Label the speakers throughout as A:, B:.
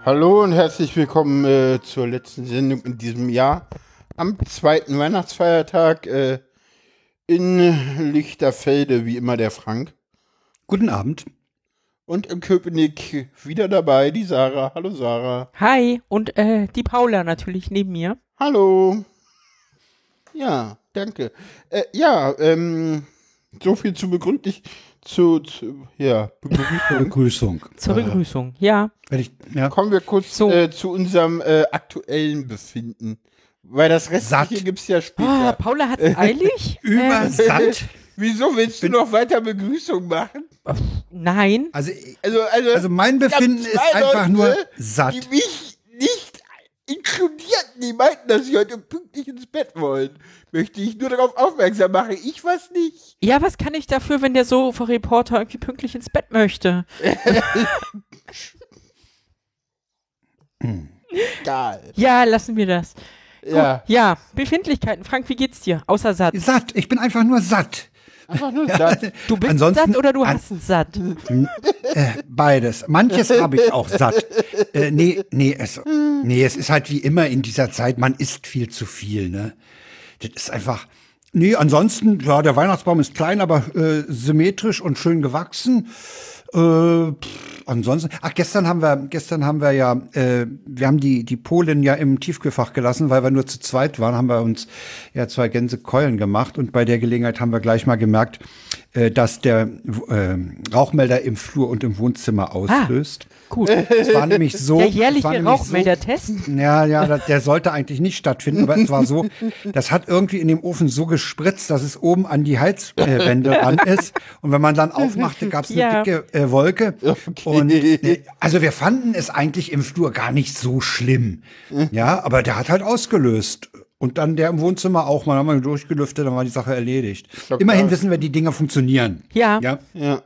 A: Hallo und herzlich willkommen zur letzten Sendung in diesem Jahr. Am zweiten Weihnachtsfeiertag in Lichterfelde, wie immer der Frank.
B: Guten Abend.
A: Und in Köpenick wieder dabei, die Sarah. Hallo Sarah.
C: Hi, und die Paula natürlich neben mir.
A: Hallo. Ja, danke. So viel zu begründlich
B: Begrüßung.
C: Zur Begrüßung, ja.
A: Kommen wir kurz zu unserem aktuellen Befinden. Weil das Restliche gibt es ja später.
C: Paula hat es eilig.
B: Übersatt.
A: Wieso willst du noch weiter Begrüßung machen?
C: Nein.
B: Also mein Befinden ist einfach nur satt.
A: Die mich nicht inkludierten, die meinten, dass sie heute pünktlich ins Bett wollen. Möchte ich nur darauf aufmerksam machen. Ich was nicht.
C: Ja, was kann ich dafür, wenn der Sofa-Reporter irgendwie pünktlich ins Bett möchte?
A: Egal.
C: Ja, lassen wir das.
A: Ja.
C: Gut, ja, Befindlichkeiten. Frank, wie geht's dir? Außer satt.
B: Satt. Ich bin einfach nur satt.
A: Einfach nur satt.
C: Du bist
B: Ansonsten-
C: satt oder du hast satt?
B: Beides. Manches habe ich auch satt. Es ist halt wie immer in dieser Zeit, man isst viel zu viel, ne? Das ist einfach. Nee, ansonsten, ja, der Weihnachtsbaum ist klein, aber symmetrisch und schön gewachsen. Ansonsten, gestern haben wir ja, wir haben die Polin ja im Tiefkühlfach gelassen, weil wir nur zu zweit waren, haben wir uns ja 2 Gänsekeulen gemacht und bei der Gelegenheit haben wir gleich mal gemerkt, dass der Rauchmelder im Flur und im Wohnzimmer auslöst.
C: Gut.
B: Es war nämlich so.
C: Der
B: es war
C: jährliche
B: nämlich
C: Rauchmeldertest?
B: Der sollte eigentlich nicht stattfinden, aber es war so, das hat irgendwie in dem Ofen so gespritzt, dass es oben an die Heizwände ran ist. Und wenn man dann aufmachte, gab es eine dicke Wolke.
A: Okay.
B: Und also wir fanden es eigentlich im Flur gar nicht so schlimm. Ja, aber der hat halt ausgelöst. Und dann der im Wohnzimmer auch. Mal haben wir durchgelüftet, dann war die Sache erledigt. Immerhin wissen wir, die Dinger funktionieren.
C: Ja.
A: Ja.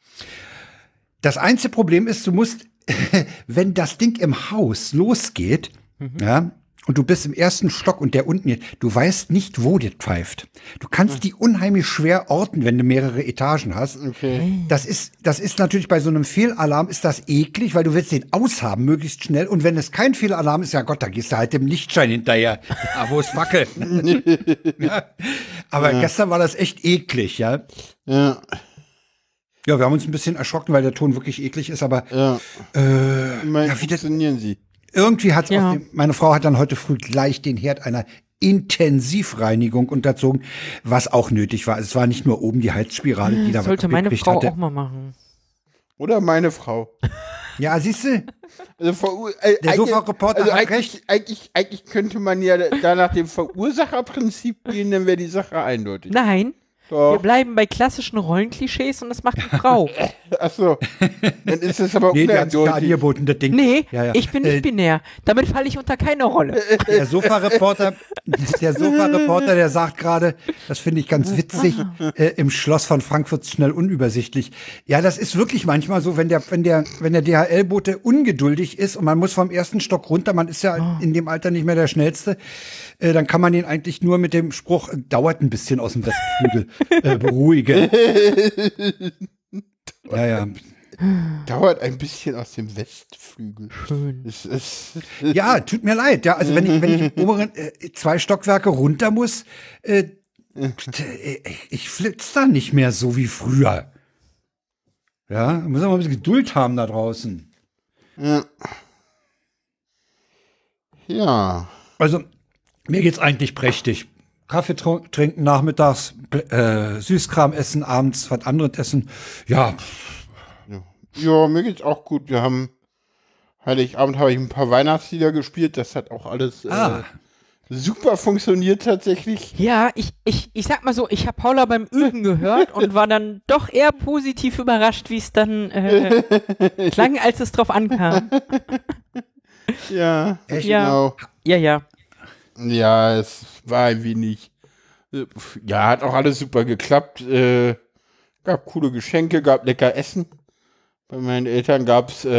B: Das einzige Problem ist, du musst, wenn das Ding im Haus losgeht, ja, und du bist im ersten Stock und der unten, du weißt nicht, wo das pfeift. Du kannst die unheimlich schwer orten, wenn du mehrere Etagen hast.
A: Okay.
B: Das ist natürlich bei so einem Fehlalarm ist das eklig, weil du willst den aushaben, möglichst schnell. Und wenn es kein Fehlalarm ist, ja Gott, da gehst du halt dem Lichtschein hinterher. Wo ist Fackel? Ja. Aber gestern war das echt eklig, ja.
A: Ja.
B: Ja, wir haben uns ein bisschen erschrocken, weil der Ton wirklich eklig ist, aber
A: Immerhin
B: wie
A: funktionieren sie.
B: irgendwie hat
C: Ja.
B: meine Frau hat dann heute früh gleich den Herd einer Intensivreinigung unterzogen, was auch nötig war. Es war nicht nur oben die Heizspirale, die da
C: Das sollte meine
B: gekriegt
C: Frau
B: hatte.
C: auch mal machen.
A: Oder meine Frau.
B: Ja, siehst du,
A: Also
B: der Sofa-Reporter hat recht.
A: Eigentlich könnte man ja da nach dem Verursacherprinzip gehen, dann wäre die Sache eindeutig.
C: Nein,
A: Doch.
C: wir bleiben bei klassischen Rollenklischees und das macht die Frau.
A: Achso. Dann ist es aber
B: Nee, der hat sich da
A: uneindeutig.
B: angeboten, das Ding.
C: Nee,
B: Ja.
C: ich bin nicht binär. Damit falle ich unter keine Rolle.
B: Der Sofa-Reporter, der sagt gerade, das finde ich ganz witzig, im Schloss von Frankfurt schnell unübersichtlich. Ja, das ist wirklich manchmal so, wenn der DHL-Bote ungeduldig ist und man muss vom ersten Stock runter, man ist ja in dem Alter nicht mehr der Schnellste, dann kann man den eigentlich nur mit dem Spruch, dauert ein bisschen aus dem Westflügel, beruhigen. Ja.
A: Dauert ein bisschen aus dem Westflügel.
C: Schön.
A: Es ist
B: Ja, tut mir leid. Ja, also wenn ich im oberen 2 Stockwerke runter muss, ich flitz da nicht mehr so wie früher. Ja, muss aber ein bisschen Geduld haben da draußen.
A: ja.
B: Also mir geht's eigentlich prächtig. Kaffee trinken nachmittags, Süßkram essen, abends was anderes essen. Ja,
A: Ja, mir geht's auch gut. Wir haben Heiligabend habe ich ein paar Weihnachtslieder gespielt. Das hat auch alles super funktioniert tatsächlich.
C: Ja, ich sag mal so, ich habe Paula beim Üben gehört und war dann doch eher positiv überrascht, wie es dann klang, als es drauf ankam.
A: Ja,
B: Echt?
A: genau.
C: Ja.
A: Ja, es war ein wenig. Ja, hat auch alles super geklappt. Gab coole Geschenke, gab lecker Essen. Bei meinen Eltern gab es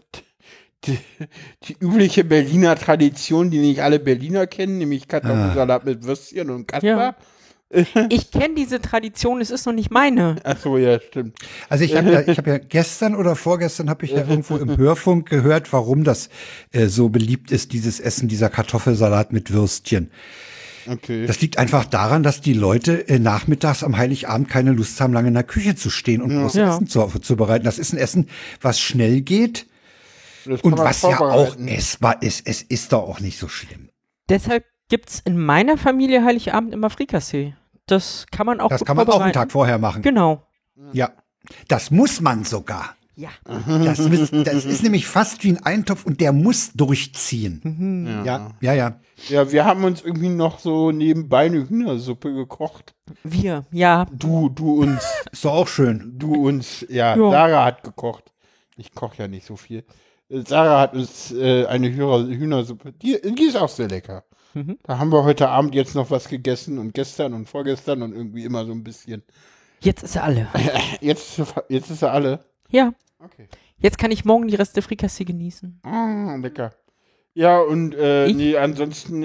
A: die übliche Berliner Tradition, die nicht alle Berliner kennen, nämlich Kartoffelsalat mit Würstchen und Kasper.
C: Ja. Ich kenne diese Tradition, es ist noch nicht meine.
A: Ach so, ja, stimmt.
B: Also ich hab ja gestern oder vorgestern habe ich ja irgendwo im Hörfunk gehört, warum das so beliebt ist, dieses Essen, dieser Kartoffelsalat mit Würstchen.
A: Okay.
B: Das liegt einfach daran, dass die Leute nachmittags am Heiligabend keine Lust haben, lange in der Küche zu stehen und großes
C: Ja.
B: Essen zubereiten. Das ist ein Essen, was schnell geht
A: Das kann
B: und
A: man
B: was ja auch
A: vorbereiten.
B: essbar ist. Es ist doch auch nicht so schlimm.
C: Deshalb gibt's in meiner Familie Heiligabend immer Frikassee. Das kann man auch
B: Das
C: gut
B: kann man auch einen
C: vorbereiten.
B: Tag vorher machen.
C: Genau.
B: Ja, das muss man sogar.
C: Ja.
B: Das ist nämlich fast wie ein Eintopf und der muss durchziehen. Ja.
A: Ja, wir haben uns irgendwie noch so nebenbei eine Hühnersuppe gekocht.
C: Wir, ja.
A: Du uns,
B: Ist doch auch schön.
A: ja,
C: Ja.
A: Sarah hat gekocht. Ich koche ja nicht so viel. Sarah hat uns eine Hühnersuppe, die ist auch sehr lecker. Da haben wir heute Abend jetzt noch was gegessen und gestern und vorgestern und irgendwie immer so ein bisschen.
C: Jetzt ist er alle.
A: Jetzt ist er alle.
C: Ja.
A: Okay.
C: Jetzt kann ich morgen die Reste Frikassee genießen.
A: Ah, lecker. Ja, und nee, ansonsten,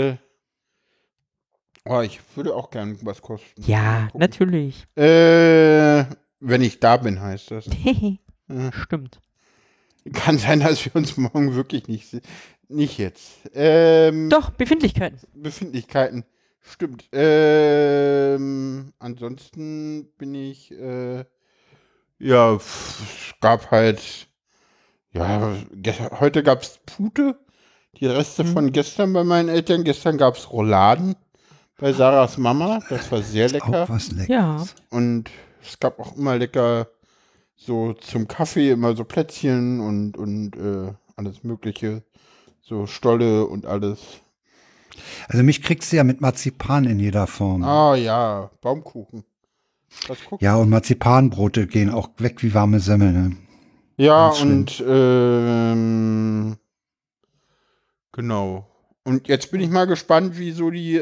A: ich würde auch gern was kosten.
C: Ja,
A: Mal gucken.
C: natürlich.
A: Wenn ich da bin, heißt das.
C: Stimmt.
A: Kann sein, dass wir uns morgen wirklich nicht sehen. Nicht jetzt.
C: Doch, Befindlichkeiten.
A: Befindlichkeiten. Stimmt. Ansonsten bin ich, es gab halt, heute gab es Pute, die Reste von gestern bei meinen Eltern. Gestern gab es Rouladen bei Sarahs Mama. Das war sehr lecker.
B: Auch was Leckeres.
C: Ja.
A: Und es gab auch immer lecker so zum Kaffee, immer so Plätzchen und alles Mögliche. So Stolle und alles.
B: Also mich kriegst du ja mit Marzipan in jeder Form.
A: Ah ja, Baumkuchen. Was guck?
B: Ja, und Marzipanbrote gehen auch weg wie warme Semmel. Ne?
A: Ja,
B: Ganz schlimm.
A: und genau. Und jetzt bin ich mal gespannt, wie so die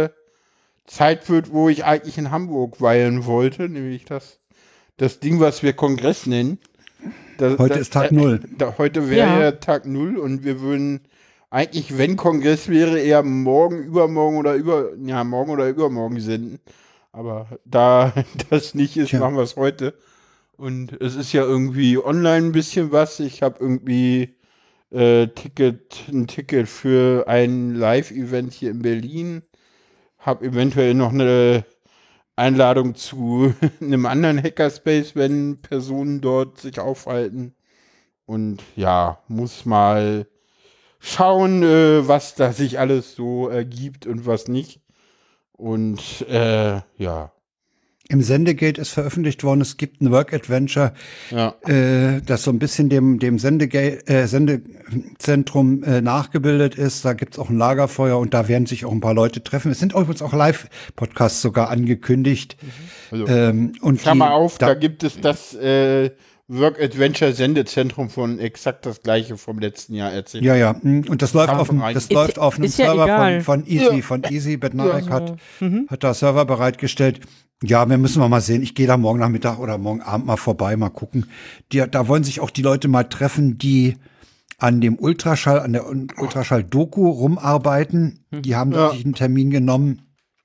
A: Zeit wird, wo ich eigentlich in Hamburg weilen wollte, nämlich das Ding, was wir Kongress nennen.
B: Heute ist Tag 0.
A: Heute wäre
C: Ja.
A: ja Tag 0 und wir würden eigentlich, wenn Kongress wäre, eher morgen oder übermorgen senden. Aber da das nicht ist,
B: Tja.
A: machen wir es heute. Und es ist ja irgendwie online ein bisschen was. Ich habe irgendwie ein Ticket für ein Live-Event hier in Berlin. Habe eventuell noch eine Einladung zu einem anderen Hackerspace, wenn Personen dort sich aufhalten. Und ja, muss mal schauen, was da sich alles so ergibt und was nicht. Und ja.
B: Im Sendegate ist veröffentlicht worden, es gibt ein Work-Adventure,
A: Ja.
B: das so ein bisschen dem Sendezentrum nachgebildet ist. Da gibt's auch ein Lagerfeuer und da werden sich auch ein paar Leute treffen. Es sind übrigens auch Live-Podcasts sogar angekündigt.
A: Also,
B: Und
A: Klammer auf, da
B: da
A: gibt es das Work-Adventure-Sendezentrum von exakt das gleiche vom letzten Jahr erzählt.
B: Ja. Und das läuft auf einem
C: Ist ja
B: Server
C: egal.
B: von Easy.
A: Ja.
B: Von Easy. Bednarek
C: Ja.
B: hat da Server bereitgestellt. Ja, müssen wir mal sehen. Ich gehe da morgen Nachmittag oder morgen Abend mal vorbei, mal gucken. Da wollen sich auch die Leute mal treffen, die an der Ultraschall-Doku rumarbeiten. Die haben
A: Ja.
B: sich einen Termin genommen.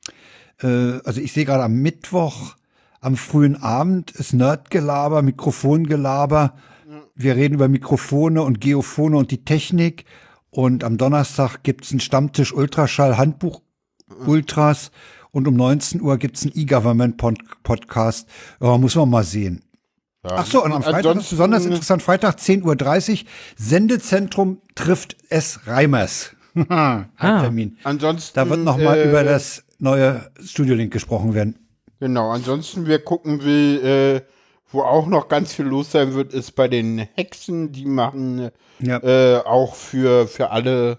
B: Also ich sehe gerade am Mittwoch, am frühen Abend ist Nerdgelaber, Mikrofongelaber. Wir reden über Mikrofone und Geophone und die Technik. Und am Donnerstag gibt's einen Stammtisch Ultraschall Handbuch Ultras. Und um 19 Uhr gibt's einen E-Government-Podcast. Ja, muss man mal sehen.
A: Ja.
B: Ach so, und am Freitag ist
A: Ansonsten-
B: besonders interessant. Freitag 10:30 Uhr. Sendezentrum trifft S. Reimers. Ein Termin.
A: Ansonsten,
B: Da wird nochmal über das neue Studiolink gesprochen werden.
A: Genau, ansonsten, wer gucken will, wo auch noch ganz viel los sein wird, ist bei den Hexen. Die machen
B: Ja.
A: auch für alle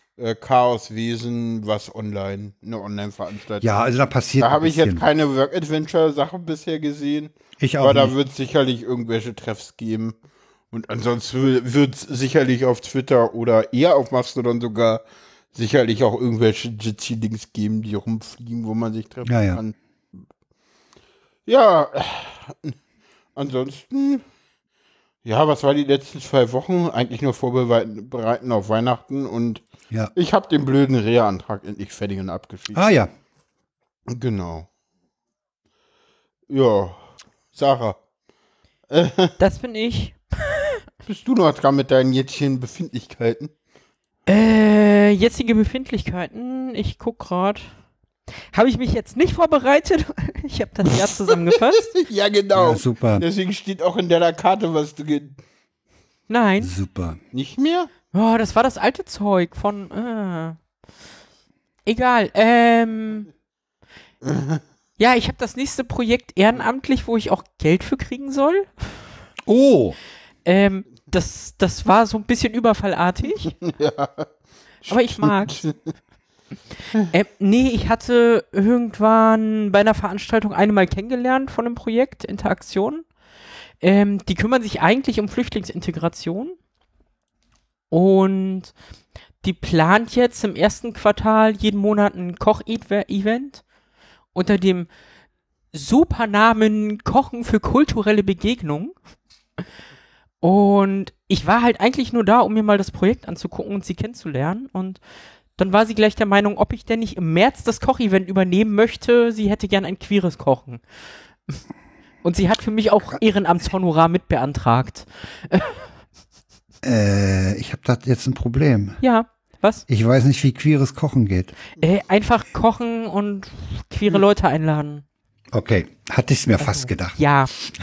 A: Chaoswesen was online, eine Online-Veranstaltung.
B: Ja, also da passiert
A: Da
B: ein
A: habe ich jetzt
B: bisschen.
A: keine Work-Adventure-Sache bisher gesehen.
B: Ich auch
A: Aber da
B: nicht.
A: wird es sicherlich irgendwelche Treffs geben. Und ansonsten wird es sicherlich auf Twitter oder eher auf Mastodon sogar sicherlich auch irgendwelche Jitsi-Links geben, die rumfliegen, wo man sich treffen
B: Ja.
A: kann. Ja, ansonsten, ja, was war die letzten 2 Wochen? Eigentlich nur vorbereiten auf Weihnachten und
B: Ja.
A: ich habe den blöden Reha-Antrag endlich fertig und abgeschickt.
B: Ah ja.
A: Genau. Ja, Sarah,
C: Das bin ich.
A: bist du noch dran mit deinen jetzigen Befindlichkeiten?
C: Jetzige Befindlichkeiten. Ich guck grad. Habe ich mich jetzt nicht vorbereitet? Ich habe das Jahr zusammengefasst.
A: Ja, genau.
B: Ja, super.
A: Deswegen steht auch in deiner Karte was drin.
C: Nein.
B: Super.
A: Nicht mehr?
C: Oh, das war das alte Zeug von. Egal. Ja, ich habe das nächste Projekt ehrenamtlich, wo ich auch Geld für kriegen soll.
B: Oh,
C: Das war so ein bisschen überfallartig.
A: Ja.
C: Aber ich mag's. Nee, ich hatte irgendwann bei einer Veranstaltung eine mal kennengelernt von einem Projekt, Interaktion. Die kümmern sich eigentlich um Flüchtlingsintegration. Und die plant jetzt im ersten Quartal jeden Monat ein Koch-Event unter dem Supernamen Kochen für kulturelle Begegnung. Und ich war halt eigentlich nur da, um mir mal das Projekt anzugucken und sie kennenzulernen. Und dann war sie gleich der Meinung, ob ich denn nicht im März das Kochevent übernehmen möchte. Sie hätte gern ein queeres Kochen. Und sie hat für mich auch Ehrenamtshonorar mitbeantragt.
B: ich habe da jetzt ein Problem.
C: Ja, was?
B: Ich weiß nicht, wie queeres Kochen geht.
C: Einfach kochen und queere Leute einladen.
B: Okay, hatte ich mir fast gedacht.
C: Ja.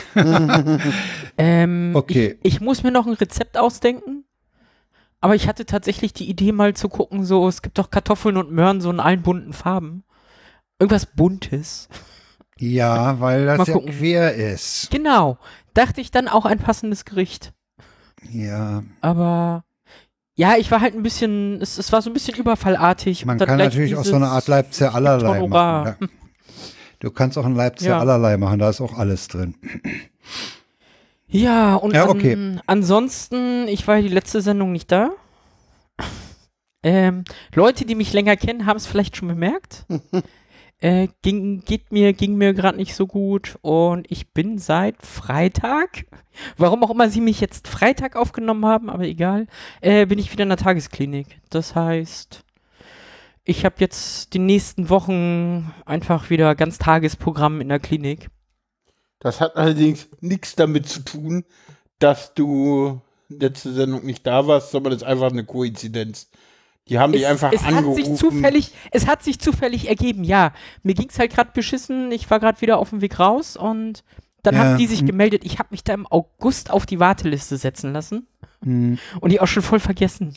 B: Okay.
C: Ich muss mir noch ein Rezept ausdenken. Aber ich hatte tatsächlich die Idee, mal zu gucken, so, es gibt doch Kartoffeln und Möhren so in allen bunten Farben. Irgendwas Buntes.
B: Ja, weil
C: Mal
B: das ja
C: gucken.
B: quer ist.
C: Genau. Dachte ich dann auch ein passendes Gericht.
B: Ja,
C: Aber ja, ich war halt ein bisschen, es war so ein bisschen überfallartig.
B: man
C: Und dann
B: kann
C: gleich
B: natürlich auch
C: dieses
B: so eine Art Leipzig allerlei
C: Honorar.
B: machen. Ja. Du kannst auch ein Leipzig
C: Ja.
B: allerlei machen, da ist auch alles drin.
C: Ja, und
B: Ja, okay.
C: ansonsten, ich war ja die letzte Sendung nicht da. Leute, die mich länger kennen, haben es vielleicht schon bemerkt. Ging mir gerade nicht so gut und ich bin seit Freitag, warum auch immer sie mich jetzt Freitag aufgenommen haben, aber egal, bin ich wieder in der Tagesklinik. Das heißt, ich habe jetzt die nächsten Wochen einfach wieder ganz Tagesprogramm in der Klinik.
A: Das hat allerdings nichts damit zu tun, dass du letzte Sendung nicht da warst, sondern das ist einfach eine Koinzidenz. Die haben dich einfach angerufen.
C: Es hat sich zufällig ergeben, ja. Mir ging's halt gerade beschissen, ich war gerade wieder auf dem Weg raus und dann haben die sich gemeldet. Ich habe mich da im August auf die Warteliste setzen lassen und die auch schon voll vergessen.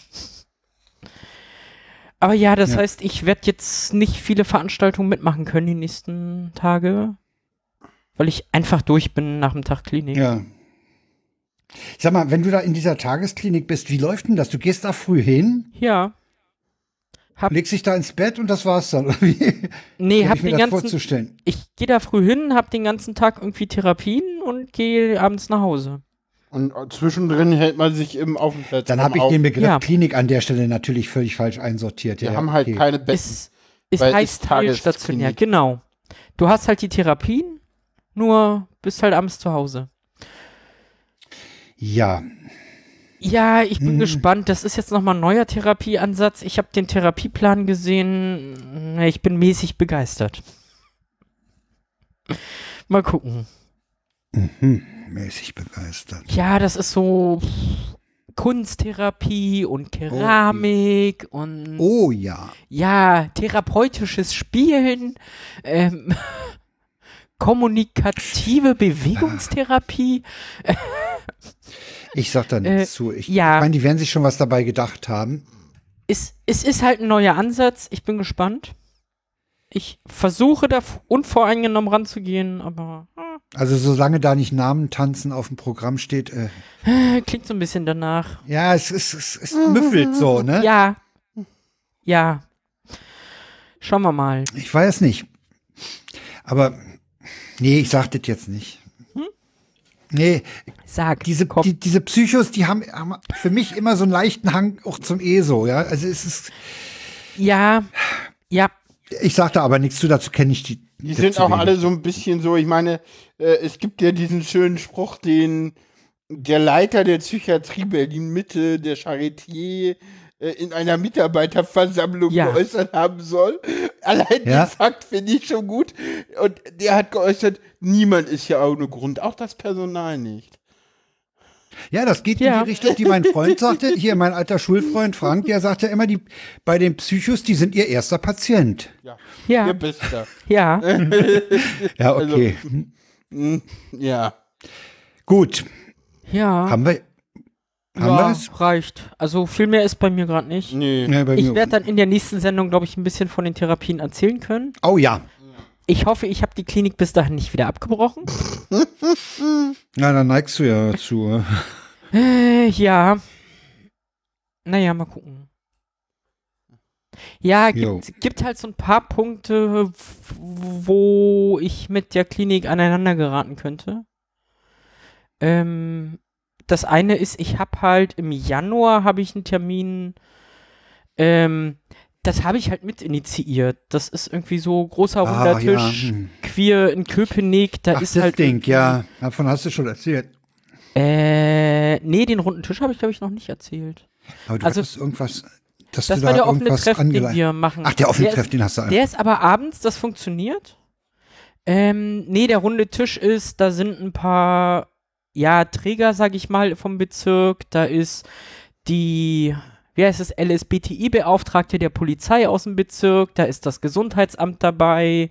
C: Aber ja, das heißt, ich werde jetzt nicht viele Veranstaltungen mitmachen können die nächsten Tage, weil ich einfach durch bin nach dem Tag Klinik.
B: Ja. Ich sag mal, wenn du da in dieser Tagesklinik bist, wie läuft denn das? Du gehst da früh hin,
C: Ja.
B: legst dich da ins Bett und das war's dann. Oder wie?
C: Nee,
B: Hab
C: hab
B: ich mir
C: den
B: das
C: ganzen,
B: vorzustellen.
C: ich gehe da früh hin, hab den ganzen Tag irgendwie Therapien und gehe abends nach Hause.
A: Und zwischendrin hält man sich im Aufenthalt.
B: Dann habe ich den Begriff
C: Ja.
B: Klinik an der Stelle natürlich völlig falsch einsortiert.
A: Wir
B: Ja,
A: haben halt
B: okay.
A: keine Betten.
C: Es
A: Weil
C: heißt
A: ist
C: teilstationär,
A: Tagesklinik.
C: genau. Du hast halt die Therapien, nur bist halt abends zu Hause.
B: Ja,
C: Ja, ich bin gespannt. Das ist jetzt nochmal ein neuer Therapieansatz. Ich habe den Therapieplan gesehen. Ich bin mäßig begeistert. Mal gucken.
B: mäßig begeistert.
C: Ja, das ist so Kunsttherapie und Keramik und
B: Oh ja.
C: ja, therapeutisches Spielen, kommunikative Bewegungstherapie.
B: Ich sag da nichts zu. Ich
C: ja.
B: meine, die werden sich schon was dabei gedacht haben.
C: Es ist halt ein neuer Ansatz. Ich bin gespannt. Ich versuche da unvoreingenommen ranzugehen, aber
B: Also solange da nicht Namentanzen auf dem Programm steht,
C: klingt so ein bisschen danach.
B: ja, es müffelt so, ne?
C: Ja. Ja. Schauen wir mal.
B: Ich weiß nicht. Aber nee, ich sag das jetzt nicht. Nee,
C: Sag.
B: diese Psychos, die haben für mich immer so einen leichten Hang auch zum ESO, ja. Also es ist,
C: Ja. Ja.
B: ich sag da aber nichts zu, dazu kenne ich die.
A: Die sind auch alle so ein bisschen so, ich meine, es gibt ja diesen schönen Spruch, den der Leiter der Psychiatrie Berlin-Mitte, der Charité, in einer Mitarbeiterversammlung
C: Ja.
A: geäußert haben soll. Allein
B: Ja.
A: den Fakt finde ich schon gut. Und der hat geäußert, niemand ist ja ohne Grund, auch das Personal nicht.
B: Ja, das geht
C: Ja.
B: in die Richtung, die mein Freund sagte. Hier, mein alter Schulfreund Frank, der sagt ja immer, bei den Psychos, die sind ihr erster Patient.
A: Ja,
C: Ja.
A: ihr Bester.
C: Ja.
B: Ja, okay.
A: Ja.
B: Gut.
C: Ja.
B: Haben wir
C: Ja,
B: es?
C: reicht. Also viel mehr ist bei mir gerade nicht.
A: Nee.
B: Ja, bei
C: Ich
B: mir.
C: werde dann in der nächsten Sendung, glaube ich, ein bisschen von den Therapien erzählen können.
B: Oh ja.
C: Ich hoffe, ich habe die Klinik bis dahin nicht wieder abgebrochen.
B: Na, dann neigst du ja dazu.
C: Ja. Naja, mal gucken. Ja,
B: Jo.
C: gibt halt so ein paar Punkte, wo ich mit der Klinik aneinander geraten könnte. Das eine ist, ich habe halt im Januar habe ich einen Termin, das habe ich halt mit initiiert. Das ist irgendwie so großer runder Tisch, queer in Köpenick, da
B: Ach,
C: ist
B: das
C: halt
B: Ding, ja. Davon hast du schon erzählt.
C: nee, den runden Tisch habe ich, glaube ich, noch nicht erzählt.
B: Aber du
C: Also-
B: hattest irgendwas, dass
C: Das
B: du
C: war
B: da
C: der offene
B: irgendwas
C: Treff, den
B: angeleitet.
C: wir machen.
B: Ach, der offene
C: Der ist-
B: Treff, den hast du
C: Der ist aber abends, das funktioniert. Nee, der runde Tisch ist, da sind ein paar, ja, Träger, sag ich mal, vom Bezirk. Da ist die, wie heißt es, LSBTI-Beauftragte der Polizei aus dem Bezirk. Da ist das Gesundheitsamt dabei.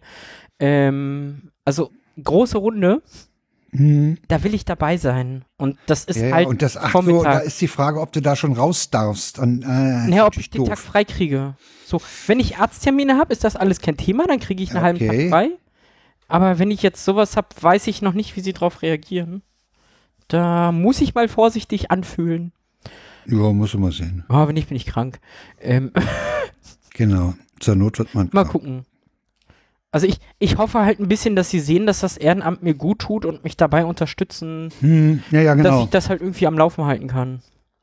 C: Also, große Runde.
B: Mhm.
C: Da will ich dabei sein. Und das ist
B: Ja, ja,
C: halt
B: und das, ach so, da
C: Vormittag.
B: ist die Frage, ob du da schon raus darfst.
C: Naja, ob ich den Tag frei kriege. So, wenn ich Arzttermine habe, ist das alles kein Thema, dann kriege ich einen halben
B: Okay.
C: Tag frei. Aber wenn ich jetzt sowas habe, weiß ich noch nicht, wie sie drauf reagieren. Da muss ich mal vorsichtig anfühlen.
B: Ja, muss man mal sehen.
C: Oh, wenn nicht, bin ich krank.
B: Genau. Zur Not wird man
C: Mal
B: krank.
C: gucken. Also ich hoffe halt ein bisschen, dass sie sehen, dass das Ehrenamt mir gut tut und mich dabei unterstützen,
B: Ja, ja,
C: dass
B: genau.
C: ich das halt irgendwie am Laufen halten kann.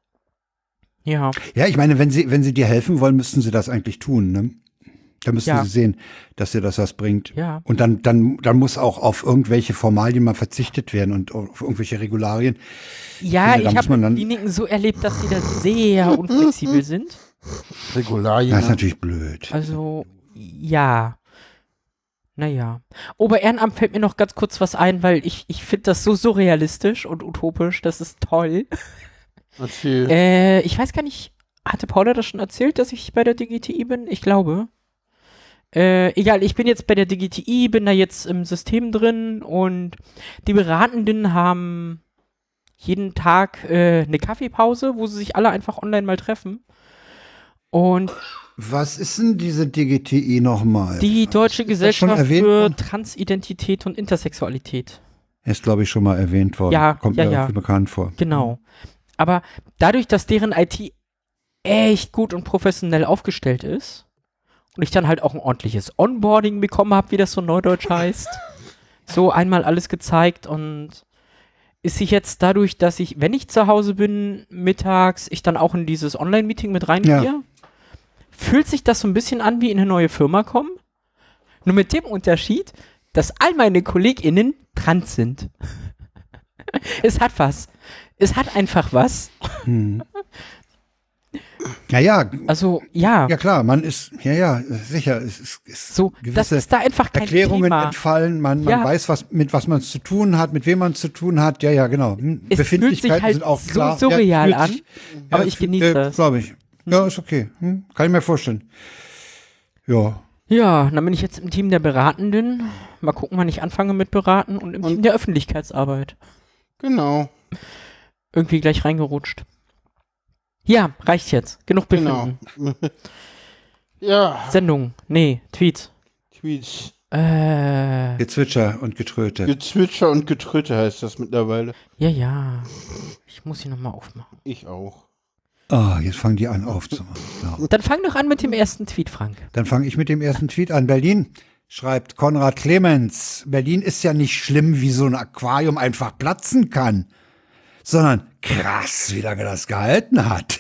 C: Ja.
B: Ja, ich meine, wenn sie dir helfen wollen, müssten sie das eigentlich tun, ne? Da müssten
C: Ja.
B: sie sehen, dass dir das was bringt.
C: Ja.
B: Und dann muss auch auf irgendwelche Formalien mal verzichtet werden und auf irgendwelche Regularien.
C: Ja,
B: finde, da
C: ich
B: muss man
C: habe
B: dann-
C: Kliniken so erlebt, dass sie da sehr unflexibel sind.
A: Regularien.
B: Das ist natürlich blöd.
C: Also, ja. Naja. Oberehrenamt fällt mir noch ganz kurz was ein, weil ich finde das so surrealistisch und utopisch. Das ist toll.
A: Erzähl.
C: Ich weiß gar nicht, hatte Paula das schon erzählt, dass ich bei der DGTI bin? Ich glaube. Egal, ich bin jetzt bei der DGTI, bin da jetzt im System drin und die Beratenden haben jeden Tag eine Kaffeepause, wo sie sich alle einfach online mal treffen. Und
B: Was ist denn diese DGTI nochmal?
C: die Deutsche
B: das schon
C: Gesellschaft
B: erwähnt
C: für
B: worden?
C: Transidentität und Intersexualität.
B: Ist, glaube ich, schon mal erwähnt worden.
C: Ja,
B: Kommt
C: ja,
B: mir
C: ja.
B: irgendwie bekannt vor.
C: Genau. Aber dadurch, dass deren IT echt gut und professionell aufgestellt ist und ich dann halt auch ein ordentliches Onboarding bekommen habe, wie das so neudeutsch heißt, so einmal alles gezeigt und ist sich jetzt dadurch, dass ich, wenn ich zu Hause bin, mittags, ich dann auch in dieses Online-Meeting mit reingehe,
B: Ja.
C: fühlt sich das so ein bisschen an wie in eine neue Firma kommen. Nur mit dem Unterschied, dass all meine KollegInnen trans sind. Es hat was. Es hat einfach was.
B: Ja,
C: Also, ja,
B: ja klar, man ist, ja, sicher, es ist
C: so, das
B: gewisse
C: ist da einfach kein
B: Erklärungen
C: Thema.
B: entfallen, man
C: Ja.
B: weiß, mit was man es zu tun hat, mit wem man es zu tun hat, ja, genau.
C: Es fühlt sich halt
B: sind auch
C: so
B: klar.
C: surreal
B: fühlt
C: an,
B: sich-
C: aber ich genieße das.
B: Glaube ich. Ja, ist okay. Kann ich mir vorstellen. Ja.
C: Ja, dann bin ich jetzt im Team der Beratenden. Mal gucken, wann ich anfange mit Beraten und im Team der Öffentlichkeitsarbeit.
A: Genau.
C: Irgendwie gleich reingerutscht. Ja, reicht jetzt. Genug
A: Genau.
C: befinden.
A: Ja.
C: Sendung. Nee, Tweets.
A: Tweets.
B: Gezwitscher und Getröte.
A: Gezwitscher und Getröte heißt das mittlerweile.
C: Ja. Ich muss sie nochmal aufmachen.
A: Ich auch.
B: Jetzt fangen die an aufzumachen. Ja.
C: Dann fang doch an mit dem ersten Tweet, Frank.
B: Dann fange ich mit dem ersten Tweet an. Berlin, schreibt Konrad Clemens. Berlin ist ja nicht schlimm, wie so ein Aquarium einfach platzen kann, sondern krass, wie lange das gehalten hat.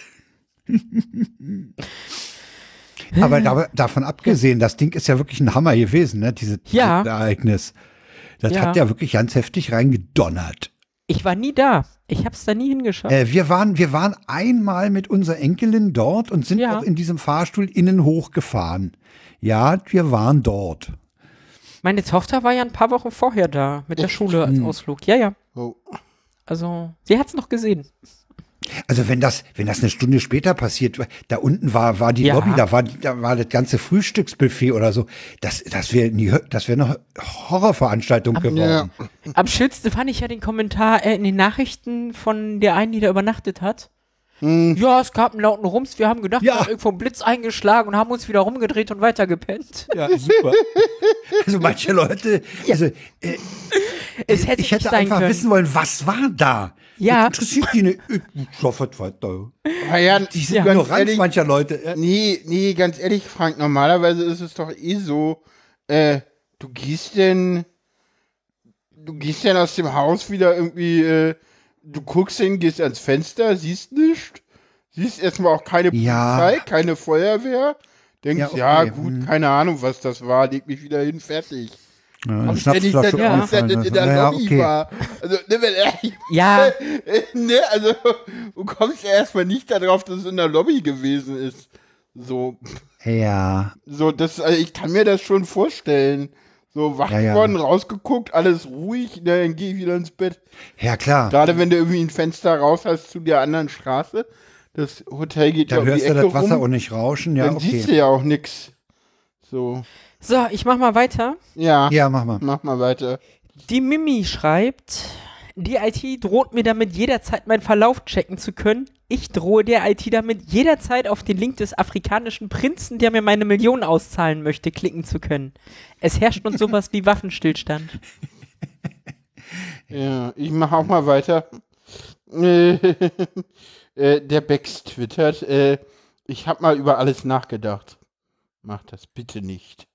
B: Aber davon abgesehen, das Ding ist ja wirklich ein Hammer gewesen, ne? Dieses
C: Ja.
B: Ereignis. Das
C: Ja.
B: hat ja wirklich ganz heftig reingedonnert.
C: Ich war nie da. Ich hab's da nie hingeschafft.
B: Wir waren einmal mit unserer Enkelin dort und sind
C: Ja.
B: auch in diesem Fahrstuhl innen hochgefahren. Ja, wir waren dort.
C: Meine Tochter war ja ein paar Wochen vorher da mit der Schule als Ausflug. Ja, ja.
A: Oh.
C: Also, sie hat's noch gesehen.
B: Also wenn das eine Stunde später passiert, da unten war die
C: Ja.
B: Lobby, da war das ganze Frühstücksbuffet oder so, das wäre eine Horrorveranstaltung geworden.
C: Am schönsten fand ich ja den Kommentar in den Nachrichten von der einen, die da übernachtet hat. Ja, es gab einen lauten Rums. Wir haben gedacht,
B: Ja.
C: wir haben irgendwo einen Blitz eingeschlagen und haben uns wieder rumgedreht und weitergepennt.
B: Ja, super. Also manche Leute, also
C: Es hätte
B: ich hätte
C: nicht sein
B: einfach
C: können.
B: wissen wollen, was war da?
C: Ja.
B: Das interessiert die nicht. Ich schaffe es weiter.
A: Ah ja,
B: Die sind
C: Ja.
B: ignorant
A: ehrlich,
B: mancher Leute.
A: nee, ganz ehrlich, Frank, normalerweise ist es doch eh so, du gehst denn aus dem Haus wieder irgendwie, du guckst hin, gehst ans Fenster, siehst nichts, siehst erstmal auch keine
B: Ja.
A: Polizei, keine Feuerwehr, denkst,
B: Ja, okay.
A: ja gut, keine Ahnung, was das war, leg mich wieder hin, fertig.
B: Ja, eine
A: Wenn ich
B: Schnapsflasche
A: dann
B: umgefallen
A: in
B: ist.
A: der
B: Ja,
A: Lobby
B: okay.
A: war, also, ne,
C: Ja,
A: ne, also, du kommst ja erstmal nicht darauf, dass es in der Lobby gewesen ist. So,
B: Ja.
A: das, also ich kann mir das schon vorstellen. So, wach
B: Ja, ja.
A: geworden, rausgeguckt, alles ruhig, ne, dann gehe ich wieder ins Bett.
B: Ja, klar.
A: Gerade wenn du irgendwie ein Fenster raus hast zu der anderen Straße, das Hotel geht ja
B: Da
A: um die
B: hörst du
A: Ecke
B: das Wasser
A: rum,
B: auch nicht rauschen. Ja,
A: dann siehst du
B: okay.
A: ja auch nix. So,
C: so, ich mach mal weiter.
A: ja,
B: Ja, mach mal.
A: mach mal weiter.
C: Die Mimi schreibt, die IT droht mir damit jederzeit meinen Verlauf checken zu können. Ich drohe der IT damit jederzeit auf den Link des afrikanischen Prinzen, der mir meine Millionen auszahlen möchte, klicken zu können. Es herrscht nun sowas wie Waffenstillstand.
A: Ja, ich mache auch mal weiter. Der Bex twittert, ich habe mal über alles nachgedacht. Mach das bitte nicht.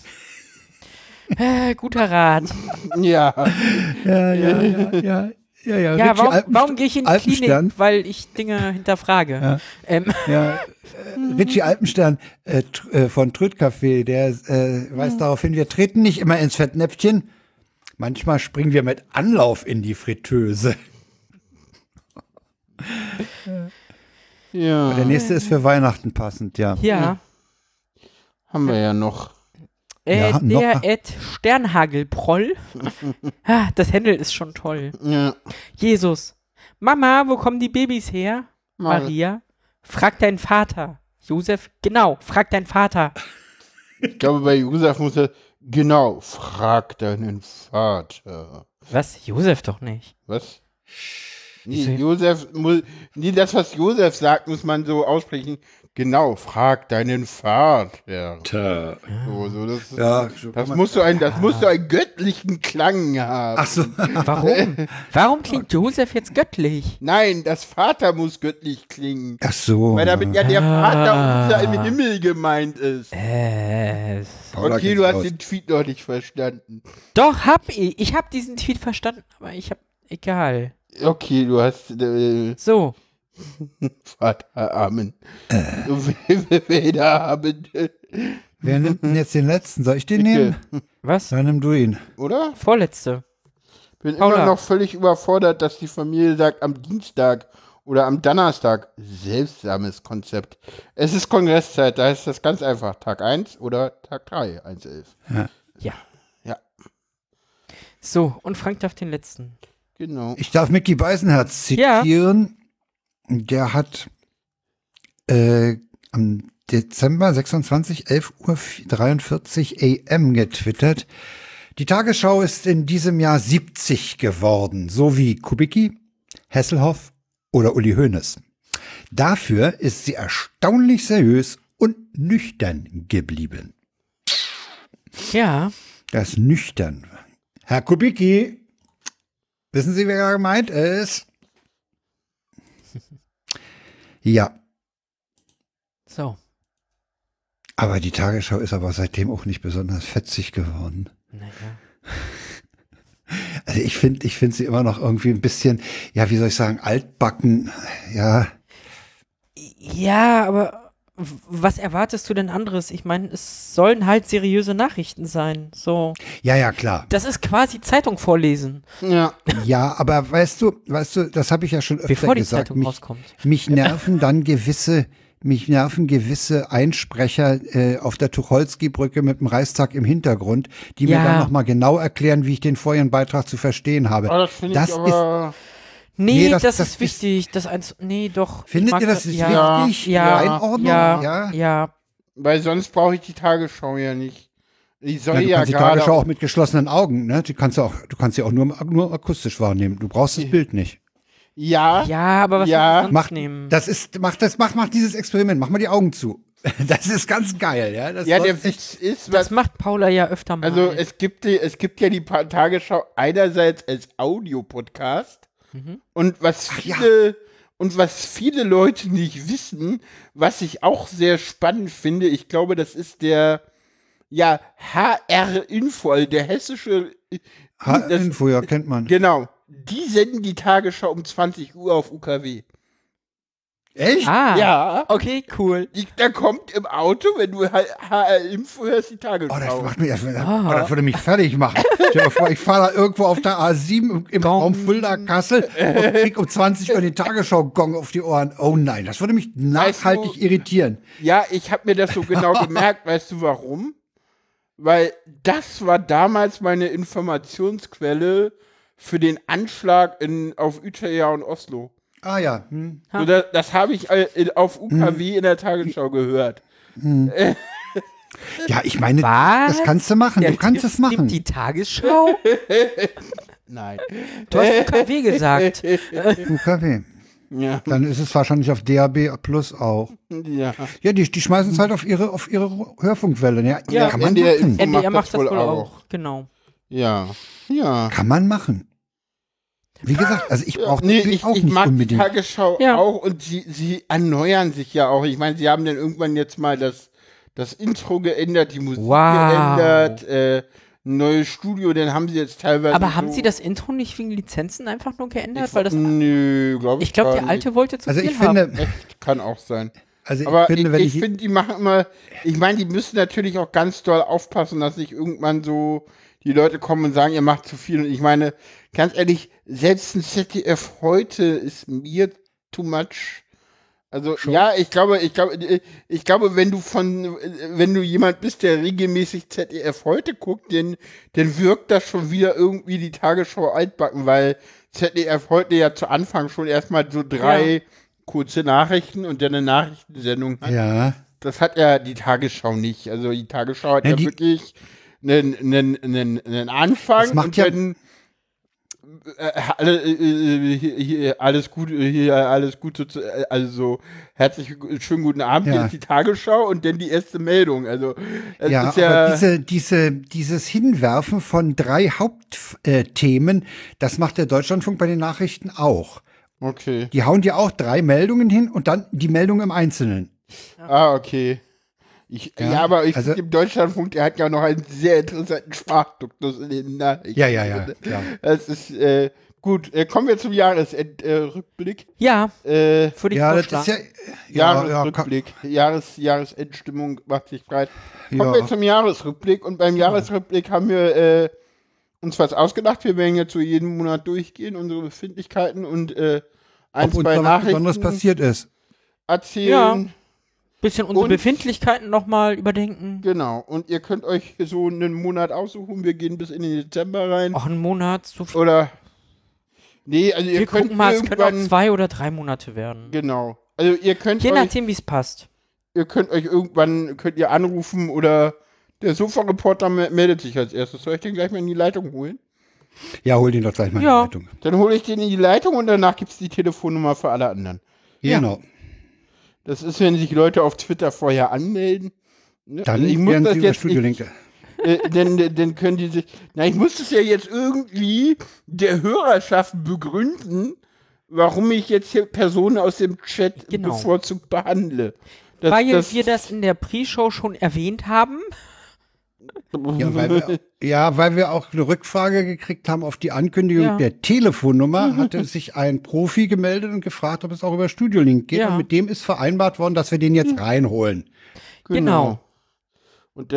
C: Guter Rat.
A: Ja,
B: Ja.
C: Ja,
B: Richie
C: warum gehe ich in die
B: Alpenstern.
C: Klinik? Weil ich Dinge hinterfrage.
B: Ja, Richie Alpenstern von Trödcafé, der weist darauf hin, wir treten nicht immer ins Fettnäpfchen. Manchmal springen wir mit Anlauf in die Fritteuse.
A: ja,
B: Der nächste ist für Weihnachten passend, ja.
C: Ja.
A: haben wir ja noch.
B: Ja, noch-
C: Der Sternhagelproll. Das Handle ist schon toll.
A: Ja,
C: Jesus. Mama, wo kommen die Babys her? Maria. Frag deinen Vater. Josef. Genau, frag deinen Vater.
A: ich glaube, bei Josef muss er, genau, frag deinen Vater.
C: Was? Josef doch nicht.
A: Was?
C: Wieso?
A: Nee, Josef muss, nee, das, was Josef sagt, muss man so aussprechen. Genau, frag deinen Vater. So, das ist,
B: Ja, so kann
A: das
B: man-
A: musst du einen göttlichen Klang haben.
B: Ach so.
C: Warum? Warum klingt Josef jetzt göttlich?
A: Nein, das Vater muss göttlich klingen.
B: Ach so.
A: Weil damit ja der Vater unser im Himmel gemeint ist.
B: Paula
A: Okay,
B: kennt's
A: du hast
B: aus.
A: den Tweet noch nicht verstanden.
C: Doch, hab ich. Ich hab diesen Tweet verstanden, aber ich hab. Egal.
A: Okay, du hast
C: So.
A: Vater, Amen. Vader, Amen.
B: Wer nimmt denn jetzt den letzten? Soll ich den
A: Dicke.
B: nehmen?
C: Was?
B: Dann nimm du ihn.
A: Oder?
C: Vorletzte.
A: Bin
C: Paula.
A: immer noch völlig überfordert, dass die Familie sagt, am Dienstag oder am Donnerstag. Seltsames Konzept. Es ist Kongresszeit, da ist das ganz einfach. Tag 1 oder Tag 3, 1.11.
C: Ja.
A: Ja.
C: So, und Frank darf den letzten.
A: Genau.
B: Ich darf Mickey Beisenherz
C: Ja.
B: zitieren. Der hat am Dezember 26, 11:43 AM getwittert. Die Tagesschau ist in diesem Jahr 70 geworden, so wie Kubicki, Hasselhoff oder Uli Hoeneß. Dafür ist sie erstaunlich seriös und nüchtern geblieben.
C: Ja.
B: Das ist nüchtern. Herr Kubicki, wissen Sie, wer gemeint ist? Ja,
C: So.
B: aber die Tagesschau ist aber seitdem auch nicht besonders fetzig geworden.
C: Naja.
B: Also ich finde sie immer noch irgendwie ein bisschen, ja, wie soll ich sagen, altbacken. Ja,
C: Ja, aber was erwartest du denn anderes? Ich meine, es sollen halt seriöse Nachrichten sein. So.
B: Ja, klar.
C: Das ist quasi Zeitung vorlesen,
A: Ja.
B: Ja, aber weißt du, das habe ich ja schon öfter
C: bevor die
B: gesagt.
C: Zeitung rauskommt.
B: Mich nerven dann gewisse Einsprecher auf der Tucholsky-Brücke mit dem Reichstag im Hintergrund, die mir
C: Ja.
B: dann nochmal genau erklären, wie ich den vorherigen Beitrag zu verstehen habe.
A: Oh, das finde ich aber.
C: Nee,
B: Nee,
C: das
B: das
C: ist wichtig. Nee, doch. Ich
B: Findet
C: mag
B: ihr, das ist
C: ja,
B: wichtig?
C: Ja,
B: Einordnung?
C: ja, ja.
A: Weil sonst brauche ich die Tagesschau ja nicht. Ich soll
B: Ja, du
A: ja
B: kannst die
A: gerade.
B: Tagesschau auch mit geschlossenen Augen, ne? Du kannst sie auch nur akustisch wahrnehmen. Du brauchst das Bild nicht.
A: Ja.
C: Ja, aber was
A: Ja.
C: soll man sonst nehmen?
B: Mach dieses Experiment, mach mal die Augen zu. Das ist ganz geil, ja. Das
A: Ja,
B: läuft
A: der
B: echt-
A: Witz ist,
C: Das
A: was.
C: macht Paula ja öfter mal.
A: Also es gibt ja die Tagesschau einerseits als Audiopodcast und was viele Leute nicht wissen, was ich auch sehr spannend finde, ich glaube, das ist der HR-Info, also der hessische
B: Info, ja, kennt man.
A: genau, die senden die Tagesschau um 20 Uhr auf UKW.
B: Echt?
A: Ja.
C: Okay, cool.
A: Da kommt im Auto, wenn du HR-Info hörst, die Tagesschau.
B: Oh, das würde mich fertig machen. Stell dir vor, ich fahre da irgendwo auf der A7 im
C: Gong.
B: Raum Fulda-Kassel und krieg um 20 Uhr den Tagesschau-Gong auf die Ohren. Oh nein, das würde mich nachhaltig irritieren.
A: Ja, ich habe mir das so genau gemerkt. Weißt du warum? Weil das war damals meine Informationsquelle für den Anschlag auf Utøya und Oslo.
B: Ah ja.
A: So, das habe ich auf UKW in der Tagesschau gehört.
B: Ja, ich meine,
C: Was?
B: das kannst du machen.
C: Der
B: Du kannst
C: Tipp
B: es machen.
C: nimmt die Tagesschau?
A: Nein.
C: Du hast UKW gesagt.
B: UKW.
A: Ja.
B: Dann ist es wahrscheinlich auf DAB Plus auch.
A: Ja.
B: Ja, die schmeißen es halt auf ihre Hörfunkwelle. Ja,
A: Ja,
B: kann man
A: NDR
B: machen.
C: NDR
A: macht
C: macht das
A: wohl
C: wohl
A: auch.
C: auch. Genau.
A: Ja. Ja.
B: Kann man machen. Wie gesagt, also ich brauche
A: Nee,
B: das
A: ich
B: auch nicht
A: mag
B: unbedingt.
A: die Tagesschau
C: Ja.
A: auch und sie erneuern sich ja auch. Ich meine, sie haben dann irgendwann jetzt mal das Intro geändert, die Musik
C: Wow.
A: geändert, ein neues Studio, dann haben sie jetzt teilweise
C: Aber haben
A: so,
C: Sie das Intro nicht wegen Lizenzen einfach nur geändert? Weil das,
A: Nö, glaube ich
C: ich glaube,
A: gar
C: der alte
A: nicht.
C: wollte zu
B: Also
C: viel
B: ich finde,
C: haben.
A: Echt, kann auch sein.
B: also
A: Aber
B: ich finde, wenn
A: ich finde, die machen immer, ich meine, die müssen natürlich auch ganz doll aufpassen, dass nicht irgendwann so die Leute kommen und sagen, ihr macht zu viel. Und ich meine, ganz ehrlich, selbst ein ZDF heute ist mir too much. Also ja, ich glaube, wenn du jemand bist, der regelmäßig ZDF heute guckt, dann wirkt das schon wieder irgendwie die Tagesschau altbacken, weil ZDF heute ja zu Anfang schon erstmal so 3 kurze Nachrichten und dann eine Nachrichtensendung hat.
B: ja,
A: Das hat ja die Tagesschau nicht. Also die Tagesschau hat
B: Ja,
A: ja
B: die-
A: wirklich einen Anfang
B: Das macht
A: und
B: ja-
A: dann alles gut, also schönen guten Abend, hier
B: Ja.
A: ist die Tagesschau und dann die erste Meldung. Also es
B: ja,
A: ist ja
B: aber dieses Hinwerfen von 3 Hauptthemen, das macht der Deutschlandfunk bei den Nachrichten auch.
A: okay.
B: Die hauen dir auch 3 Meldungen hin und dann die Meldung im Einzelnen.
A: Okay.
B: Ja,
A: Aber ich
B: also-
A: finde, im Deutschlandfunk, der hat ja noch einen sehr interessanten Sprachduktus in den Nachrichten.
B: Ja, klar.
A: Das ist gut. Kommen wir zum Jahresrückblick.
C: Ja, würde ich
B: Ja, das
C: vorschlagen.
B: ist ja,
A: Jahresrückblick. Jahresendstimmung macht sich breit. Kommen
B: Ja.
A: wir zum Jahresrückblick. Und beim Jahresrückblick haben wir uns was ausgedacht. Wir werden jetzt so jeden Monat durchgehen, unsere Befindlichkeiten und ein,
B: ob uns
A: zwei
B: da was Besonderes
A: Nachrichten
B: passiert ist.
A: erzählen.
C: Bisschen unsere
A: Und-
C: Befindlichkeiten nochmal überdenken.
A: Genau. Und ihr könnt euch so einen Monat aussuchen. Wir gehen bis in den Dezember rein.
C: Auch einen Monat, so viel.
A: Oder. Nee, also ihr
C: Wir
A: könnt
C: gucken mal, es können auch
A: irgendwann.
C: 2 oder 3 Monate werden.
A: Genau. Also ihr könnt
C: Je
A: euch,
C: nachdem, wie es passt.
A: könnt ihr anrufen oder der Sofa-Reporter meldet sich als erstes. Soll ich den gleich mal in die Leitung holen?
B: Ja, hol den doch gleich mal in
C: Ja.
B: die Leitung.
A: Dann hole ich den in die Leitung und danach gibt es die Telefonnummer für alle anderen.
B: Genau.
A: Das ist, wenn sich Leute auf Twitter vorher anmelden. Ne?
B: Dann
A: Also ich muss
B: werden
A: das
B: sie über
A: jetzt
B: Studiolink.
A: dann können die sich. Na, ich muss das ja jetzt irgendwie der Hörerschaft begründen, warum ich jetzt hier Personen aus dem Chat
C: Genau.
A: bevorzugt behandle.
C: Weil wir das in der Pre-Show schon erwähnt haben.
B: Weil wir auch eine Rückfrage gekriegt haben auf die Ankündigung der Telefonnummer, hatte sich ein Profi gemeldet und gefragt, ob es auch über Studio Link geht. Und mit dem ist vereinbart worden, dass wir den jetzt reinholen.
C: Genau.
A: Und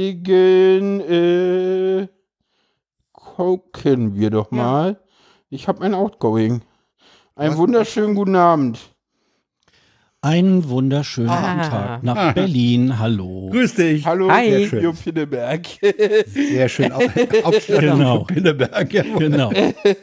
A: deswegen gucken wir doch mal. Ich habe ein Outgoing. Einen wunderschönen guten Abend.
D: Einen wunderschönen guten Tag nach Berlin. Hallo.
B: Grüß dich.
A: Hallo,
C: Hi.
A: Jo Pinneberg.
B: Sehr schön. Aufstellung
D: Genau.
B: von Pinneberg. Ja.
D: Genau.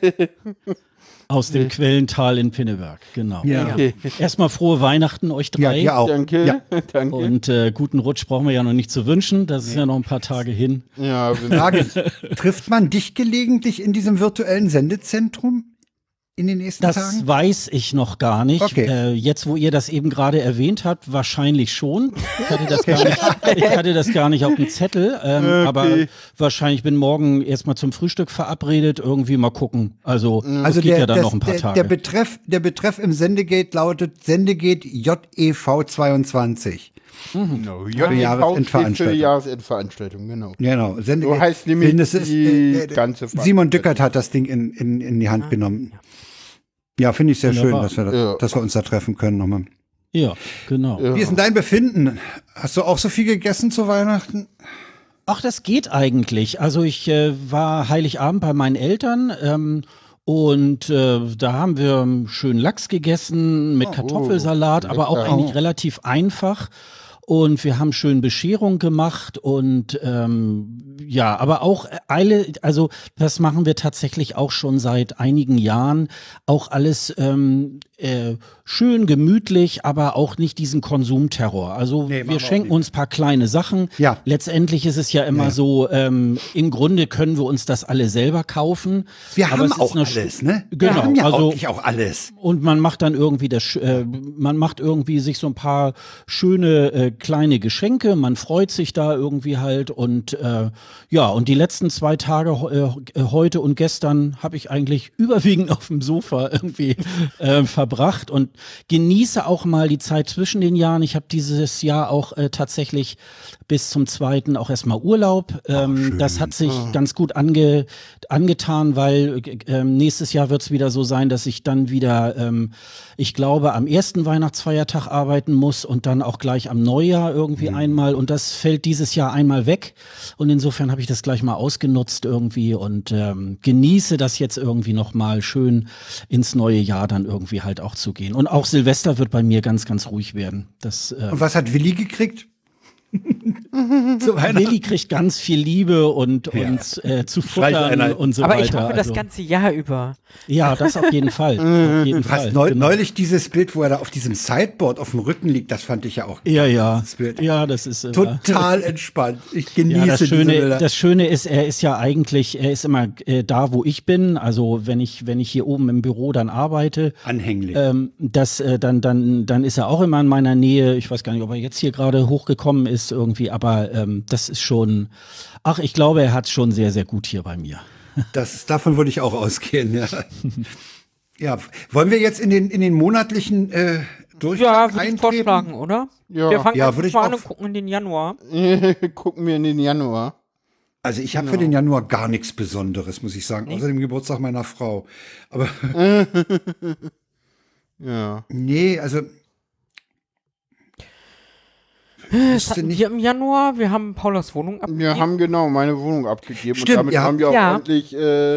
D: Aus dem Quellental in Pinneberg. Genau.
B: Ja.
A: Okay.
D: Erstmal frohe Weihnachten euch
B: Ja,
D: drei.
B: dir auch.
A: Danke,
B: Ja.
A: danke.
D: Und guten Rutsch brauchen wir ja noch nicht zu wünschen. Das ist ja noch ein paar Tage hin.
A: Ja,
B: Frage, trifft man dich gelegentlich in diesem virtuellen Sendezentrum in den nächsten
D: Das
B: Tagen?
D: weiß ich noch gar nicht.
B: Okay.
D: Jetzt, wo ihr das eben gerade erwähnt habt, wahrscheinlich schon. Ich hatte das gar nicht auf dem Zettel. Aber wahrscheinlich bin morgen erstmal zum Frühstück verabredet. Irgendwie mal gucken. Also das geht ja dann noch ein paar Tage.
B: Der Betreff im Sendegate lautet Sendegate JEV 22.
A: genau.
B: Für
A: JEV steht für
B: Jahresendveranstaltung.
A: die Jahresendveranstaltung, genau.
B: Genau, Sendegate.
A: So heißt nämlich
B: Das ist,
A: die ganze
B: Simon Dückert hat das Ding in die Hand genommen. Ja, finde ich sehr
D: Wunderbar.
B: schön, dass wir uns da treffen können nochmal.
D: Ja, genau.
A: Ja.
B: Wie ist denn dein Befinden? Hast du auch so viel gegessen zu Weihnachten?
D: Ach, das geht eigentlich. Also ich war Heiligabend bei meinen Eltern und da haben wir schön Lachs gegessen mit Kartoffelsalat, aber auch
A: lecker.
D: eigentlich relativ einfach. Und wir haben schön Bescherung gemacht und aber auch also das machen wir tatsächlich auch schon seit einigen Jahren. Auch alles schön gemütlich, aber auch nicht diesen Konsumterror. Also
B: Nee, machen
D: wir
B: wir
D: schenken
B: auch
D: uns ein paar kleine Sachen.
B: Ja.
D: Letztendlich ist es ja immer so, im Grunde können wir uns das alle selber kaufen.
B: Wir
D: aber
B: haben
D: es ist
B: auch
D: eine
B: alles, ne?
D: Genau,
B: Wir haben ja
D: also-
B: wirklich auch alles.
D: Und man macht dann irgendwie man macht irgendwie sich so ein paar schöne kleine Geschenke, man freut sich da irgendwie halt und und die letzten 2 Tage heute und gestern habe ich eigentlich überwiegend auf dem Sofa irgendwie verbracht und genieße auch mal die Zeit zwischen den Jahren. Ich habe dieses Jahr auch tatsächlich bis zum 2. auch erstmal Urlaub. Das hat sich ganz gut angetan, weil nächstes Jahr wird es wieder so sein, dass ich dann wieder, ich glaube, am ersten Weihnachtsfeiertag arbeiten muss und dann auch gleich am Neujahr irgendwie einmal. Und das fällt dieses Jahr einmal weg. Und insofern habe ich das gleich mal ausgenutzt irgendwie und genieße das jetzt irgendwie nochmal schön ins neue Jahr dann irgendwie halt auch zu gehen. Und auch Silvester wird bei mir ganz, ganz ruhig werden. Das,
B: Und was hat Willi gekriegt? Zu Weihnachten?
D: Willi kriegt ganz viel Liebe und zu futtern
B: Streicheleinheit.
D: und so
C: Aber
D: weiter.
C: ich hoffe, das
D: Also,
C: ganze Jahr über.
D: ja, das auf jeden Fall. Auf jeden
B: Du hast
D: Fall. Genau.
B: neulich dieses Bild, wo er da auf diesem Sideboard auf dem Rücken liegt, das fand ich ja auch
D: Ja.
B: das Bild.
D: Ja, das ist
B: Total entspannt. Ich genieße
D: Ja,
B: diese Bilder.
D: das Schöne ist, er ist immer da, wo ich bin. Also wenn ich hier oben im Büro dann arbeite,
B: Anhänglich.
D: dann ist er auch immer in meiner Nähe. Ich weiß gar nicht, ob er jetzt hier gerade hochgekommen ist irgendwie, aber das ist schon, ich glaube, er hat es schon sehr, sehr gut hier bei mir.
B: Davon würde ich auch ausgehen, ja. Ja, wollen wir jetzt in den monatlichen Durchgang
C: Ja, würde ich
B: eintreten?
C: vorschlagen, oder?
A: Ja.
C: Wir fangen
B: Ja,
C: einfach
B: würde ich
C: mal an
B: auch-
C: und gucken in den Januar.
A: Gucken wir in den Januar.
B: Also ich habe für den Januar gar nichts Besonderes, muss ich sagen, außer dem Geburtstag meiner Frau. Aber
A: Ja.
B: nee, also
C: Was hatten wir im Januar? Wir haben Paulas Wohnung abgegeben.
A: Wir haben genau meine Wohnung abgegeben
B: Stimmt,
A: und damit
B: ihr
A: haben wir auch
C: Ja.
A: ordentlich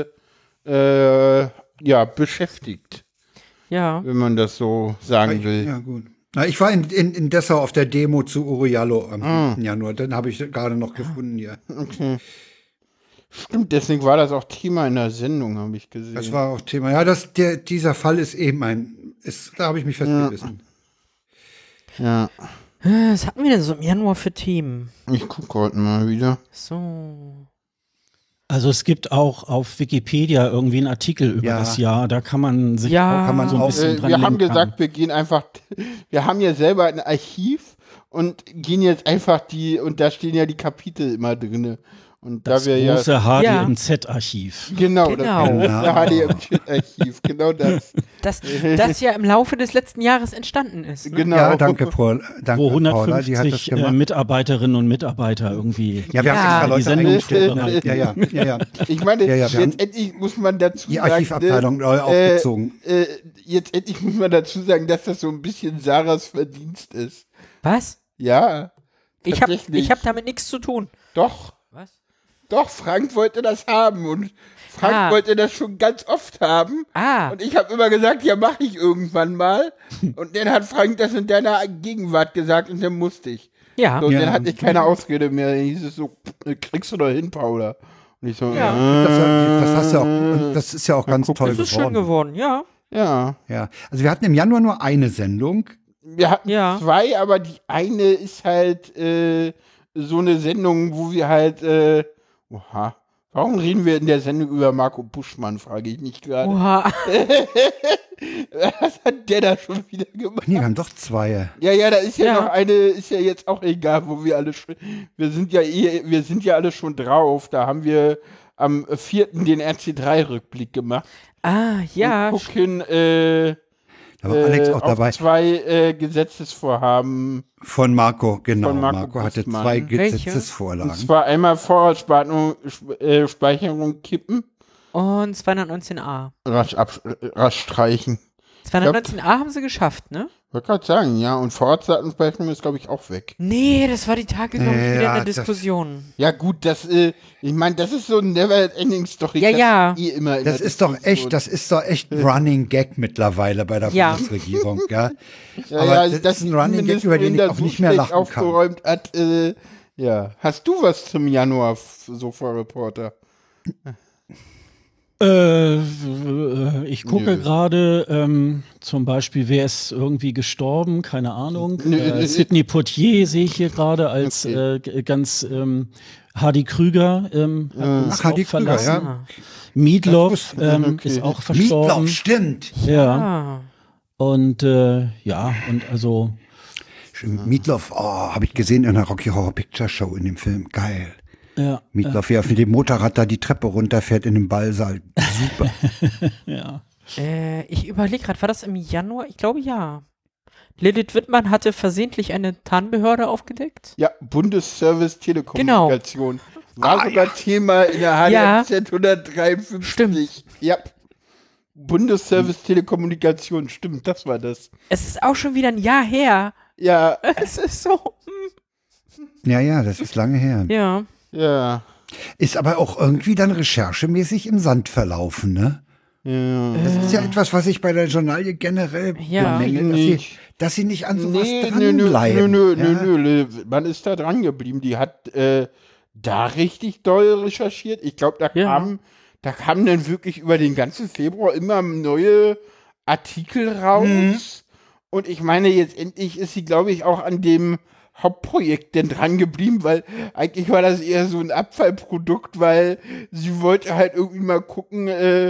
A: beschäftigt,
C: Ja.
A: wenn man das so sagen will.
B: ja gut. Na, ich war in Dessau auf der Demo zu Uriallo am 7. Januar. Den habe ich gerade noch gefunden hier.
A: Okay. Stimmt, deswegen war das auch Thema in der Sendung, habe ich gesehen.
B: Das war auch Thema. Ja, dieser Fall ist eben da habe ich mich festgebissen.
A: ja.
C: Was hatten wir denn so im Januar für Themen?
A: Ich gucke heute mal wieder.
C: So.
D: Also es gibt auch auf Wikipedia irgendwie einen Artikel über
B: Ja.
D: das Jahr. Da kann man sich
C: Ja.
D: auch
B: Kann man
D: so ein
B: auch-
D: bisschen dran
A: Wir haben
D: lenken.
A: gesagt, wir gehen einfach, wir haben ja selber ein Archiv und gehen jetzt einfach und da stehen ja die Kapitel immer drinne. Und
D: Das
A: da wir ja.
D: große HDMZ-Archiv.
A: Genau,
C: Genau.
A: das HDMZ-Archiv, genau das.
C: Das ja im Laufe des letzten Jahres entstanden ist. Ne?
A: Genau.
B: Ja, danke, Paul. Danke,
D: Wo
B: Paula, die hat das
D: 150
B: gemacht.
D: Mitarbeiterinnen und Mitarbeiter irgendwie
B: Ja, wir
C: Ja,
B: haben extra
D: die
B: Leute
D: Sendung
B: eingestellt.
D: vorbereiten.
B: Ja.
A: Ich meine,
B: Ja, wir haben
A: jetzt endlich muss man dazu
B: Die
A: sagen,
B: Archivabteilung aufgezogen.
A: jetzt endlich muss man dazu sagen, dass das so ein bisschen Sarahs Verdienst ist.
C: Was?
A: Ja,
C: Ich hab
A: tatsächlich.
C: damit nichts zu tun.
A: Doch,
C: Was?
A: Frank wollte das haben und Frank wollte das schon ganz oft haben. Und ich habe immer gesagt, ja, mache ich irgendwann mal. Und dann hat Frank das in deiner Gegenwart gesagt und dann musste ich.
C: Ja.
A: So, und
B: Ja.
A: dann hatte ich keine Ausrede mehr. Dann hieß es so, kriegst du doch hin, Paula. Und ich so,
B: Das hast du auch, und das ist ja auch ganz toll
C: Das ist schön
B: geworden.
C: geworden, ja.
A: ja.
B: Ja, also wir hatten im Januar nur eine Sendung.
A: Wir hatten
C: Ja.
A: 2, aber die eine ist halt so eine Sendung, wo wir halt, warum reden wir in der Sendung über Marco Buschmann, frage ich mich gerade.
C: Oha.
A: Was hat der da schon wieder gemacht?
B: Nee, wir haben doch zwei.
A: Ja, da ist ja,
C: Ja.
A: noch eine, ist ja jetzt auch egal, wo wir alle schon, wir sind ja alle schon drauf. Da haben wir am 4. den RC3-Rückblick gemacht.
C: Ja.
A: Und gucken,
B: Da war Alex auch
A: auf
B: dabei.
A: 2 Gesetzesvorhaben.
B: Von Marco, genau.
A: Von Marco
B: Marco hatte
A: Buschmann.
B: 2
C: Welche?
A: Und
B: Gesetzesvorlagen.
A: zwar einmal Vorratsspeicherung kippen,
C: Und 219a.
A: rasch streichen.
C: 219a haben sie geschafft, ne?
A: Wollte gerade sagen, ja. Und Vorratsdatenspeicherung ist, glaube ich, auch weg.
C: Nee, das war die Tage, glaube ich, wieder in
B: Ja,
C: der
B: das-
C: Diskussion.
A: Ja, gut, ich meine, das ist so ein Never-Ending Story.
C: Ja,
A: das
C: ja.
A: ist immer in
B: Das
A: der
B: ist doch
A: Diskussion.
B: echt Running Gag mittlerweile bei der
C: Ja.
B: Bundesregierung, ja.
A: Ja,
B: Aber
A: ja,
B: das ist ein Running Gag,
A: zumindest
B: über den ich
A: Linda
B: auch
A: so
B: nicht mehr
A: schlecht
B: lachen kann.
A: aufgeräumt hat. Ja. Hast du was zum Januar, Sofa-Reporter?
D: Ich gucke gerade, zum Beispiel, wer ist irgendwie gestorben, keine Ahnung. Sidney Poitier sehe ich hier gerade als ganz Hardy Krüger hat uns
B: Ach, Hardy
D: auch verlassen.
B: Krüger, ja.
D: Meatloaf
A: okay.
D: ist auch verstorben.
B: Meatloaf, stimmt.
D: Ja. Und ja, und also
B: Meatloaf, habe ich gesehen in der Rocky Horror Picture Show in dem Film. Geil.
D: ja,
B: Meatloaf, wie er mit dem Motorrad da die Treppe runterfährt in den Ballsaal. Super.
D: ja.
C: Ich überlege gerade, war das im Januar? Ich glaube, ja. Lilith Wittmann hatte versehentlich eine Tarnbehörde aufgedeckt.
A: Ja, Bundesservice Telekommunikation. War sogar Thema in der
C: Ja.
A: HDZ 153.
C: Stimmt.
A: Ja. Bundesservice Telekommunikation, stimmt, das war das.
C: Es ist auch schon wieder ein Jahr her.
A: Ja,
C: Es ist so.
B: Ja, das ist lange her.
C: Ja.
A: ja.
B: Ist aber auch irgendwie dann recherchemäßig im Sand verlaufen, ne?
A: Ja.
B: Das ist ja etwas, was ich bei der Journalie generell
C: Ja.
B: bemängel, dass sie nicht an sowas
A: Nö,
B: dranbleiben. Ja?
A: Man ist da dran geblieben. Die hat da richtig doll recherchiert. Ich glaube, da kamen dann wirklich über den ganzen Februar immer neue Artikel raus. Und ich meine, jetzt endlich ist sie, glaube ich, auch an dem Hauptprojekt denn dran geblieben, weil eigentlich war das eher so ein Abfallprodukt, weil sie wollte halt irgendwie mal gucken,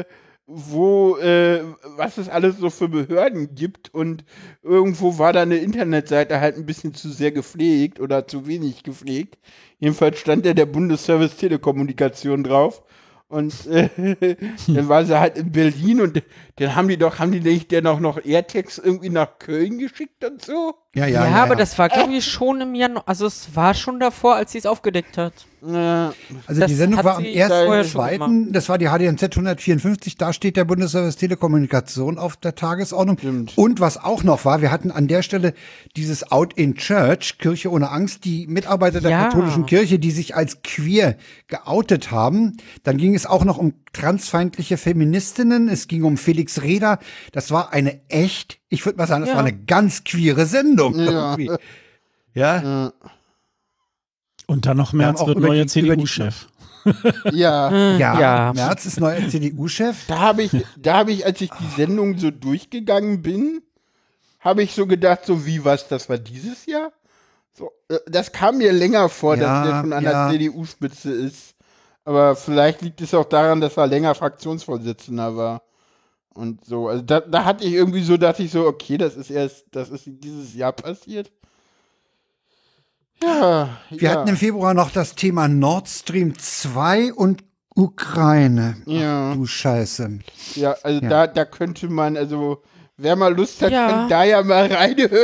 A: was es alles so für Behörden gibt, und irgendwo war da eine Internetseite halt ein bisschen zu sehr gepflegt oder zu wenig gepflegt. Jedenfalls stand da der Bundesservice Telekommunikation drauf, und dann war sie halt in Berlin, und dann haben die nicht denn auch noch AirTags irgendwie nach Köln geschickt und so?
C: Ja, aber das war, glaube ich, schon im Januar. Also, es war schon davor, als sie es aufgedeckt hat.
B: Also
C: Das
B: die Sendung
C: hat
B: war am
C: sie vorher schon
B: 1.2., das war die HDMZ 154, da steht der Bundesservice Telekommunikation auf der Tagesordnung.
A: Stimmt.
B: Und was auch noch war, wir hatten an der Stelle dieses Out in Church, Kirche ohne Angst, die Mitarbeiter der
C: Ja.
B: katholischen Kirche, die sich als queer geoutet haben. Dann ging es auch noch um transfeindliche Feministinnen, es ging um Felix Reda. Das war eine echt, ich würde mal sagen, das war eine ganz queere Sendung.
A: Ja.
B: Irgendwie. Ja.
D: Und dann noch
B: Wir haben
D: Merz
B: auch
D: wird
B: über
D: neuer
B: die- über die-
D: CDU-Chef.
A: Ja.
B: Ja, Merz ist neuer CDU-Chef.
A: Da habe ich, als ich die Sendung so durchgegangen bin, habe ich so gedacht, so wie was, das war dieses Jahr? So, das kam mir länger vor,
B: Ja,
A: dass der schon an
B: ja.
A: der CDU-Spitze ist. Aber vielleicht liegt es auch daran, dass er länger Fraktionsvorsitzender war. Und so, also da hatte ich irgendwie so, dachte ich so, okay, das ist dieses Jahr passiert.
B: Wir hatten im Februar noch das Thema Nord Stream 2 und Ukraine.
A: Ja.
B: Ach, du Scheiße.
A: Ja, also
B: Ja.
A: da könnte man, also wer mal Lust hat,
C: Ja.
A: kann da ja mal reinhören.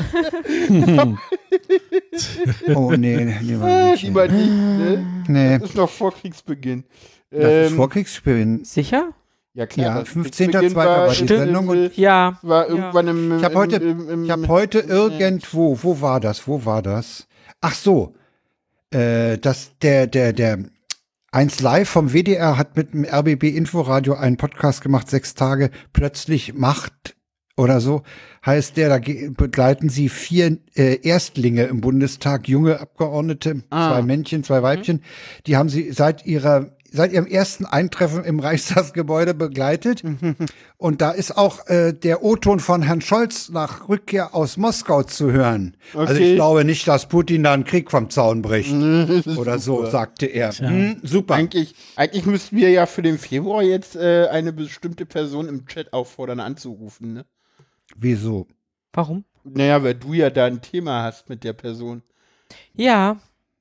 B: Oh, nee, lieber nicht.
A: Lieber nicht, ne?
B: Nee,
A: Das ist noch vor Kriegsbeginn.
B: das ist Vorkriegsspielen.
C: Sicher?
A: Ja, klar.
B: Ja,
A: das
B: 15.02.
A: Kriegsbeginn
B: war die
A: im-
B: Sendung und
C: Ja.
A: war irgendwann im
B: Ich habe heute irgendwo, wo war das? Ach so, der 1 Live vom WDR hat mit dem RBB Inforadio einen Podcast gemacht, 6 Tage, plötzlich Macht oder so, heißt der, da begleiten sie 4 Erstlinge im Bundestag, junge Abgeordnete, 2 Männchen, 2 Weibchen, die haben sie seit ihrem ersten Eintreffen im Reichstagsgebäude begleitet. Und da ist auch der O-Ton von Herrn Scholz nach Rückkehr aus Moskau zu hören. Also
A: Okay.
B: ich glaube nicht, dass Putin da einen Krieg vom Zaun bricht. Oder so,
A: super.
B: sagte er. Super.
A: Eigentlich müssten wir ja für den Februar jetzt eine bestimmte Person im Chat auffordern, anzurufen, ne?
B: Wieso?
C: Warum?
A: Naja, weil du ja da ein Thema hast mit der Person.
C: Ja.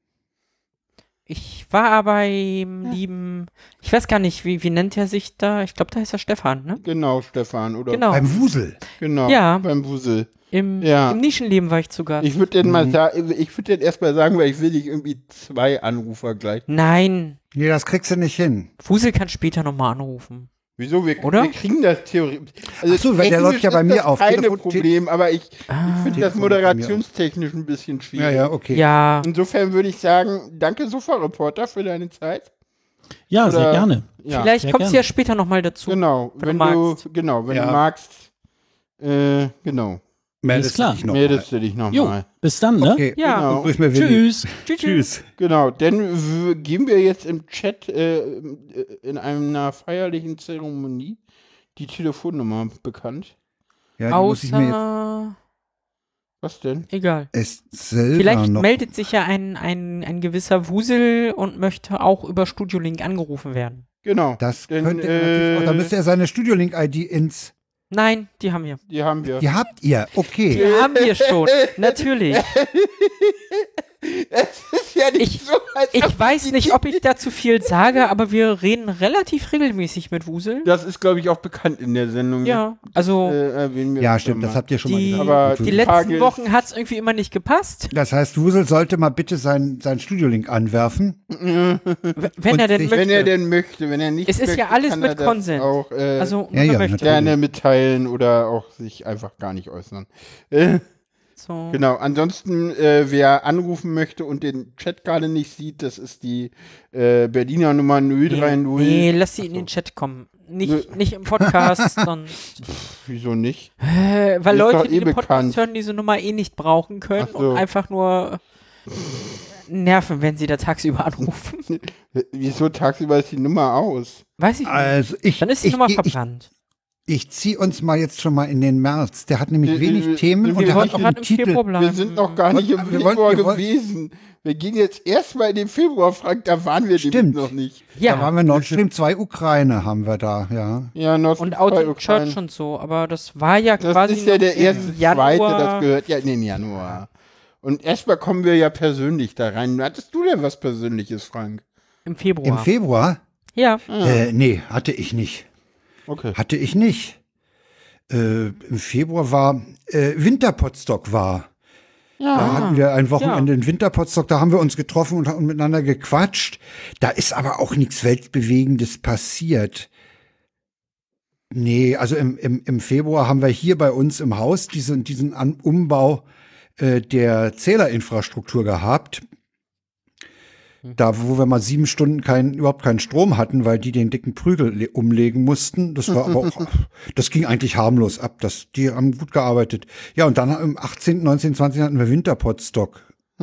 C: Ich war beim lieben, ich weiß gar nicht, wie nennt er sich da? Ich glaube, da heißt er Stefan, ne?
A: Genau, Stefan, oder?
C: Genau.
B: Beim Wusel.
A: Genau,
C: Ja.
A: beim Wusel.
C: Im Nischenleben war ich zu Gast.
A: Ich würde den erstmal sagen, weil ich will nicht irgendwie 2 Anrufer gleich.
C: Nein,
B: Nee, das kriegst du nicht hin.
C: Fusel kann später nochmal anrufen.
A: Wieso?
C: Oder?
A: Wir kriegen das theoretisch. Also
B: Ach so, weil der
A: technisch
B: läuft ja bei
A: ist
B: mir
A: das
B: auf.
A: Keine
B: Telefon-
A: Problem, aber ich finde das
B: Telefon bei mir auf.
A: moderationstechnisch ein bisschen schwierig.
B: Ja, ja, okay.
C: Ja,
A: Insofern würde ich sagen, danke Sofa-Reporter für deine Zeit.
D: Ja, sehr
A: Oder-
D: gerne.
A: Ja,
C: vielleicht
D: sehr
C: kommst du
D: gern.
C: ja später nochmal dazu.
A: genau.
C: wenn du magst.
A: Wenn
B: Ja.
A: du magst, genau.
B: Meldest
D: klar.
B: du dich noch
A: Meldest du dich
D: Jo,
A: nochmal.
D: bis dann, ne?
B: Okay.
C: Ja.
A: Genau.
B: Grüß mir Willi.
D: Tschüss.
C: Tschüss.
A: Genau, dann geben wir jetzt im Chat in einer feierlichen Zeremonie die Telefonnummer bekannt.
B: Ja, die muss ich mir jetzt
C: Außer,
A: Was denn?
C: egal.
B: erst selber
C: Vielleicht
B: noch.
C: meldet sich ja ein gewisser Wusel und möchte auch über Studio Link angerufen werden.
A: Genau.
B: Das
A: Denn,
B: könnte er natürlich auch. Da müsste er seine Studio-Link-ID ins.
C: Nein, die haben wir.
A: Die haben wir.
B: Die habt ihr, okay.
C: Die haben wir schon. Natürlich.
A: Es ist ja nicht so, als ob
C: Ich weiß nicht, ob ich dazu viel sage, aber wir reden relativ regelmäßig mit Wusel.
A: Das ist, glaube ich, auch bekannt in der Sendung.
C: Ja, also
A: Erwähnen wir
B: Ja,
A: öfter
B: stimmt, das
A: mal.
B: habt ihr schon mal
C: die,
B: gesagt.
A: Aber
C: die
A: die
C: letzten
A: Frage ist-
C: Wochen hat es irgendwie immer nicht gepasst.
B: Das heißt, Wusel sollte mal bitte sein Studio-Link anwerfen.
C: Wenn
B: Und
C: er denn
B: sich-
C: möchte.
A: Wenn er denn möchte, wenn er nicht
C: Es ist
A: möchte,
C: ja alles
A: kann
C: mit
A: er das
C: Konsens.
A: auch
C: Also,
B: Ja,
C: man
B: ja,
C: möchte.
B: natürlich.
A: gerne mitteilen oder auch sich einfach gar nicht äußern.
C: So.
A: Genau, ansonsten, wer anrufen möchte und den Chat gerade nicht sieht, das ist die Berliner Nummer 030.
C: Nee, lass sie in den Chat kommen. Nicht im Podcast, sonst.
A: Wieso nicht?
C: Weil
A: Ist
C: Leute,
A: doch
C: die den Podcast
A: bekannt.
C: hören, diese Nummer eh nicht brauchen können
A: Ach so.
C: und einfach nur nerven, wenn sie da tagsüber anrufen.
A: Wieso tagsüber ist die Nummer aus?
C: Weiß ich nicht.
B: Also
C: Dann ist die Nummer verbrannt.
B: Ich ziehe uns mal jetzt schon mal in den März. Der hat nämlich wenig Themen und
A: wir
B: der hat
A: wollten
B: auch
C: gerade
B: einen
C: im
B: Titel.
C: Februar bleiben.
A: Wir sind noch gar nicht im
B: Wir
A: Februar
B: wollten-
A: gewesen. Wir gehen jetzt erstmal in den Februar, Frank, da waren wir nämlich
B: Stimmt.
A: noch nicht.
B: Da
C: Ja,
B: waren wir Nord Stream 2 Ukraine, haben wir da, ja.
A: Ja, Nord
C: und
A: Stream
C: Out
A: 2
C: in
A: Ukraine.
C: Church und so, aber das war ja
A: Das
C: quasi
A: ist ja
C: noch
A: der
C: im
A: erste,
C: Januar,
A: zweite, das gehört ja in den Januar. Und erstmal kommen wir ja persönlich da rein. Hattest du denn was Persönliches, Frank?
C: im Februar.
B: Im Februar?
C: Ja,
B: Nee, hatte ich nicht.
A: Okay.
B: Hatte ich nicht. Im Februar war Winterpotstock war. Da hatten wir ein Wochenende in Winterpotstock, da haben wir uns getroffen und haben miteinander gequatscht. Da ist aber auch nichts Weltbewegendes passiert. Nee, also im Februar haben wir hier bei uns im Haus diesen Umbau der Zählerinfrastruktur gehabt. Da, wo wir mal 7 Stunden überhaupt keinen Strom hatten, weil die den dicken Prügel umlegen mussten. Das war aber auch, das ging eigentlich harmlos ab. Die haben gut gearbeitet. Ja, und dann am 18., 19., 20. hatten wir Winterpotstock.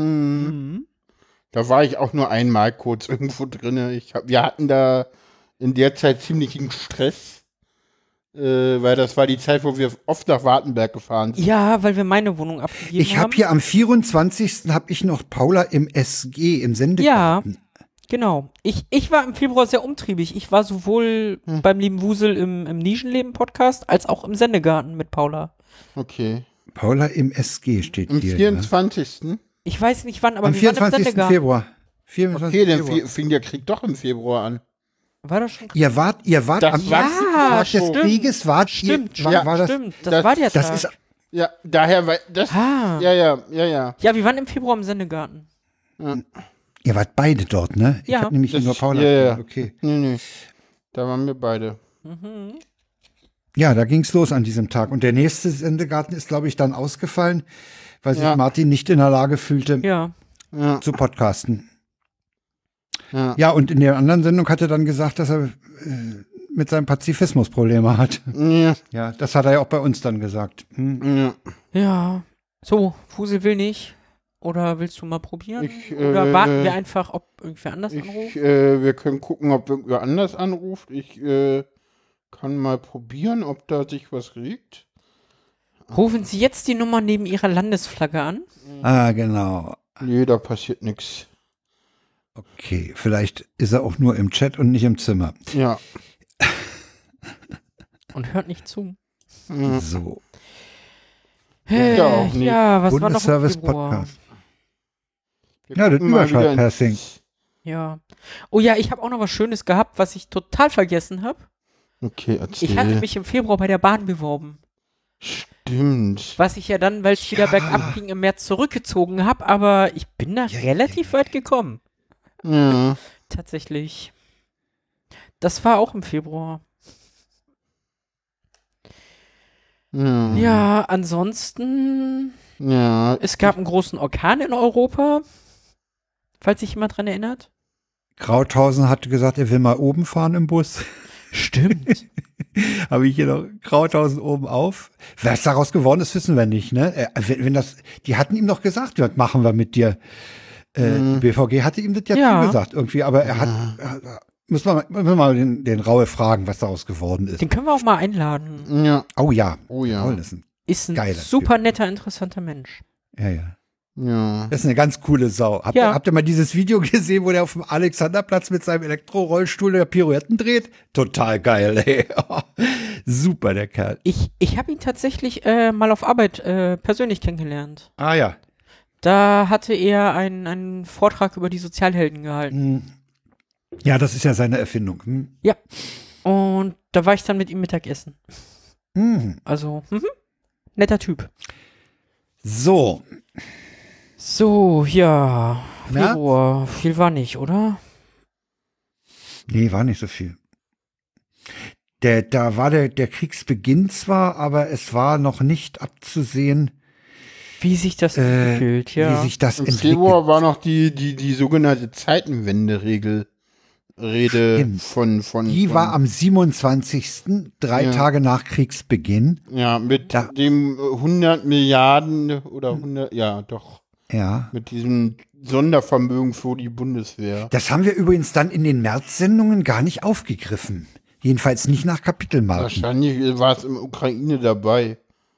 A: Da war ich auch nur einmal kurz irgendwo drin. Wir hatten da in der Zeit ziemlichen Stress, weil das war die Zeit, wo wir oft nach Wartenberg gefahren sind.
C: ja, weil wir meine Wohnung abgegeben
B: Ich
C: haben.
B: habe hier am 24. habe ich noch Paula im SG, im Sendegarten.
C: Genau. Ich war im Februar sehr umtriebig. Ich war sowohl beim lieben Wusel im Nischenleben-Podcast als auch im Sendegarten mit Paula.
A: Okay.
B: Paula im SG steht
A: Am
B: hier.
A: 24.
C: Ich weiß nicht wann, aber
B: Am
C: wir waren im
B: 24.
C: Sendegarten.
B: Februar. 24.
A: Okay, dann
B: Februar.
A: fing der Krieg doch im Februar an.
C: War das schon?
B: Ihr wart
A: Das
B: am
A: war-
B: ersten Tag des
C: stimmt.
B: Krieges,
C: Stimmt,
B: war das,
C: stimmt. Das
A: das-
C: war der
B: das
C: Tag.
B: ist,
A: Ja, daher, weil das.
C: Ah.
A: Ja.
C: Ja, wir waren im Februar im Sendegarten.
B: ihr wart beide dort, ne? Ich
C: Ja.
B: hab nämlich
A: Das-
B: nur Paula.
A: ja.
B: Okay.
A: Nee. Da waren wir beide.
C: Mhm.
B: Ja, da ging's los an diesem Tag. Und der nächste Sendegarten ist, glaube ich, dann ausgefallen, weil sich
A: Ja.
B: Martin nicht in der Lage fühlte,
C: Ja.
A: Ja.
B: zu podcasten.
A: Ja.
B: Ja, und in der anderen Sendung hat er dann gesagt, dass er mit seinem Pazifismus Probleme hat.
A: Ja.
B: Ja, das hat er ja auch bei uns dann gesagt.
A: Ja.
C: Ja. So, Fusel will nicht. Oder willst du mal probieren?
A: Ich,
C: Oder warten wir einfach, ob irgendwer anders anruft?
A: Wir können gucken, ob irgendwer anders anruft. Ich kann mal probieren, ob da sich was regt.
C: Rufen Sie jetzt die Nummer neben Ihrer Landesflagge an.
B: Ah, genau.
A: Nee, da passiert nichts.
B: Okay, vielleicht ist er auch nur im Chat und nicht im Zimmer.
A: Ja.
C: Und hört nicht zu.
A: Ja.
B: So,
A: Ja, auch nicht.
C: Ja, was war noch im
B: Bundesservice
C: Februar?
B: Podcast.
A: Wir
B: Ja, das
A: gucken mal wieder
B: Überschallpassing.
C: Ja. Oh ja, ich habe auch noch was Schönes gehabt, was ich total vergessen habe.
A: Okay, erzähl.
C: Ich hatte mich im Februar bei der Bahn beworben.
A: Stimmt.
C: Was ich ja dann, weil es wieder bergab ging, im März zurückgezogen habe. Aber ich bin da relativ weit gekommen.
A: Ja.
C: Tatsächlich. Das war auch im Februar.
A: Ja.
C: Ja, ansonsten,
A: Ja.
C: es gab einen großen Orkan in Europa. Falls sich jemand dran erinnert.
B: Krauthausen hatte gesagt, er will mal oben fahren im Bus.
C: Stimmt.
B: Habe ich hier noch Krauthausen oben auf. Was daraus geworden ist, wissen wir nicht, ne? Wenn das, die hatten ihm doch gesagt, was machen wir mit dir? Die BVG hatte ihm das ja
C: Ja.
B: zugesagt irgendwie, aber er hat, müssen wir mal den Raue fragen, was daraus geworden ist.
C: Den können wir auch mal einladen.
A: Ja.
B: Oh ja.
A: Oh ja.
B: Paul ist ein,
C: Ist ein
B: Geiler
C: super netter, interessanter Mensch.
B: ja.
A: Ja.
B: Das ist eine ganz coole Sau. Habt ihr mal dieses Video gesehen, wo der auf dem Alexanderplatz mit seinem Elektrorollstuhl der Pirouetten dreht? Total geil, ey. Super, der Kerl.
C: Ich habe ihn tatsächlich mal auf Arbeit persönlich kennengelernt.
B: Ah ja.
C: Da hatte er einen Vortrag über die Sozialhelden gehalten.
B: Ja, das ist ja seine Erfindung. Hm.
C: Ja. Und da war ich dann mit ihm Mittagessen.
B: Hm.
C: Also, netter Typ.
B: So.
C: So, ja.
B: März?
C: Februar. Viel war nicht, oder?
B: Nee, war nicht so viel. Da war der Kriegsbeginn zwar, aber es war noch nicht abzusehen,
C: Wie sich das entwickelt, ja.
B: wie sich das
A: Im
B: entwickelt.
A: Februar war noch die sogenannte Zeitenwende-Rede
B: Stimmt.
A: von.
B: Die war am 27., 3
A: Ja.
B: Tage nach Kriegsbeginn.
A: Ja, mit
B: Da-
A: dem 100 Milliarden oder 100, ja, doch.
B: Ja.
A: Mit diesem Sondervermögen für die Bundeswehr.
B: Das haben wir übrigens dann in den März-Sendungen gar nicht aufgegriffen. Jedenfalls nicht nach Kapitelmarken.
A: Wahrscheinlich war es in der Ukraine dabei.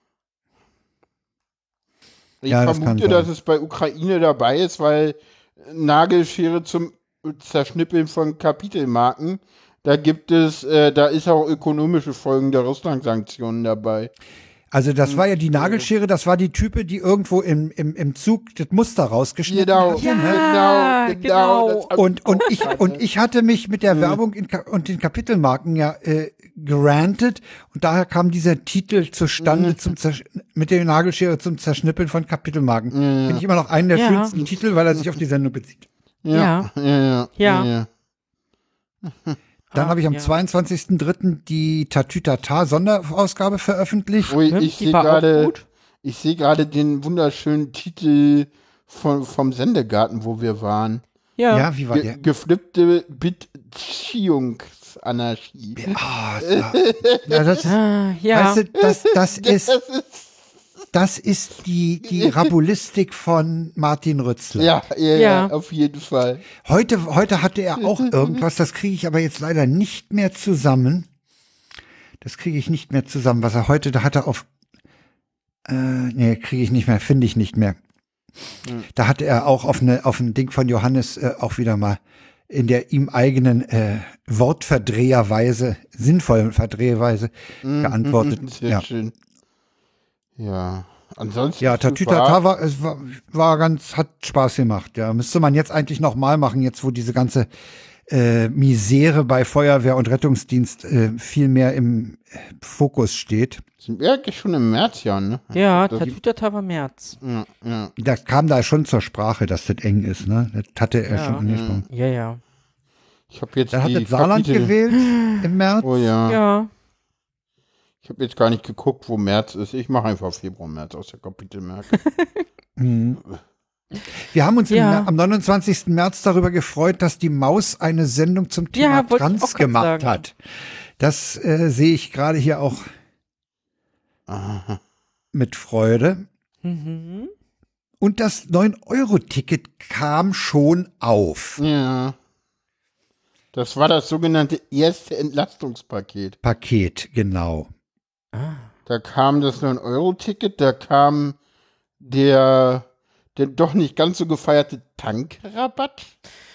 A: Ich
B: Ja, das kann
A: vermute,
B: sein.
A: dass es bei Ukraine dabei ist, weil Nagelschere zum Zerschnippeln von Kapitelmarken, da ist auch ökonomische Folgen der Russland-Sanktionen dabei.
B: Also das war ja die Nagelschere, das war die Type, die irgendwo im Zug das Muster rausgeschnitten
A: Genau,
B: hat.
C: Ja, genau.
A: Das hab
B: Und ich hatte mich mit der Werbung und den Kapitelmarken ja gerantet und daher kam dieser Titel zustande mit der Nagelschere zum Zerschnippeln von Kapitelmarken. Finde ich immer noch einen der
C: Ja.
B: schönsten Titel, weil er sich auf die Sendung bezieht.
A: Ja.
B: Dann habe ich am
C: ja.
B: 22.03. die Tatütata Sonderausgabe veröffentlicht.
A: Ui,
C: Ne?
A: ich
C: Die
A: sehe
C: war auch
A: gerade,
C: gut.
A: den wunderschönen Titel vom Sendegarten, wo wir waren.
C: Ja.
B: Ja, wie war der?
A: Geflippte Beziehungsanarchie.
B: Ja, das,
C: Ja.
B: weißt du, das ist die Rabulistik von Martin Rützler.
C: Ja.
A: Auf jeden Fall.
B: Heute hatte er auch irgendwas, das kriege ich aber jetzt leider nicht mehr zusammen. Das kriege ich nicht mehr zusammen, was er heute, da hat er auf, nee, kriege ich nicht mehr, finde ich nicht mehr. Da hatte er auch auf ein Ding von Johannes auch wieder mal in der ihm eigenen Wortverdreherweise, sinnvollen Verdreherweise geantwortet.
A: Sehr
B: Ja.
A: schön. Ja. Ansonsten.
B: Ja, Tatütata war ganz, hat Spaß gemacht. Ja, müsste man jetzt eigentlich noch mal machen, jetzt wo diese ganze Misere bei Feuerwehr und Rettungsdienst viel mehr im Fokus steht.
A: Sind wir eigentlich schon im März, ja, ne?
C: Ja,
A: Das-
C: Tatütata war März.
A: Ja.
B: Da kam da schon zur Sprache, dass das eng ist, ne? Das hatte er
C: Ja.
B: schon angesprochen.
C: Ja, ja.
A: Ich habe jetzt
B: Dann hat
A: die
B: das Saarland
A: Kapitel-
B: gewählt im März.
A: Oh ja.
C: Ja.
A: Ich habe jetzt gar nicht geguckt, wo März ist. Ich mache einfach Februar, März aus der Kapitelmerke.
B: Mhm. Wir haben uns
C: Ja.
B: am 29. März darüber gefreut, dass die Maus eine Sendung zum Thema
C: Ja, wollte ich
B: Trans
C: auch grad
B: gemacht
C: sagen.
B: hat. Das sehe ich gerade hier auch
A: Aha.
B: mit Freude.
C: Mhm.
B: Und das 9-Euro-Ticket kam schon auf.
A: Ja. Das war das sogenannte erste Entlastungspaket.
B: Paket, genau.
A: Da kam das 9-Euro-Ticket, da kam der doch nicht ganz so gefeierte Tankrabatt.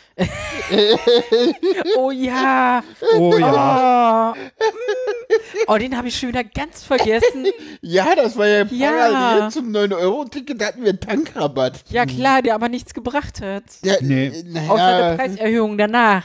C: Oh ja.
B: Oh ja.
C: Oh, den habe ich schon wieder ganz vergessen.
A: Ja, das war ja
C: Ja.
A: parallel zum 9-Euro-Ticket, da hatten wir einen Tankrabatt.
C: Ja klar, der aber nichts gebracht hat.
A: Ja,
B: Nee.
C: Außer der
A: naja,
C: Preiserhöhung danach.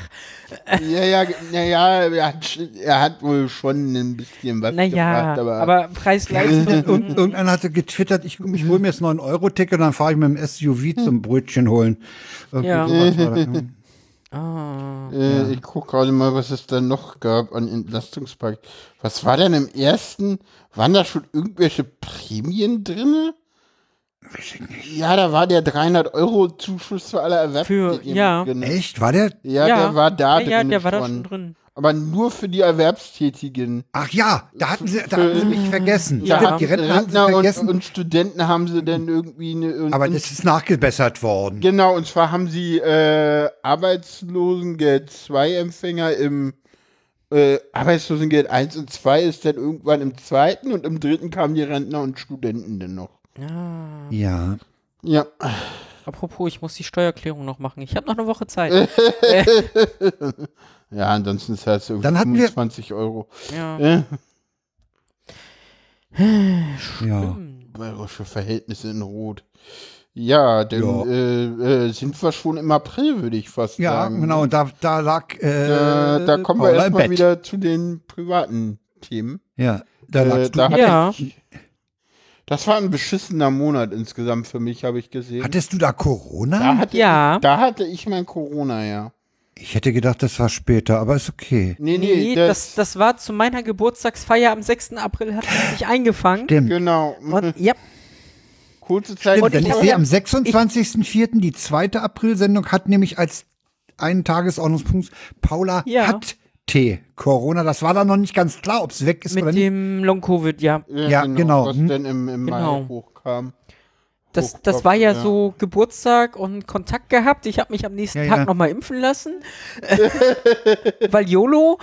A: er hat wohl schon ein bisschen was
C: Naja,
A: gebracht,
C: aber Preis-Leistung.
B: Irgendeiner hatte getwittert, ich hole mir das 9-Euro-Ticket und dann fahre ich mit dem SUV zum Brötchen holen. Irgendwie
C: Ja.
B: sowas war das.
C: Ah.
A: Ich gucke gerade mal, was es da noch gab an Entlastungspaket. Was war denn im ersten? Waren da schon irgendwelche Prämien drin? Ja, da war der 300-Euro-Zuschuss für alle Erwerbstätigen
C: ja.
A: drin.
B: Echt? War der?
A: Ja, der war da drin.
C: Ja, der war da
A: schon.
C: schon drin.
A: Aber nur für die Erwerbstätigen.
B: Ach ja, da hatten sie mich vergessen.
C: Ja.
B: Stimmt, die Rentner hatten sie vergessen.
A: und Studenten haben sie dann irgendwie
B: Aber das ist nachgebessert worden.
A: genau, und zwar haben sie Arbeitslosengeld 2 Empfänger im Arbeitslosengeld 1 und 2 ist dann irgendwann im zweiten und im dritten kamen die Rentner und Studenten dann noch.
C: Ja.
B: Ja.
A: Ja.
C: Apropos, ich muss die Steuererklärung noch machen. Ich habe noch eine Woche Zeit.
A: Ja, ansonsten ist das so
B: Dann hatten wir-
A: 25 Euro.
C: Ja.
B: Ja.
A: Bayerische Verhältnisse in Rot. Ja, dann sind wir schon im April, würde ich fast
B: Ja,
A: sagen.
B: genau. Und da lag
A: Da kommen wir
B: Paula im
A: erstmal
B: Bett.
A: wieder zu den privaten Themen.
B: Ja, da lagst
A: da
B: du.
A: hatte
C: Ja.
A: ich, das war ein beschissener Monat insgesamt für mich, habe ich gesehen.
B: Hattest du da Corona?
C: Ja.
A: Da hatte ich mein Corona, ja.
B: Ich hätte gedacht, das war später, aber ist okay.
C: Nee, das war zu meiner Geburtstagsfeier am 6. April, hat es sich eingefangen.
B: Stimmt.
A: Genau.
C: Und, ja,
A: Kurze Zeit.
B: Stimmt, denn ich
C: hab
B: sehe
C: ja-
B: am 26.04. die 2. April-Sendung hat nämlich als einen Tagesordnungspunkt Paula
C: Ja.
B: hat Corona. Das war dann noch nicht ganz klar, ob es weg ist oder
C: mit
B: nicht.
C: dem Long-Covid, ja.
B: Ja, genau.
A: Was
B: Hm.
A: dann im
C: Genau.
A: Mai hochkam.
C: Das
A: Hochkam,
C: war ja so Geburtstag und Kontakt gehabt. Ich habe mich am nächsten
B: Ja,
C: Tag
B: ja.
C: nochmal impfen lassen. Weil YOLO.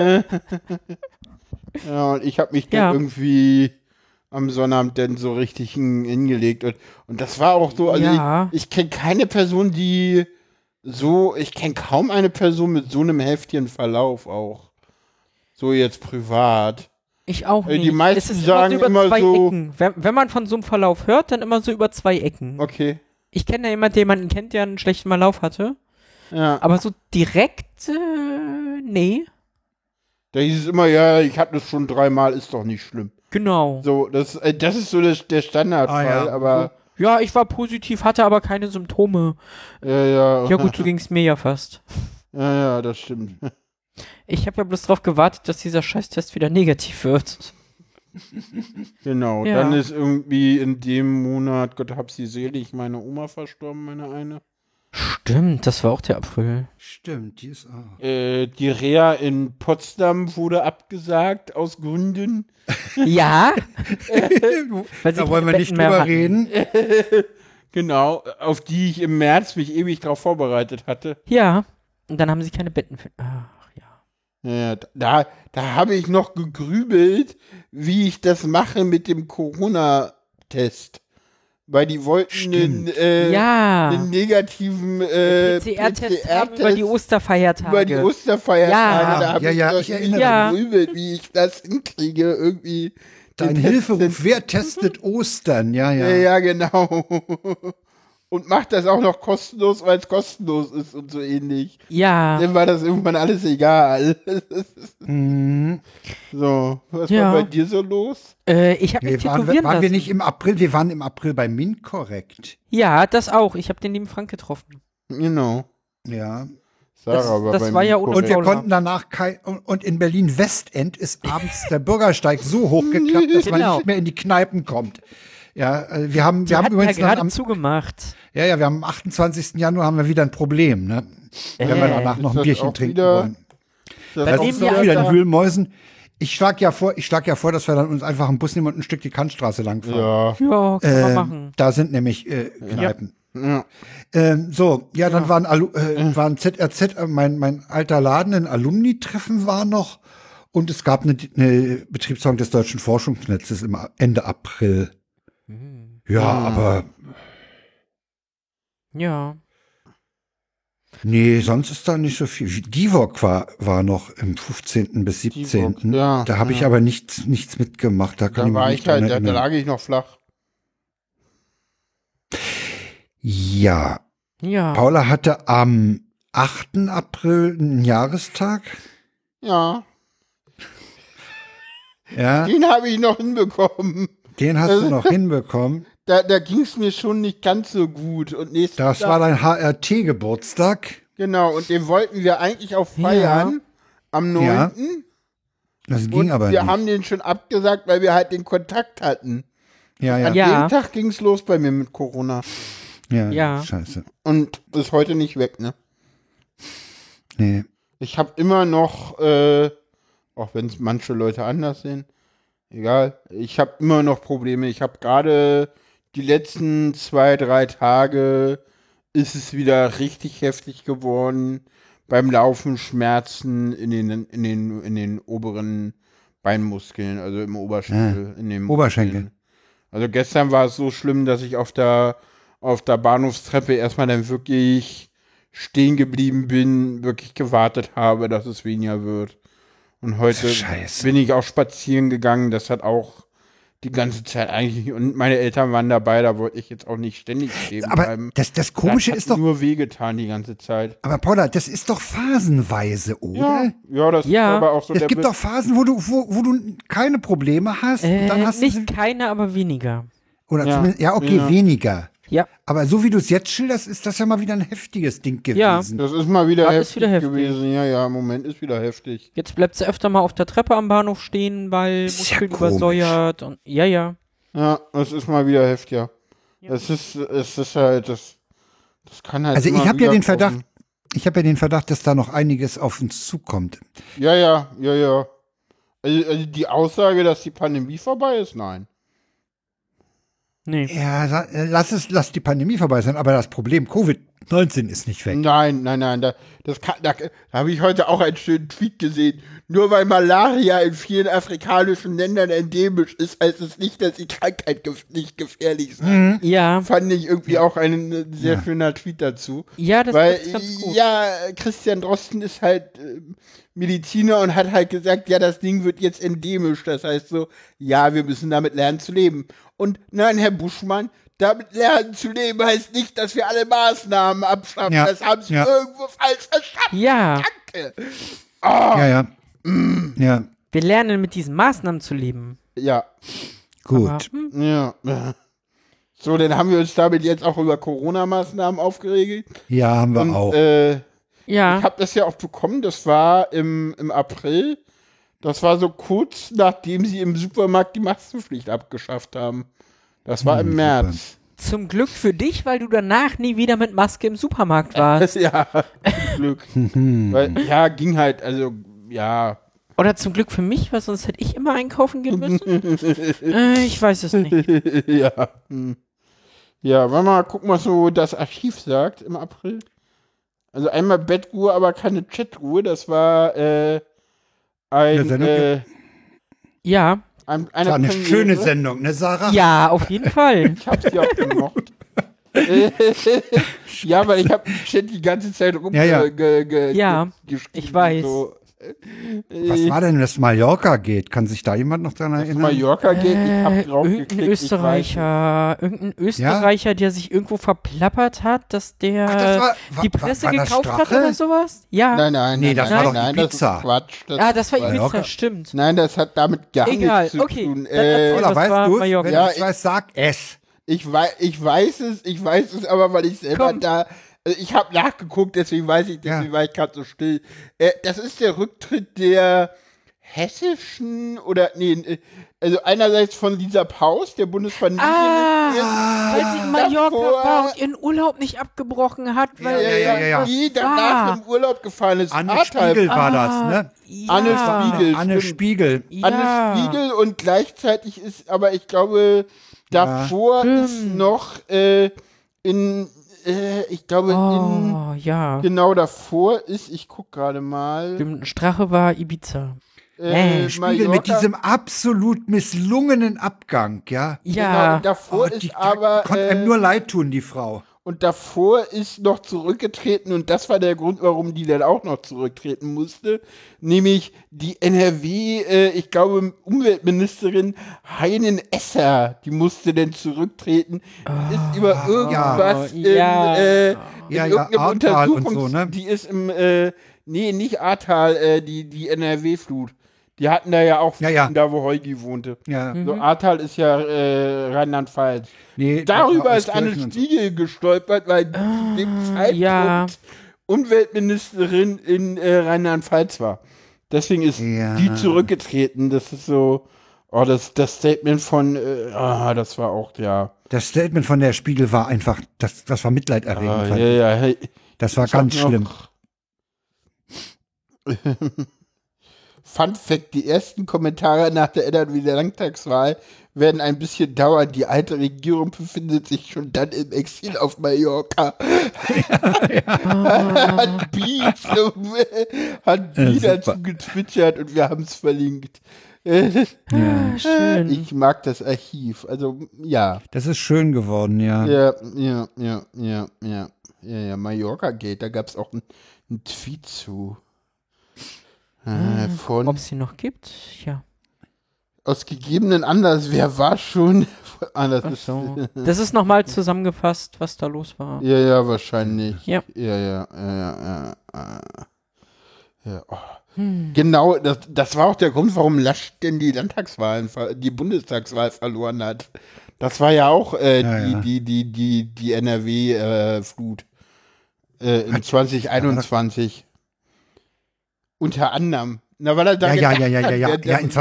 A: Ja, und ich habe mich dann
C: Ja.
A: irgendwie am Sonnabend dann so richtig hingelegt. Und das war auch so, also
C: Ja.
A: ich kenne keine Person, ich kenne kaum eine Person mit so einem heftigen Verlauf auch. So jetzt privat.
C: Ich auch
A: Die
C: nicht.
A: meisten
C: Es ist
A: sagen
C: so über
A: immer
C: zwei
A: so-
C: Ecken. Wenn man von so einem Verlauf hört, dann immer so über 2 Ecken.
A: Okay.
C: Ich kenne ja jemanden, der jemanden kennt, der einen schlechten Verlauf hatte.
A: Ja.
C: Aber so direkt, nee.
A: Da hieß es immer, ja, ich hatte es schon 3-mal, ist doch nicht schlimm.
C: Genau.
A: So, das ist so der Standardfall,
B: Ah, ja.
A: aber
C: Ja, ich war positiv, hatte aber keine Symptome.
A: ja,
C: Ja gut, so ging es mir ja fast.
A: ja, das stimmt.
C: Ich habe ja bloß drauf gewartet, dass dieser Scheißtest wieder negativ wird.
A: Genau,
C: Ja.
A: dann ist irgendwie in dem Monat, Gott hab sie selig, meine Oma verstorben, meine eine.
C: Stimmt, das war auch der April.
B: Stimmt, die ist auch.
A: Die Reha in Potsdam wurde abgesagt aus Gründen.
C: Ja? Weil sie
B: Da wollen wir
C: keine
B: nicht
C: Betten mehr
B: drüber
C: hatten.
B: reden.
A: Genau, auf die ich im März mich ewig drauf vorbereitet hatte.
C: Ja. Und dann haben sie keine Betten für. Ach ja.
A: Ja, da habe ich noch gegrübelt, wie ich das mache mit dem Corona-Test. Weil die wollten
C: Ja.
A: einen negativen
C: PCR-Test haben über die Osterfeiertage.
A: über die Osterfeiertage.
C: Ja.
A: Da habe
B: Ja,
A: ich
B: ja,
A: noch
B: ich
A: ewig
B: erinnere
C: mich.
A: gegrübelt, wie ich das hinkriege, irgendwie
B: Dein Hilferuf, wer testet Ostern? Ja, ja.
A: Ja, genau. Und macht das auch noch kostenlos, weil es kostenlos ist und so ähnlich.
C: Ja.
A: Dann war das irgendwann alles egal.
B: Mhm.
A: So, was
C: Ja.
A: war bei dir so los?
C: Ich habe mich tätowieren
B: Waren wir
C: lassen.
B: nicht im April? Wir waren im April bei MinCorrect.
C: Ja, das auch. Ich habe den lieben Frank getroffen.
A: Genau.
B: Ja.
A: Sarah
C: Das
A: bei
C: war
A: mir
C: ja
A: korrekt.
B: Und wir
C: Paula.
B: konnten danach und in Berlin Westend ist abends der Bürgersteig so hochgeklappt, dass man
C: Genau.
B: nicht mehr in die Kneipen kommt. Ja, wir haben
C: Die hatten ja
B: übrigens dann
C: gerade
B: am,
C: zugemacht.
B: wir haben am 28. Januar haben wir wieder ein Problem, ne? Wenn wir danach noch
A: Ist
B: ein
A: das
B: Bierchen
A: auch
B: trinken
A: wieder-
B: wollen.
A: Das
C: Dann
B: Das
A: auch
C: nehmen
B: ist
C: wir
B: doch
C: einfach-
B: wieder ein Wühlmäusen. Ich schlag ja vor, dass wir dann uns einfach einen Bus nehmen und ein Stück die Kantstraße lang fahren.
A: Ja.
C: Ja, kann man machen.
B: Da sind nämlich Kneipen.
A: Ja.
B: Dann waren ZRZ, mein alter Laden, ein Alumni-Treffen war noch und es gab eine Betriebsversammlung des Deutschen Forschungsnetzes im Ende April. Ja, aber
C: Ja.
B: nee, sonst ist da nicht so viel. DIVOC war noch im 15. bis 17.
A: DIVOC, ja,
B: Da habe ich
A: ja.
B: aber nichts mitgemacht. Da kann
A: Da
B: ich
A: war
B: mich
A: ich
B: nicht dran
A: halt, da
B: erinnern.
A: lag ich noch flach.
B: Ja,
C: Ja.
B: Paula hatte am 8. April einen Jahrestag.
A: Ja,
B: Ja,
A: den habe ich noch hinbekommen.
B: den hast du noch hinbekommen.
A: Da ging es mir schon nicht ganz so gut. Und nächstes
B: Das
A: Jahr,
B: war dein HRT-Geburtstag.
A: genau, und den wollten wir eigentlich auch feiern am 9.
B: Ja. Das ging
A: Und
B: aber
A: wir
B: nicht.
A: haben den schon abgesagt, weil wir halt den Kontakt hatten.
B: Ja,
A: An
B: ja,
C: Ja.
A: dem Tag ging es los bei mir mit Corona.
C: Ja.
B: Scheiße.
A: Und ist heute nicht weg, ne?
B: Nee.
A: Ich habe immer noch, auch wenn es manche Leute anders sehen, egal, ich habe immer noch Probleme. Ich habe gerade die letzten 2-3 Tage ist es wieder richtig heftig geworden. Beim Laufen Schmerzen in den oberen Beinmuskeln, also im Oberschenkel. In den
B: Oberschenkel.
A: Muskeln. Also gestern war es so schlimm, dass ich auf der Bahnhofstreppe erstmal dann wirklich stehen geblieben bin, wirklich gewartet habe, dass es weniger wird. Und heute
B: Scheiße.
A: bin ich auch spazieren gegangen, das hat auch die ganze Zeit eigentlich, und meine Eltern waren dabei, da wollte ich jetzt auch nicht ständig stehen
B: Aber
A: bleiben.
B: das Komische
A: hat
B: ist doch,
A: nur wehgetan die ganze Zeit.
B: aber Paula, das ist doch phasenweise, oder?
A: Ja, das
C: Ja.
A: ist aber auch so
B: Es gibt doch Phasen, wo du keine Probleme hast. Und dann hast du
C: Nicht keine, aber weniger.
B: oder
A: Ja.
B: zumindest, ja, okay,
A: Ja.
B: weniger.
C: Ja.
B: Aber so wie du es jetzt schilderst, ist das ja mal wieder ein heftiges Ding
C: Ja.
B: gewesen.
A: Das ist mal wieder
C: Das ist
A: heftig
C: wieder heftig.
A: gewesen. Ja, im Moment ist wieder heftig.
C: Jetzt bleibt sie öfter mal auf der Treppe am Bahnhof stehen, weil
B: Das ist ja
C: Muskeln
B: komisch.
C: übersäuert und ja.
A: Ja, das ist mal wieder heftig, ja. Es ist halt, das kann halt
B: Also ich
A: immer
B: habe ja
A: wieder
B: den Verdacht,
A: kommen.
B: dass da noch einiges auf uns zukommt.
A: Ja. Also die Aussage, dass die Pandemie vorbei ist, nein.
C: Nee.
B: Ja, lass die Pandemie vorbei sein, aber das Problem Covid-19 ist nicht weg.
A: Nein. Da habe ich heute auch einen schönen Tweet gesehen. Nur weil Malaria in vielen afrikanischen Ländern endemisch ist, heißt es nicht, dass die Krankheit nicht gefährlich sei.
C: Ja.
A: Fand ich irgendwie auch ein sehr schöner Tweet dazu.
C: Ja, das
A: Weil,
C: ist ganz gut.
A: ja, Christian Drosten ist halt Mediziner und hat halt gesagt, ja, das Ding wird jetzt endemisch. Das heißt so, ja, wir müssen damit lernen zu leben. Und nein, Herr Buschmann, damit lernen zu leben heißt nicht, dass wir alle Maßnahmen abschaffen.
B: Ja,
A: Das haben sie
B: ja.
A: irgendwo falsch verstanden.
C: Ja,
A: Danke.
B: Ja. Ja,
C: wir lernen mit diesen Maßnahmen zu leben.
A: Ja,
B: gut.
C: Aber,
A: ja. So, dann haben wir uns damit jetzt auch über Corona-Maßnahmen aufgeregt.
B: Ja, haben wir
A: Und
B: auch.
A: ich
C: ja.
A: habe das ja auch bekommen, das war im April. Das war so kurz, nachdem sie im Supermarkt die Maskenpflicht abgeschafft haben. Das war im März.
C: Zum Glück für dich, weil du danach nie wieder mit Maske im Supermarkt warst.
A: Ja, zum Glück. Weil, ja, ging halt, also, ja.
C: Oder zum Glück für mich, weil sonst hätte ich immer einkaufen gehen müssen. Ich weiß es nicht.
A: Ja. Ja, wollen wir mal gucken, was so das Archiv sagt im April. Also einmal Bettruhe, aber keine Chatruhe. Das war
B: Eine Sendung,
C: Ja.
A: eine
B: war eine
A: Premiere.
B: schöne Sendung, ne, Sarah?
C: Ja, auf jeden Fall.
A: Ich hab sie auch gemocht. Ja, weil ich habe im Chat die ganze Zeit
B: Ja.
A: geschrieben.
C: Ja,
A: geschrieben,
C: ich weiß.
A: So.
B: Was war denn das Mallorca geht? Kann sich da jemand noch dran erinnern?
A: Mallorca geht, ich hab drauf
C: Irgendein
A: geklickt.
C: Österreicher, der sich irgendwo verplappert hat, dass der die Presse
B: war das
C: gekauft hat
B: Strache?
C: oder sowas? Ja.
A: Nein,
B: Nee, das war doch
A: nein,
B: Ibiza.
A: das ist Quatsch.
C: Das war Ibiza,
B: Mallorca.
C: stimmt.
A: Nein, das hat damit gar
C: Egal,
A: nichts zu
C: okay.
A: tun.
C: Dann erzähl
B: Oder
C: das
B: weißt
C: war
B: du,
C: Mallorca.
B: wenn
A: Ja,
B: du es weißt, sag es.
A: Ich weiß es aber, weil ich selber
C: Komm.
A: ich habe nachgeguckt, deswegen war ich gerade so still. Das ist der Rücktritt der hessischen also einerseits von Lisa Paus, der Bundesfamilienministerin.
C: Weil sie in Mallorca
A: davor-
C: war und ihren Urlaub nicht abgebrochen hat, weil
B: Ja.
A: Die danach im Urlaub gefallen ist.
B: Anne
A: Ahrtal.
B: Spiegel war das, ne?
C: Ja.
A: Anne Spiegel.
B: Anne
A: stimmt.
B: Spiegel.
C: Ja.
A: Anne Spiegel und gleichzeitig ist, aber ich glaube, davor ist noch
C: Oh, ja.
A: genau davor ist, ich guck gerade mal,
C: Stimmt, Strache war Ibiza.
B: Spiegel mit diesem absolut misslungenen Abgang, ja.
C: Ja.
A: Genau, und davor
B: Die
A: ist aber
B: konnte einem nur leid tun, die Frau.
A: und davor ist noch zurückgetreten und das war der Grund, warum die dann auch noch zurücktreten musste, nämlich die NRW, ich glaube Umweltministerin Heinen Esser, die musste dann zurücktreten. Die ist über irgendwas in irgendeinem
B: Ahrtal und
A: Untersuchungs...
B: so, ne?
A: Die ist im, nee, nicht Ahrtal, die NRW-Flut. Die hatten da ja auch Fluten, da wo Heugi wohnte.
B: Ja.
A: So, Ahrtal ist ja Rheinland-Pfalz.
B: Nee,
A: Darüber ist Anne
B: Euskirchen und so.
A: Spiegel gestolpert, weil zu dem Zeitpunkt
C: ja.
A: Umweltministerin in Rheinland-Pfalz war. Deswegen ist die zurückgetreten. Das ist so, das Statement von, das war auch,
B: Das Statement von der Spiegel war einfach, das war mitleiderregend.
A: Hey,
B: Das war
A: ich hab
B: ganz schlimm.
A: Fun Fact, die ersten Kommentare nach der NRW-Landtagswahl werden ein bisschen dauern. Die alte Regierung befindet sich schon dann im Exil auf Mallorca. Hat Beats dazu getwittert und wir haben es verlinkt.
C: Schön.
A: Ich mag das Archiv. Also, ja.
B: Das ist schön geworden, ja.
A: Ja, Mallorca-Gate, da gab es auch einen Tweet zu.
C: Ob es sie noch gibt? Ja.
A: Aus gegebenen Anlass, wer war schon? Das
C: Ach so. Das ist nochmal zusammengefasst, was da los war.
A: Ja, wahrscheinlich.
C: Ja.
A: Ja. Oh. Genau, das war auch der Grund, warum Laschet denn die Bundestagswahl verloren hat. Das war ja auch die NRW-Flut in 2021. Unter anderem. Na, weil er da
B: Ja, in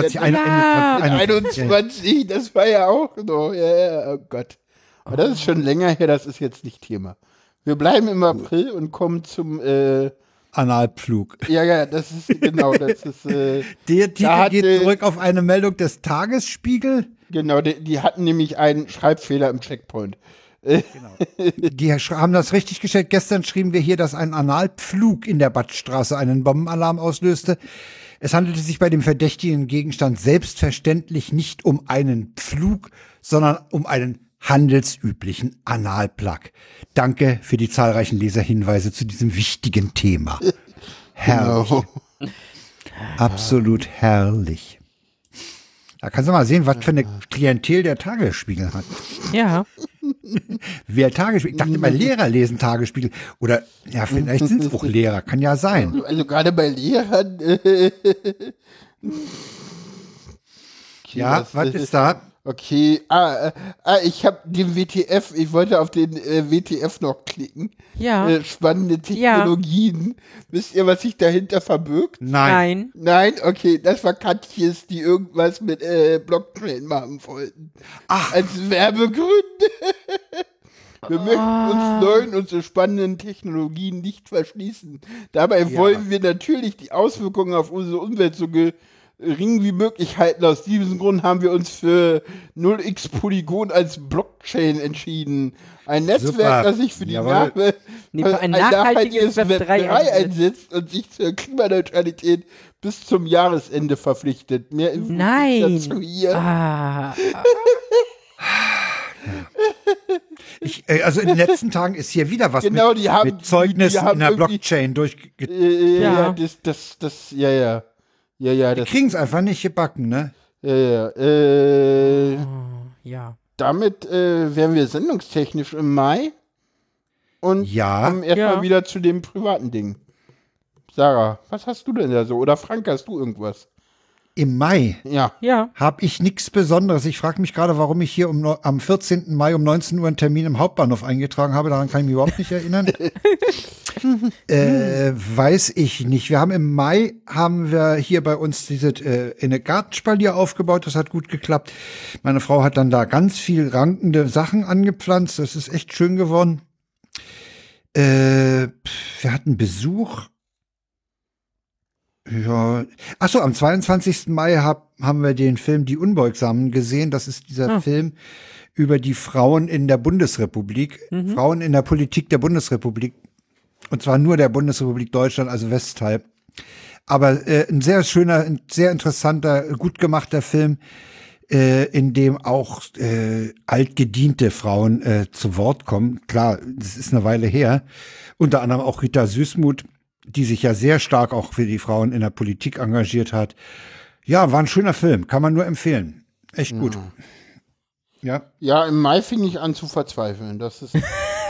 A: 2021, das war ja auch so. Ja, oh Gott. Aber das ist schon länger her, das ist jetzt nicht Thema. Wir bleiben im April und kommen zum
B: Analpflug.
A: Ja, das ist genau, das ist
B: Der Titel geht zurück auf eine Meldung des Tagesspiegel.
A: Genau, die hatten nämlich einen Schreibfehler im Checkpoint.
B: Genau. Die haben das richtig gestellt. Gestern schrieben wir hier, dass ein Analpflug in der Badstraße einen Bombenalarm auslöste. Es handelte sich bei dem verdächtigen Gegenstand selbstverständlich nicht um einen Pflug, sondern um einen handelsüblichen Analplug. Danke für die zahlreichen Leserhinweise zu diesem wichtigen Thema. Herrlich.
A: Genau.
B: Absolut herrlich. Da kannst du mal sehen, was für eine Klientel der Tagesspiegel hat.
C: Ja.
B: Wer Tagesspiegel, ich dachte mal, Lehrer lesen Tagesspiegel. Oder, ja, vielleicht sind es auch Lehrer, kann ja sein.
A: Also gerade bei Lehrern.
B: Ja, was ist da?
A: Okay, ich habe den WTF, ich wollte auf den WTF noch klicken.
C: Ja.
A: Spannende Technologien. Wisst ihr, was sich dahinter verbirgt?
B: Nein.
A: Nein? Okay, das war Katjes, die irgendwas mit Blockchain machen wollten.
B: Ach.
A: Als Werbegründe. Wir möchten uns neuen und so spannenden Technologien nicht verschließen. Dabei wollen wir natürlich die Auswirkungen auf unsere Umwelt so gering wie möglich halten. Aus diesem Grund haben wir uns für 0x-Polygon als Blockchain entschieden. Ein Netzwerk, das sich für die
C: ein nachhaltiges Web 3
A: einsetzt und sich zur Klimaneutralität bis zum Jahresende verpflichtet. Mehr Infos dazu hier.
B: Also in den letzten Tagen ist hier wieder was
A: Genau, die haben-
B: mit Zeugnissen
A: die haben
B: in der
A: irgendwie-
B: Blockchain
A: Ja,
C: Ja.
A: ja. Ja,
B: Die
A: das,
B: kriegen es einfach nicht gebacken, ne?
A: ja.
C: Ja.
A: Damit wären wir sendungstechnisch im Mai und
B: Ja.
A: kommen erstmal
C: Ja.
A: wieder zu dem privaten Ding. Sarah, was hast du denn da so? Oder Frank, hast du irgendwas?
B: Im Mai
A: Ja.
C: Ja.
B: habe ich nichts Besonderes. Ich frage mich gerade, warum ich hier am 14. Mai um 19 Uhr einen Termin im Hauptbahnhof eingetragen habe. Daran kann ich mich überhaupt nicht erinnern. Weiß ich nicht. Im Mai haben wir hier bei uns eine Gartenspalier aufgebaut. Das hat gut geklappt. Meine Frau hat dann da ganz viel rankende Sachen angepflanzt. Das ist echt schön geworden. Wir hatten Besuch. Ja. Ach so, am 22. Mai haben wir den Film Die Unbeugsamen gesehen. Das ist dieser Film über die Frauen in der Bundesrepublik, Frauen in der Politik der Bundesrepublik. Und zwar nur der Bundesrepublik Deutschland, also Westteil. Aber ein sehr schöner, ein sehr interessanter, gut gemachter Film, in dem auch altgediente Frauen zu Wort kommen. Klar, das ist eine Weile her. Unter anderem auch Rita Süssmuth, die sich ja sehr stark auch für die Frauen in der Politik engagiert hat. Ja, war ein schöner Film, kann man nur empfehlen. Echt gut. Ja.
A: Ja, im Mai fing ich an zu verzweifeln. Das ist.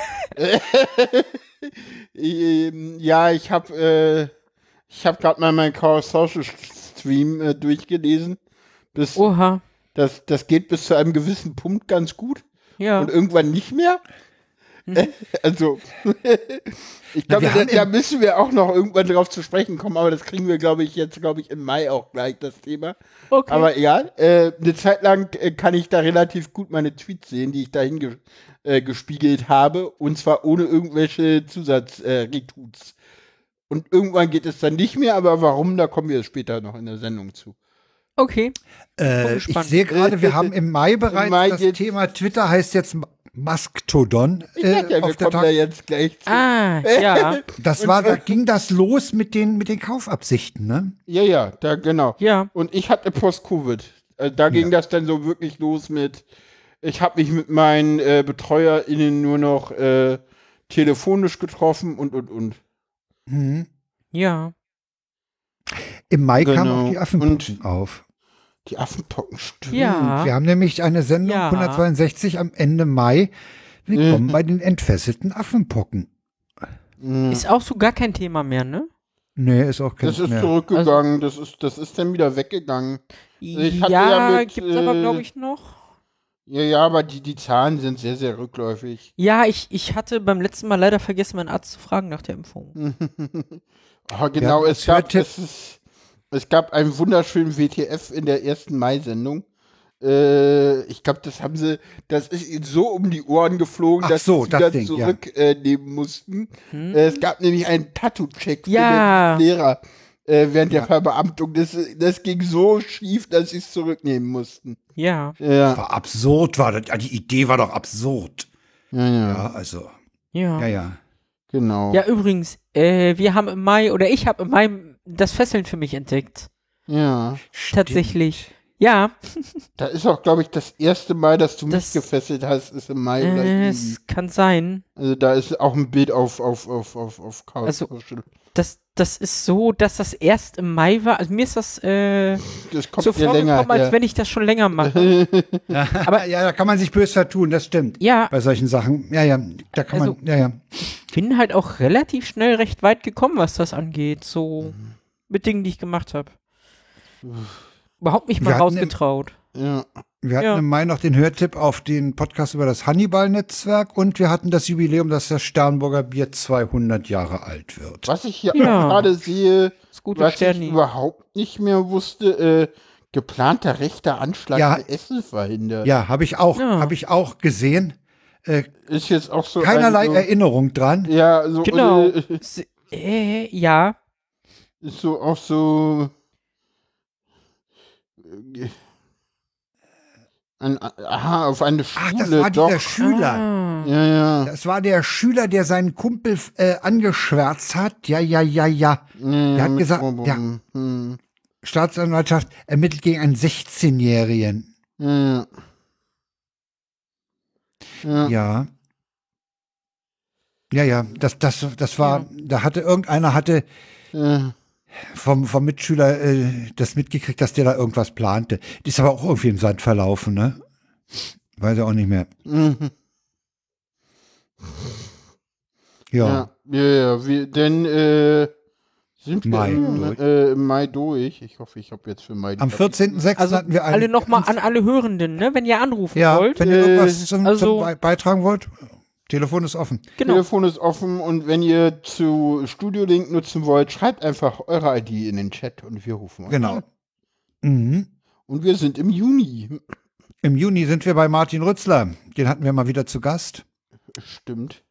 A: Ja, ich habe gerade mal meinen Chaos Social Stream durchgelesen.
C: Oha.
A: Das geht bis zu einem gewissen Punkt ganz gut
C: Ja.
A: und irgendwann nicht mehr. Also, ich glaube,
B: wir haben
A: da müssen wir auch noch irgendwann drauf zu sprechen kommen, aber das kriegen wir, glaube ich, im Mai auch gleich, das Thema.
C: Okay.
A: Aber egal, eine Zeit lang kann ich da relativ gut meine Tweets sehen, die ich dahin gespiegelt habe, und zwar ohne irgendwelche Zusatzretweets. Und irgendwann geht es dann nicht mehr, aber warum, da kommen wir später noch in der Sendung zu.
C: Okay.
B: Ich
C: gespannt.
B: sehe gerade, wir haben im Mai bereits
A: Mai
B: das
A: geht's-
B: Thema Twitter heißt jetzt Masktodon
A: Ja, wir
B: auf der
A: kommen da jetzt gleich zu.
C: Ah, ja.
B: Da ging das los mit den Kaufabsichten, ne?
A: Ja, da genau.
C: Ja.
A: Und ich hatte Post-Covid. Da ging das dann so wirklich los mit, ich habe mich mit meinen BetreuerInnen nur noch telefonisch getroffen und.
B: Mhm.
C: Ja.
B: Im Mai kam
A: Genau.
B: auch die Affenpocken auf.
A: Die Affenpocken, stimmt.
C: Ja.
B: Wir haben nämlich eine Sendung
C: Ja.
B: 162 am Ende Mai. Willkommen bei den entfesselten Affenpocken.
C: Ist auch so gar kein Thema mehr, ne?
B: Nee, ist auch kein
A: Das ist
B: mehr.
A: zurückgegangen, das ist dann wieder weggegangen. Ich hatte ja
C: Ja,
A: mit,
C: gibt's aber, glaube ich, noch.
A: Ja, aber die Zahlen sind sehr, sehr rückläufig.
C: Ja, ich hatte beim letzten Mal leider vergessen, meinen Arzt zu fragen nach der Impfung.
A: Genau,
B: Ja,
A: es gab einen wunderschönen WTF in der ersten Mai-Sendung. Ich glaube, das ist ihnen so um die Ohren geflogen,
B: Ach
A: dass
B: so,
A: sie
B: das
A: wieder
B: Ding, ja.
A: zurücknehmen mussten. Es gab nämlich einen Tattoo-Check
C: Ja.
A: für den Lehrer während der Verbeamtung. Das ging so schief, dass sie es zurücknehmen mussten.
C: Ja.
A: Ja,
B: War absurd, die Idee war doch absurd. Ja, also,
C: Ja.
B: ja.
A: genau.
C: Ja, übrigens, wir haben im Mai, oder ich habe im Mai das Fesseln für mich entdeckt.
A: Ja.
C: Tatsächlich. Ja,
A: Da ist auch, glaube ich, das erste Mal, dass du mich
C: Das-
A: gefesselt hast, ist im Mai oder Juni.
C: es kann sein.
A: Also da ist auch ein Bild auf Chaos
C: Also-
A: Social.
C: Das ist so, dass das erst im Mai war. Also mir ist das
A: Das kommt
C: so
A: mir länger
C: vorgekommen, als
A: her.
C: wenn ich das schon länger mache.
B: Aber ja, da kann man sich böse vertun, das stimmt.
C: Ja,
B: Bei solchen Sachen. Ja, da kann
C: Also-
B: man, ja.
C: bin halt auch relativ schnell recht weit gekommen, was das angeht. So mit Dingen, die ich gemacht habe. Überhaupt nicht mal
B: Wir hatten im-
C: rausgetraut.
A: Ja.
B: Wir hatten
C: Ja.
B: im Mai noch den Hörtipp auf den Podcast über das Hannibal-Netzwerk und wir hatten das Jubiläum, dass das Sternburger Bier 200 Jahre alt wird.
A: Was ich hier
C: Ja.
A: auch gerade sehe,
C: Das gute
A: was ich
C: Sterni.
A: überhaupt nicht mehr wusste, geplanter rechter Anschlag
B: Ja.
A: in Essen verhindert.
B: Ja, habe ich auch gesehen.
A: Ist jetzt auch so
B: Keinerlei
A: so,
B: Erinnerung dran.
A: Ja, so
C: Genau.
A: ist
C: Ja,
A: so auch so auf eine
B: Ach,
A: Schule,
B: das war
A: doch.
B: dieser Schüler.
C: Ah.
A: Ja.
B: Das war der Schüler, der seinen Kumpel angeschwärzt hat. Ja. Der hat gesagt, ja,
A: Hm.
B: Staatsanwaltschaft ermittelt gegen einen 16-Jährigen.
A: Ja.
B: Ja. Ja, das war, da hatte irgendeiner vom Mitschüler das mitgekriegt, dass der da irgendwas plante. Die ist aber auch irgendwie im Sand verlaufen, ne? Weiß er auch nicht mehr.
A: Mhm.
B: Ja.
A: Denn sind wir
B: Mai
A: im Mai durch. Ich hoffe, ich habe jetzt für Mai.
B: Am 14.06.
C: Also
B: hatten wir
C: alle nochmal an alle Hörenden, ne? Wenn ihr anrufen
B: Ja,
C: wollt.
B: wenn ihr irgendwas zum
C: also-
B: beitragen wollt, Telefon ist offen.
C: Genau.
A: Telefon ist offen und wenn ihr zu Studio Link nutzen wollt, schreibt einfach eure ID in den Chat und wir rufen euch
B: Genau.
A: an.
B: Mhm.
A: Und wir sind im Juni.
B: Im Juni sind wir bei Martin Rützler. Den hatten wir mal wieder zu Gast.
A: Stimmt.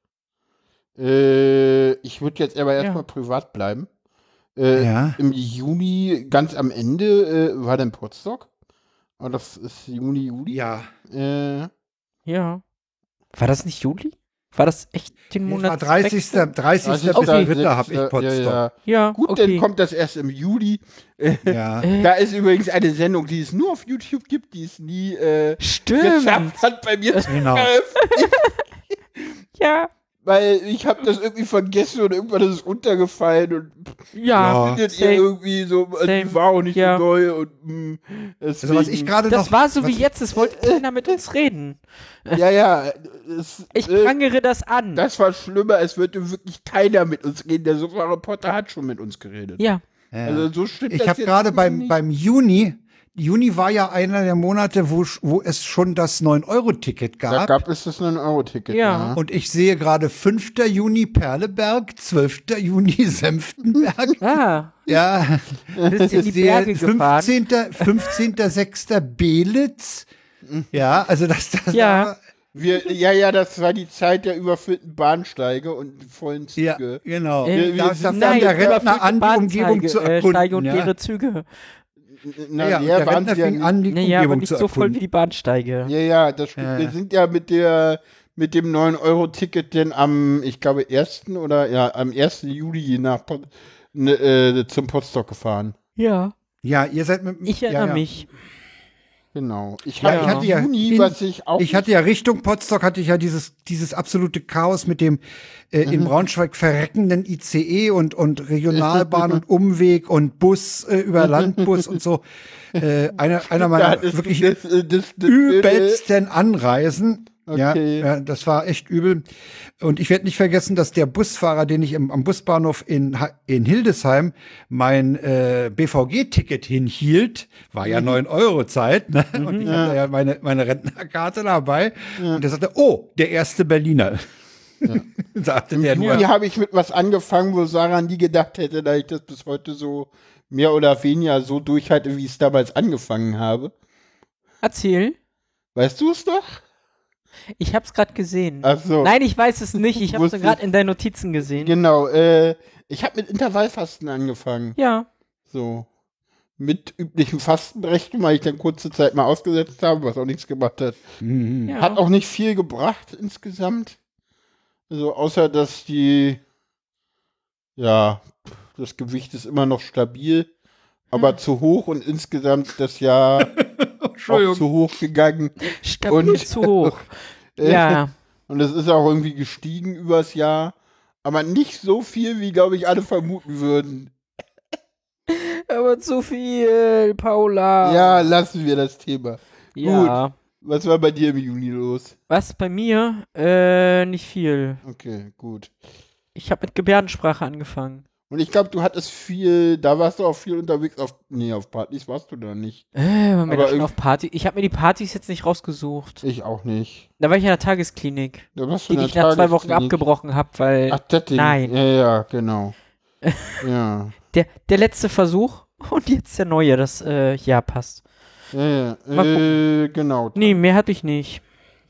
A: Ich würde jetzt aber erstmal privat bleiben.
B: Ja.
A: Im Juni, ganz am Ende, war dann Potsdok. Aber das ist Juli.
B: Ja.
C: Ja. War das nicht Juli? War das echt den
B: Das
C: Monat?
B: war 30. bis
C: Okay.
B: 3. habe ich Potsdok.
C: Ja,
A: Gut,
C: okay.
A: dann kommt das erst im Juli.
B: Ja.
A: Da ist übrigens eine Sendung, die es nur auf YouTube gibt, die es nie
C: Stimmt.
A: geschafft hat bei mir zu
B: Genau.
A: veröffentlichen,
C: Ja.
A: weil ich habe das irgendwie vergessen und irgendwann ist es runtergefallen und
C: Ja.
A: findet
C: same.
A: ihr irgendwie so, also die
C: Same.
A: war auch nicht
C: Ja.
A: so doll und
B: Also was ich gerade noch.
C: Das war so wie
B: was-
C: jetzt, es wollte keiner mit uns reden.
A: Ja,
C: Ich prangere das an.
A: das war schlimmer, es würde wirklich keiner mit uns reden. Der Sofa-Reporter hat schon mit uns geredet.
C: Ja.
A: Also so stimmt
B: Ich
A: das
B: habe
A: jetzt
B: gerade
A: nicht.
B: beim Juni war ja einer der Monate, wo es schon das 9-Euro-Ticket
A: Da
B: gab.
A: gab es das 9-Euro-Ticket.
C: Ja.
B: Und ich sehe gerade 5. Juni Perleberg, 12. Juni Senftenberg.
C: Ah,
B: Ja,
C: bist in die
B: ich sehe
C: Berge gefahren.
B: 15.06. Belitz. Ja, also das
C: Ja.
A: Ja, das war die Zeit der überfüllten Bahnsteige und vollen
B: Ja,
A: Züge.
B: genau.
C: Äh,
B: Da
A: sind-
B: fand
C: Nein,
B: der Rentner
C: überfüllte
B: an, die Umgebung zu
C: Bahnsteige, Steige und
B: erkunden. Ja.
C: leere Züge.
A: Na,
B: Ja,
A: der
B: der
A: waren
B: Rentner
A: sie ja
B: fing
A: nicht.
B: an, die
C: Naja, aber
B: Umgebung
C: nicht
B: zu
C: so voll wie
B: erkunden.
C: die Bahnsteige.
A: Ja, das stimmt. Wir sind ja mit dem 9-Euro-Ticket denn ich glaube, am 1. Juli zum Potsdok gefahren.
C: Ja.
B: Ja, ihr seid mit
C: Ich erinnere mich.
A: Genau. Ich
B: Ja,
A: hatte
B: ich hatte ja
A: Juni, was ich auch.
B: Ich hatte ja Richtung Potsdok hatte ich ja dieses absolute Chaos mit dem in Braunschweig verreckenden ICE und Regionalbahn und Umweg und Bus über Landbus und so. Einer meiner
A: das,
B: wirklich
A: das
B: übelsten Anreisen.
A: Okay.
B: Ja, das war echt übel. Und ich werde nicht vergessen, dass der Busfahrer, den ich am Busbahnhof in Hildesheim mein BVG-Ticket hinhielt, war ja 9-Euro-Zeit, ne? Und ich hatte ja meine Rentnerkarte dabei. Und der sagte, oh, der erste Berliner. Sagte der nur.
A: Juni habe ich mit was angefangen, wo Sarah nie gedacht hätte, dass ich das bis heute so mehr oder weniger so durchhalte, wie ich es damals angefangen habe.
C: Erzähl.
A: Weißt du es doch?
C: Ich hab's gerade gesehen.
A: Ach so.
C: Nein, ich weiß es nicht. Ich hab's
A: Wusste
C: gerade
A: ich.
C: in deinen Notizen gesehen.
A: Genau, ich habe mit Intervallfasten angefangen.
C: Ja.
A: So. Mit üblichem Fastenrechten, weil ich dann kurze Zeit mal ausgesetzt habe, was auch nichts gemacht hat.
B: Mhm.
C: Ja.
A: Hat auch nicht viel gebracht insgesamt. Also außer, dass das Gewicht ist immer noch stabil, aber zu hoch und insgesamt das Jahr auch zu hoch gegangen.
C: Stabil
A: Und-
C: zu hoch.
A: Äh,
C: Ja.
A: Und es ist auch irgendwie gestiegen übers Jahr. Aber nicht so viel, wie, glaube ich, alle vermuten würden.
C: Aber zu viel, Paula.
A: Ja, lassen wir das Thema.
C: Ja.
A: Was war bei dir im Juni los?
C: Was bei mir? Nicht viel.
A: Okay, gut.
C: Ich habe mit Gebärdensprache angefangen.
A: Und ich glaube, du hattest da warst du auch viel unterwegs auf Partys warst du da nicht.
C: Waren wir
A: Aber
C: da schon
A: irgendwie-
C: auf Party? Ich habe mir die Partys jetzt nicht rausgesucht.
A: Ich auch nicht.
C: Da war ich in der Tagesklinik,
A: Da warst du
C: die
A: in
C: ich
A: der
C: nach 2 Wochen
A: Tagesklinik.
C: abgebrochen habe, weil
A: Ach, das Ding.
C: Nein.
A: Ja, genau. Ja.
C: der letzte Versuch und jetzt der neue, das ja passt.
A: Ja,
C: Mal
A: genau.
C: Nee, mehr hatte ich nicht.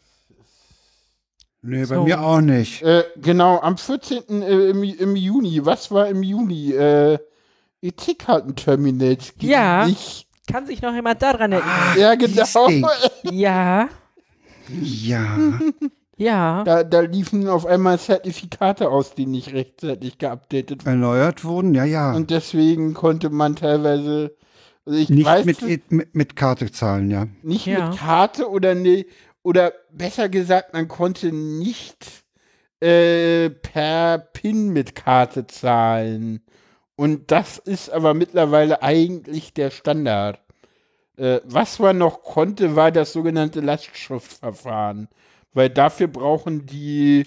B: Nee, bei
C: So.
B: mir auch nicht.
A: Genau, am 14. Im Juni. Was war im Juni? EC-Kartenterminals. gegen
C: Ja.
A: mich.
C: Kann sich noch jemand daran erinnern?
A: Ja,
B: dieses
A: genau.
B: Ding.
C: Ja,
B: Ja.
C: ja.
A: Da liefen auf einmal Zertifikate aus, die nicht rechtzeitig geupdatet wurden.
B: Erneuert wurden, ja.
A: Und deswegen konnte man teilweise, also ich
B: Nicht
A: weiß
B: mit Karte zahlen, ja.
A: nicht
C: Ja.
A: mit Karte oder besser gesagt, man konnte nicht per PIN mit Karte zahlen. Und das ist aber mittlerweile eigentlich der Standard. Was man noch konnte, war das sogenannte Lastschriftverfahren. Weil dafür brauchen die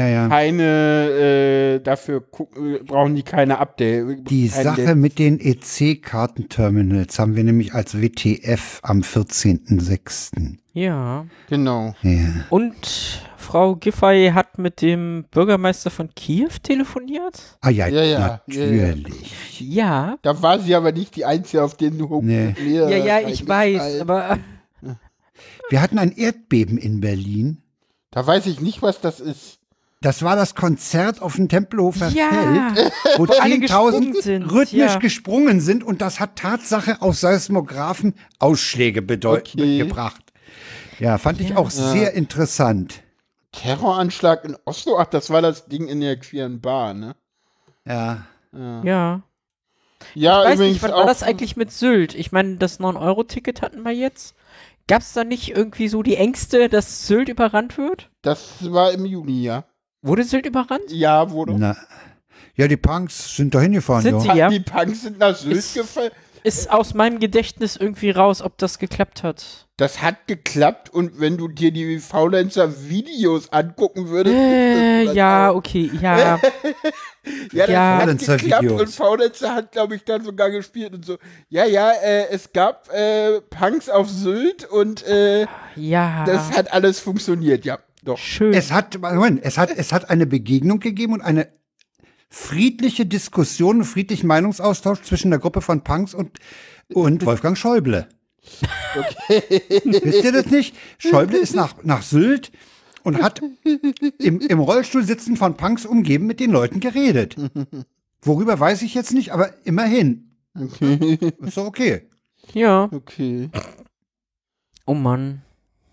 A: keine, brauchen die keine Update.
B: Die Sache mit den EC-Kartenterminals haben wir nämlich als WTF am 14.06.
C: Ja.
A: Genau.
B: Ja.
C: Und Frau Giffey hat mit dem Bürgermeister von Kiew telefoniert?
B: Ah ja,
A: Ja.
B: natürlich.
C: Ja.
A: Da war sie aber nicht die Einzige, auf den du
B: Nee.
C: Ja, ich weiß, aber
B: Wir hatten ein Erdbeben in Berlin.
A: Da weiß ich nicht, was das ist.
B: Das war das Konzert auf dem Tempelhofer
C: ja.
B: Feld, wo
C: alle gesprungen
B: 10.000
C: sind,
B: rhythmisch
C: ja.
B: gesprungen sind und das hat Tatsache auf Seismographen Ausschläge gebracht. Ja, fand ich auch sehr interessant.
A: Terroranschlag in Oslo? Ach, das war das Ding in der queeren Bar, ne?
B: Ja.
C: Ja.
A: Ja,
C: Ich weiß
A: übrigens
C: nicht, wann
A: auch.
C: war das eigentlich mit Sylt? Ich meine, das 9-Euro-Ticket hatten wir jetzt. Gab es da nicht irgendwie so die Ängste, dass Sylt überrannt wird?
A: Das war im Juni, ja.
C: Wurde Sylt überrannt?
A: Ja, wurde.
B: Na. Ja, die Punks sind da hingefahren.
C: Sind
B: ja.
C: sie? Ja.
A: Die Punks sind nach Sylt
C: Ist-
A: gefallen.
C: Ist aus meinem Gedächtnis irgendwie raus, ob das geklappt hat.
A: Das hat geklappt und wenn du dir die Faulenzer-Videos angucken würdest. ist
C: Ja,
A: auch-
C: okay, ja.
A: Ja, das
C: Ja.
A: hat
B: Faulenzer-Videos.
A: geklappt und Faulenzer hat, glaube ich, dann sogar gespielt und so. Ja, es gab Punks auf Sylt und
C: Ja.
A: das hat alles funktioniert, ja. Doch.
C: Schön.
B: Es hat eine Begegnung gegeben und eine friedliche Diskussion, einen friedlichen Meinungsaustausch zwischen der Gruppe von Punks und Wolfgang Schäuble. Wisst ihr das nicht? Schäuble ist nach Sylt und hat im Rollstuhl sitzen von Punks umgeben mit den Leuten geredet. Worüber weiß ich jetzt nicht, aber immerhin.
A: Okay.
B: Ist doch okay.
C: Ja.
A: Okay.
C: Oh Mann.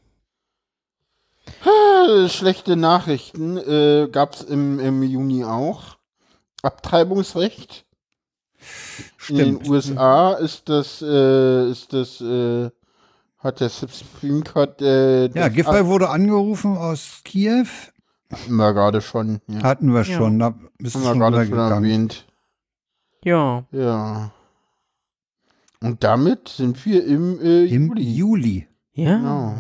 A: Schlechte Nachrichten gab's im Juni auch. Abtreibungsrecht. In den USA hat der Supreme Court
B: Ja, Giffey wurde angerufen aus Kiew.
A: hatten wir gerade schon. Ja.
B: Hatten wir
C: Ja.
B: schon. Da bist
A: Haben
B: du
A: wir
B: schon
A: gerade schon
B: gegangen.
A: erwähnt.
C: Ja.
A: Ja. Und damit sind wir im
B: Im
A: Juli.
B: Juli.
C: Ja.
A: Genau.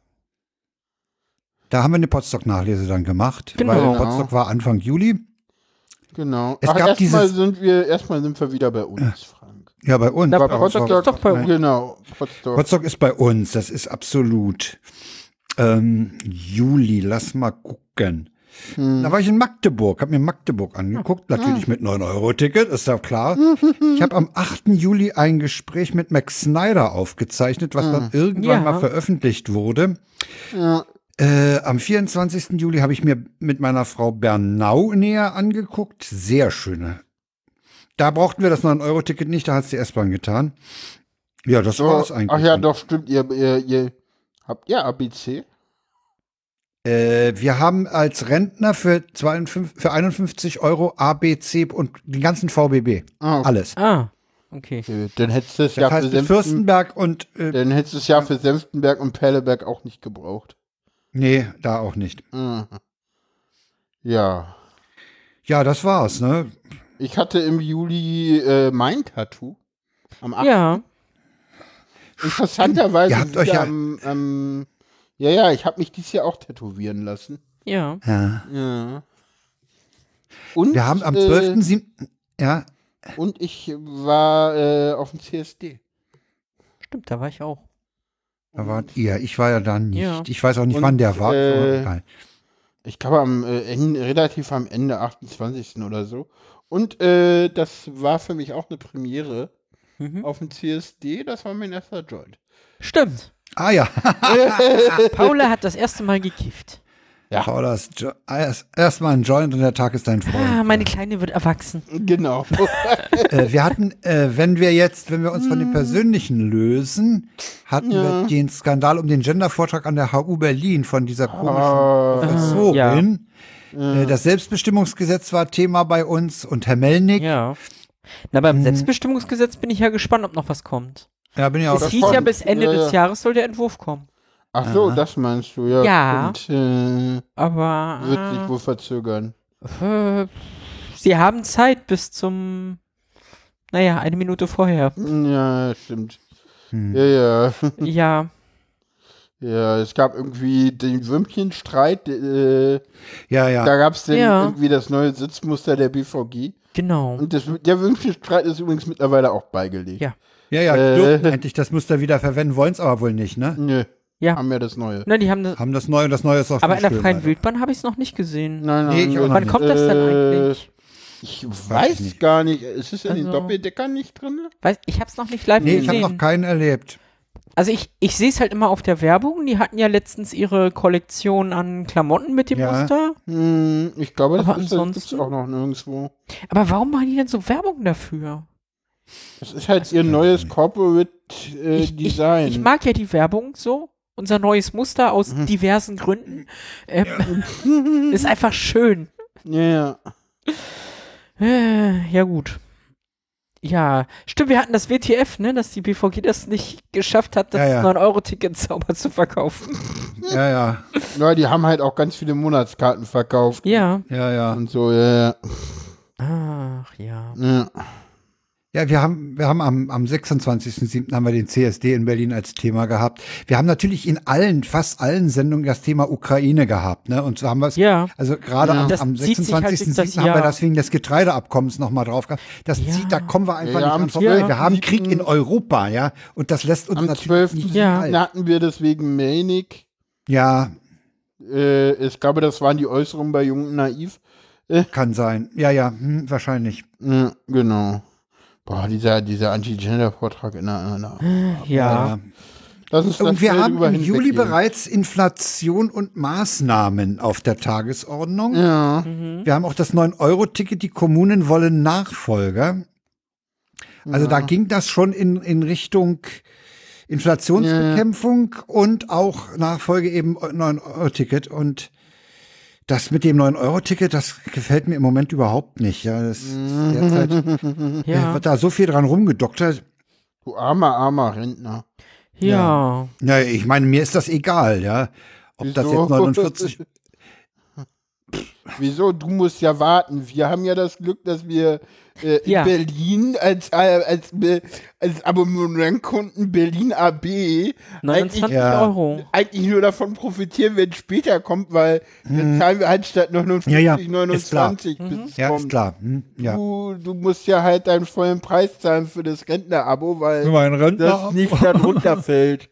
B: Da haben wir eine Potsdok-Nachlese dann gemacht.
C: Genau.
B: Weil Potsdok war Anfang Juli.
A: Genau.
B: Es
A: Ach,
B: gab
A: erstmal
B: dieses-
A: sind wir wieder bei uns, Frank.
B: Ja, bei uns.
C: Na,
B: Bei uns
C: Potsdok
B: war-
C: ist doch bei uns.
A: Genau. Potsdok.
B: Potsdok ist bei uns, das ist absolut. Juli, lass mal gucken. Da war ich in Magdeburg, habe mir Magdeburg angeguckt, natürlich mit 9-Euro-Ticket, ist ja klar. Ich habe am 8. Juli ein Gespräch mit Max Snyder aufgezeichnet, was dann irgendwann
C: Ja.
B: mal veröffentlicht wurde.
A: Ja.
B: Am 24. Juli habe ich mir mit meiner Frau Bernau näher angeguckt. Sehr schöne. Da brauchten wir das 9-Euro-Ticket nicht, da hat es die S-Bahn getan. Ja, das war es eigentlich.
A: Ach ja, doch, stimmt. Ihr habt ja ABC.
B: Wir haben als Rentner für 51 Euro A, B, C und den ganzen VBB.
A: Ah, okay.
B: Alles.
C: Ah. Okay.
A: Dann hättest du es
B: Das
A: ja
B: heißt,
A: für
B: mit Fürstenberg und
A: Dann hättest du es ja für Senftenberg und Perleberg auch nicht gebraucht.
B: nee, da auch nicht.
A: Mhm. Ja.
B: Ja, das war's, ne?
A: Ich hatte im Juli mein Tattoo. Am 8.
C: Ja.
A: Interessanterweise
B: Ihr habt euch ja-
A: ich habe mich dieses Jahr auch tätowieren lassen.
C: Ja.
B: Ja.
A: Ja. Und,
B: Wir haben am 12.7. Ja,
A: und ich war auf dem CSD.
C: Stimmt, da war ich auch.
B: da wart ihr. Ich war ja da nicht.
C: Ja.
B: Ich weiß auch nicht,
A: Und,
B: wann der war. aber egal.
A: Ich glaube relativ am Ende, 28. oder so. Und das war für mich auch eine Premiere
C: Mhm.
A: auf dem CSD. Das war mein erster Joint.
C: Stimmt.
B: Ah ja,
C: Paula hat das erste Mal gekifft.
A: Ja.
B: Paulas erstmal ein Joint und der Tag ist dein Freund.
C: Ah, meine Kleine wird erwachsen.
A: Genau.
B: Wir hatten, wenn wir uns von dem Persönlichen lösen, hatten wir den Skandal um den Gendervortrag an der HU Berlin von dieser komischen Professorin. Das Selbstbestimmungsgesetz war Thema bei uns und Herr Melnick.
C: Ja. Na, beim Selbstbestimmungsgesetz bin ich ja gespannt, ob noch was kommt.
B: Ja, bin ich auch.
C: Es
A: das
C: hieß ja,
A: kommt.
C: bis Ende
A: Ja,
C: des
A: ja.
C: Jahres soll der Entwurf kommen.
A: Ach so,
B: Aha.
A: das meinst du, ja.
C: Ja.
A: Stimmt.
C: Aber
A: Wird sich wohl verzögern.
C: sie haben Zeit bis zum, naja, 1 Minute vorher.
A: Ja, stimmt.
B: Hm.
A: Ja.
C: Ja,
A: Ja, es gab irgendwie den Würmchenstreit.
B: Ja, ja.
A: Da gab es
C: Ja.
A: irgendwie das neue Sitzmuster der BVG.
C: genau.
A: Und der Würmchenstreit ist übrigens mittlerweile auch beigelegt.
C: Ja.
B: Ja, ja, die dürfen endlich das Muster wieder verwenden, wollen es aber wohl nicht, ne?
A: Nö,
C: Ja.
A: haben ja das neue.
C: Ne, die haben das,
B: Haben das Neue und das Neue ist auch
C: aber in der
B: schön,
C: freien
B: leider.
C: Wildbahn habe ich es noch nicht gesehen.
A: Nein,
B: Nee, ich auch noch
C: Wann
B: nicht.
C: kommt das denn eigentlich?
A: Ich weiß
B: nicht.
A: gar nicht. Ist es in den
C: Also-
A: Doppeldeckern nicht drin?
C: Ich habe es noch nicht live
B: Nee, ich habe
C: gesehen.
B: noch keinen erlebt.
C: Also ich sehe es halt immer auf der Werbung. Die hatten ja letztens ihre Kollektion an Klamotten mit dem
B: Ja.
C: Muster.
A: Ich glaube,
C: Aber
A: das gibt's
C: ansonsten?
A: auch noch nirgendwo.
C: Aber warum machen die denn so Werbung dafür?
A: Das ist halt ihr neues Corporate Design.
C: Ich mag ja die Werbung so. Unser neues Muster aus diversen Gründen. Ist einfach schön.
A: Ja.
C: Ja, gut. Ja, stimmt, wir hatten das WTF, ne, dass die BVG das nicht geschafft hat, das
B: Ja, ja.
C: 9-Euro-Ticket sauber zu verkaufen.
B: Ja, ja,
A: Ja, die haben halt auch ganz viele Monatskarten verkauft.
C: Ja.
B: ja, ja.
A: Und so, ja.
C: Ach, ja.
A: Ja.
B: Ja, wir haben am 26.07. haben wir den CSD in Berlin als Thema gehabt. Wir haben natürlich in fast allen Sendungen das Thema Ukraine gehabt, ne? Und so haben wir es,
C: Ja.
B: also gerade
A: Ja.
B: am
C: Das zieht sich halt durch
B: 26.07.
C: das
B: haben wir
C: Jahr.
B: das wegen des Getreideabkommens nochmal drauf gehabt. Das
C: Ja.
B: zieht, da kommen wir einfach
A: Ja,
B: nicht
A: am
B: dran vorbei.
C: ja.
B: Wir haben Krieg in Europa, ja? Und das lässt uns
A: Am
B: natürlich
A: 12.
B: nicht
C: Ja.
B: kalt.
A: hatten wir deswegen Melnik.
B: Ja,
A: Ich glaube, das waren die Äußerungen bei Jung und Naiv.
B: kann sein. Ja, ja, wahrscheinlich.
A: Ja, genau. Boah, dieser Anti-Gender-Vortrag in einer.
C: Ja.
A: Lass uns
B: Und
A: das
B: wir
A: schnell
B: haben
A: drüber
B: im Juli
A: hinweggehen.
B: bereits Inflation und Maßnahmen auf der Tagesordnung.
A: Ja.
B: Wir haben auch das 9-Euro-Ticket, die Kommunen wollen Nachfolger. Also da ging das schon in Richtung Inflationsbekämpfung und auch Nachfolge eben 9-Euro-Ticket. Und das mit dem 9-Euro-Ticket, das gefällt mir im Moment überhaupt nicht. Ja, das ist derzeit
C: Ja.
B: wird da so viel dran rumgedoktert.
A: Du armer Rentner.
C: Ja.
B: Ja, ich meine, mir ist das egal, ja. Ob das
A: Wieso?
B: jetzt 49.
A: Wieso? Du musst ja warten. Wir haben ja das Glück, dass wir in
C: Ja.
A: Berlin als Abonnentkunden Berlin AB
C: 29
B: Ja.
C: Euro.
A: eigentlich nur davon profitieren, wenn es später kommt, weil dann zahlen wir halt statt 59,
B: Ja, ja, ist
A: 29 bis es
B: Ja,
A: kommt.
B: ist klar. Ja.
A: Du musst ja halt deinen vollen Preis zahlen für das Rentner-Abo, weil
B: Mein Rentner.
A: das nicht darunter fällt.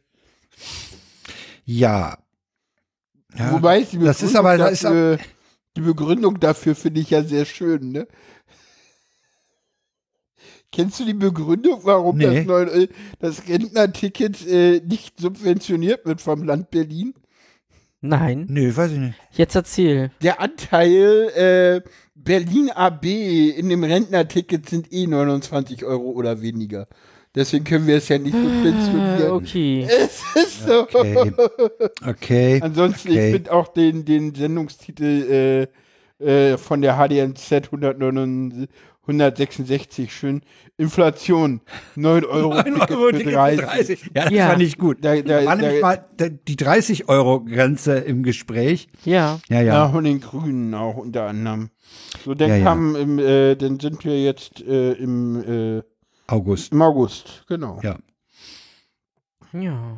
B: Ja. Ja.
A: Wobei die
B: das ist aber, da ist
A: dafür, die Begründung dafür finde ich ja sehr schön, ne? Kennst du die Begründung, warum
B: Nee.
A: das Rentnerticket nicht subventioniert wird vom Land Berlin?
C: Nein.
B: Nö, weiß ich nicht.
C: Jetzt erzähl.
A: Der Anteil Berlin AB in dem Rentnerticket sind 29 Euro oder weniger. Deswegen können wir es ja nicht subventionieren.
C: Okay.
A: Es ist so.
B: Okay. Okay.
A: Ansonsten,
B: Okay.
A: ich finde auch den Sendungstitel von der HDNZ 166 schön. Inflation, 9 Euro Ticket für 30.
B: Ja, das
C: Ja.
B: fand ich gut.
A: Da
B: War nämlich mal die 30-Euro-Grenze im Gespräch.
C: Ja.
B: Ja,
A: ja,
B: ja.
A: von den Grünen auch unter anderem. So,
B: Ja,
A: dann
B: ja.
A: dann sind wir jetzt im
B: August.
A: August, genau.
B: Ja.
C: Ja.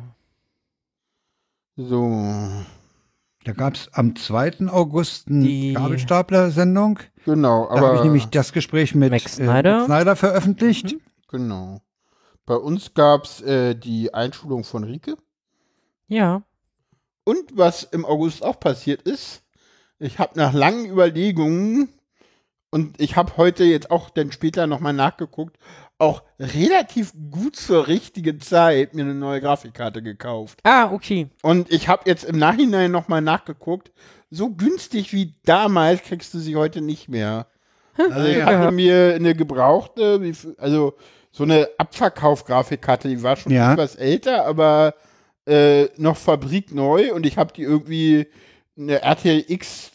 A: So,
B: Da gab es am 2. August eine
C: Die-
B: Gabelstapler-Sendung.
A: genau,
B: Da habe ich
A: aber
B: nämlich das Gespräch mit
C: Max Snyder.
B: Snyder veröffentlicht.
A: genau. Bei uns gab es die Einschulung von Rike.
C: Ja.
A: Und was im August auch passiert ist, ich habe nach langen Überlegungen und ich habe heute jetzt auch dann später nochmal nachgeguckt, auch relativ gut zur richtigen Zeit mir eine neue Grafikkarte gekauft.
C: Ah, okay.
A: Und ich habe jetzt im Nachhinein nochmal nachgeguckt, so günstig wie damals kriegst du sie heute nicht mehr. Also ich hatte mir eine gebrauchte, also so eine Abverkauf-Grafikkarte, die war schon
B: Ja.
A: etwas älter, aber noch fabrikneu und ich habe die irgendwie eine RTX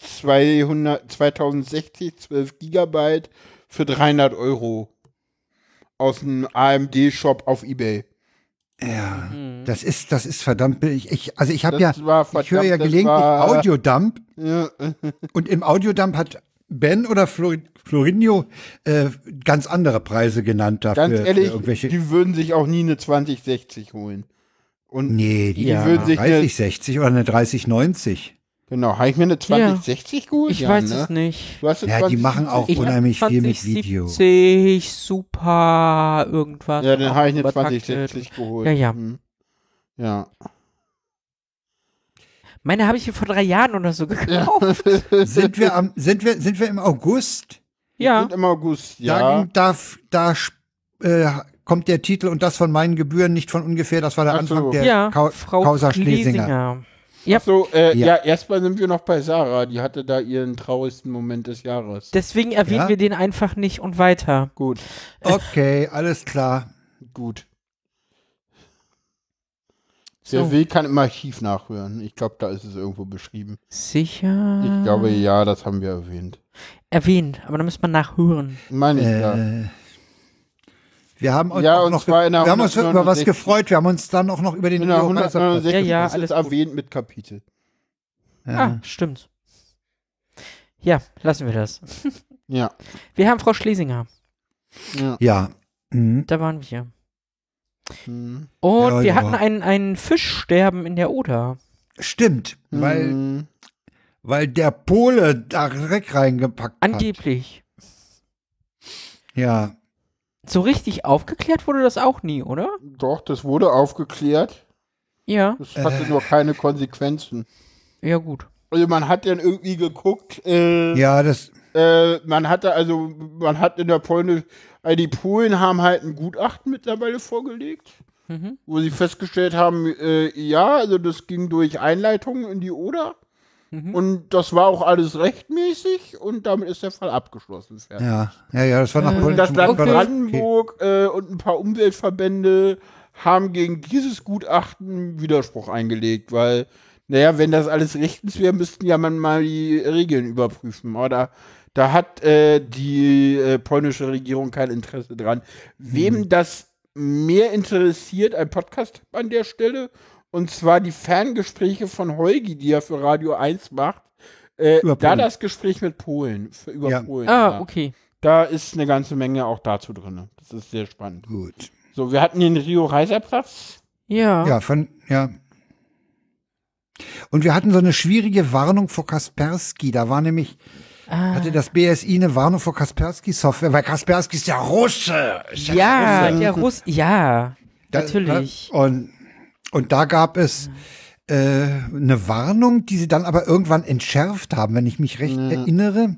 A: 2060, 12 Gigabyte für 300 Euro aus dem AMD-Shop auf eBay.
B: Ja,
C: Mhm.
B: das ist verdammt billig. Ich höre ja
A: das
B: gelegentlich
A: war-
B: Audiodump
A: Ja.
B: und im Audiodump hat Ben oder Florinho ganz andere Preise genannt dafür.
A: Ganz
B: für
A: ehrlich,
B: irgendwelche,
A: die würden sich auch nie eine 2060 holen. Und
B: nee, die
C: Ja.
A: würden sich eine,
B: 3060 oder eine 3090.
A: genau, habe ich mir eine 2060 geholt?
C: Ich
A: Ja,
C: weiß
A: ne?
C: es nicht.
A: Du hast eine
B: Ja, die machen auch
C: Ich hab
B: unheimlich viel mit
C: 2070 super irgendwas.
A: Ja, dann
C: auch
A: habe ich eine
C: übertaktet.
A: 2060 geholt.
C: Ja, ja.
A: Hm. Ja.
C: Meine habe ich hier vor 3 Jahren oder so gekauft.
B: Sind wir im August?
C: Ja.
A: Und im August, ja.
B: Da kommt der Titel und das von meinen Gebühren nicht von ungefähr. Das war der
A: Ach so.
B: Anfang der
C: Ja, Frau
B: Causa Schlesinger.
C: Ja,
A: So,
B: Ja.
A: ja, erstmal sind wir noch bei Sarah. Die hatte da ihren traurigsten Moment des Jahres.
C: deswegen erwähnen
B: Ja?
C: wir den einfach nicht und weiter.
A: Gut,
B: Okay, alles klar.
A: gut.
C: So.
A: Wer will, kann im Archiv nachhören. Ich glaube, da ist es irgendwo beschrieben.
C: Sicher.
A: Ich glaube, ja, das haben wir erwähnt.
C: Erwähnt, aber da müsste man nachhören.
A: Meine ich, ja.
B: Wir haben uns
A: Ja,
B: auch
A: und
B: noch,
A: zwar in der
B: wir haben uns über was
A: 169.
B: gefreut. Wir haben uns dann auch noch über den
A: In der
B: Rio Reiser
A: 169,
C: Ja, ja,
A: das
C: alles
A: ist
C: gut.
A: erwähnt mit Kapitel.
C: Ah, stimmt. Ja, lassen wir das.
A: Ja,
C: Wir haben Frau Schlesinger.
A: ja.
B: Ja. Mhm.
C: Da waren wir.
A: Hm.
C: Und
B: Ja,
C: wir
B: ja.
C: hatten ein Fischsterben in der Oder.
B: Stimmt,
A: Hm.
B: weil der Pole da Dreck reingepackt hat.
C: Angeblich.
B: Ja.
C: So richtig aufgeklärt wurde das auch nie, oder?
A: Doch, das wurde aufgeklärt.
C: Ja.
A: Das hatte nur keine Konsequenzen.
C: Ja, gut.
A: Also man hat dann irgendwie geguckt,
B: Ja, das.
A: man hat in der Polnisch, die Polen haben halt ein Gutachten mittlerweile vorgelegt,
C: Mhm.
A: wo sie festgestellt haben, ja, also das ging durch Einleitungen in die Oder
C: Mhm.
A: und das war auch alles rechtmäßig und damit ist der Fall abgeschlossen. Fertig.
B: Ja, das war nach
C: Und
A: Und das
B: polnischem
A: Land
B: Recht war das
A: Brandenburg und ein paar Umweltverbände haben gegen dieses Gutachten Widerspruch eingelegt, weil, naja, wenn das alles rechtens wäre, müssten ja man mal die Regeln überprüfen. Oder da hat die polnische Regierung kein Interesse dran. Wem das mehr interessiert, ein Podcast an der Stelle, und zwar die Ferngespräche von Holgi, die er für Radio 1 macht,
B: Über
A: da
B: Polen.
A: das Gespräch mit Polen, über
B: Ja.
A: Polen.
C: Ah,
A: ja.
C: okay.
A: Da ist eine ganze Menge auch dazu drin. Das ist sehr spannend.
B: Gut.
A: So, wir hatten den Rio-Reiser-Platz.
C: Ja.
B: Ja. Und wir hatten so eine schwierige Warnung vor Kaspersky. Da war nämlich, hatte das BSI eine Warnung vor Kaspersky-Software, weil Kaspersky ist ja Russe. Ist
C: Ja,
B: Russe.
C: der Russ. Ja,
B: Da-
C: natürlich.
B: Und da gab es eine Warnung, die sie dann aber irgendwann entschärft haben, wenn ich mich recht erinnere.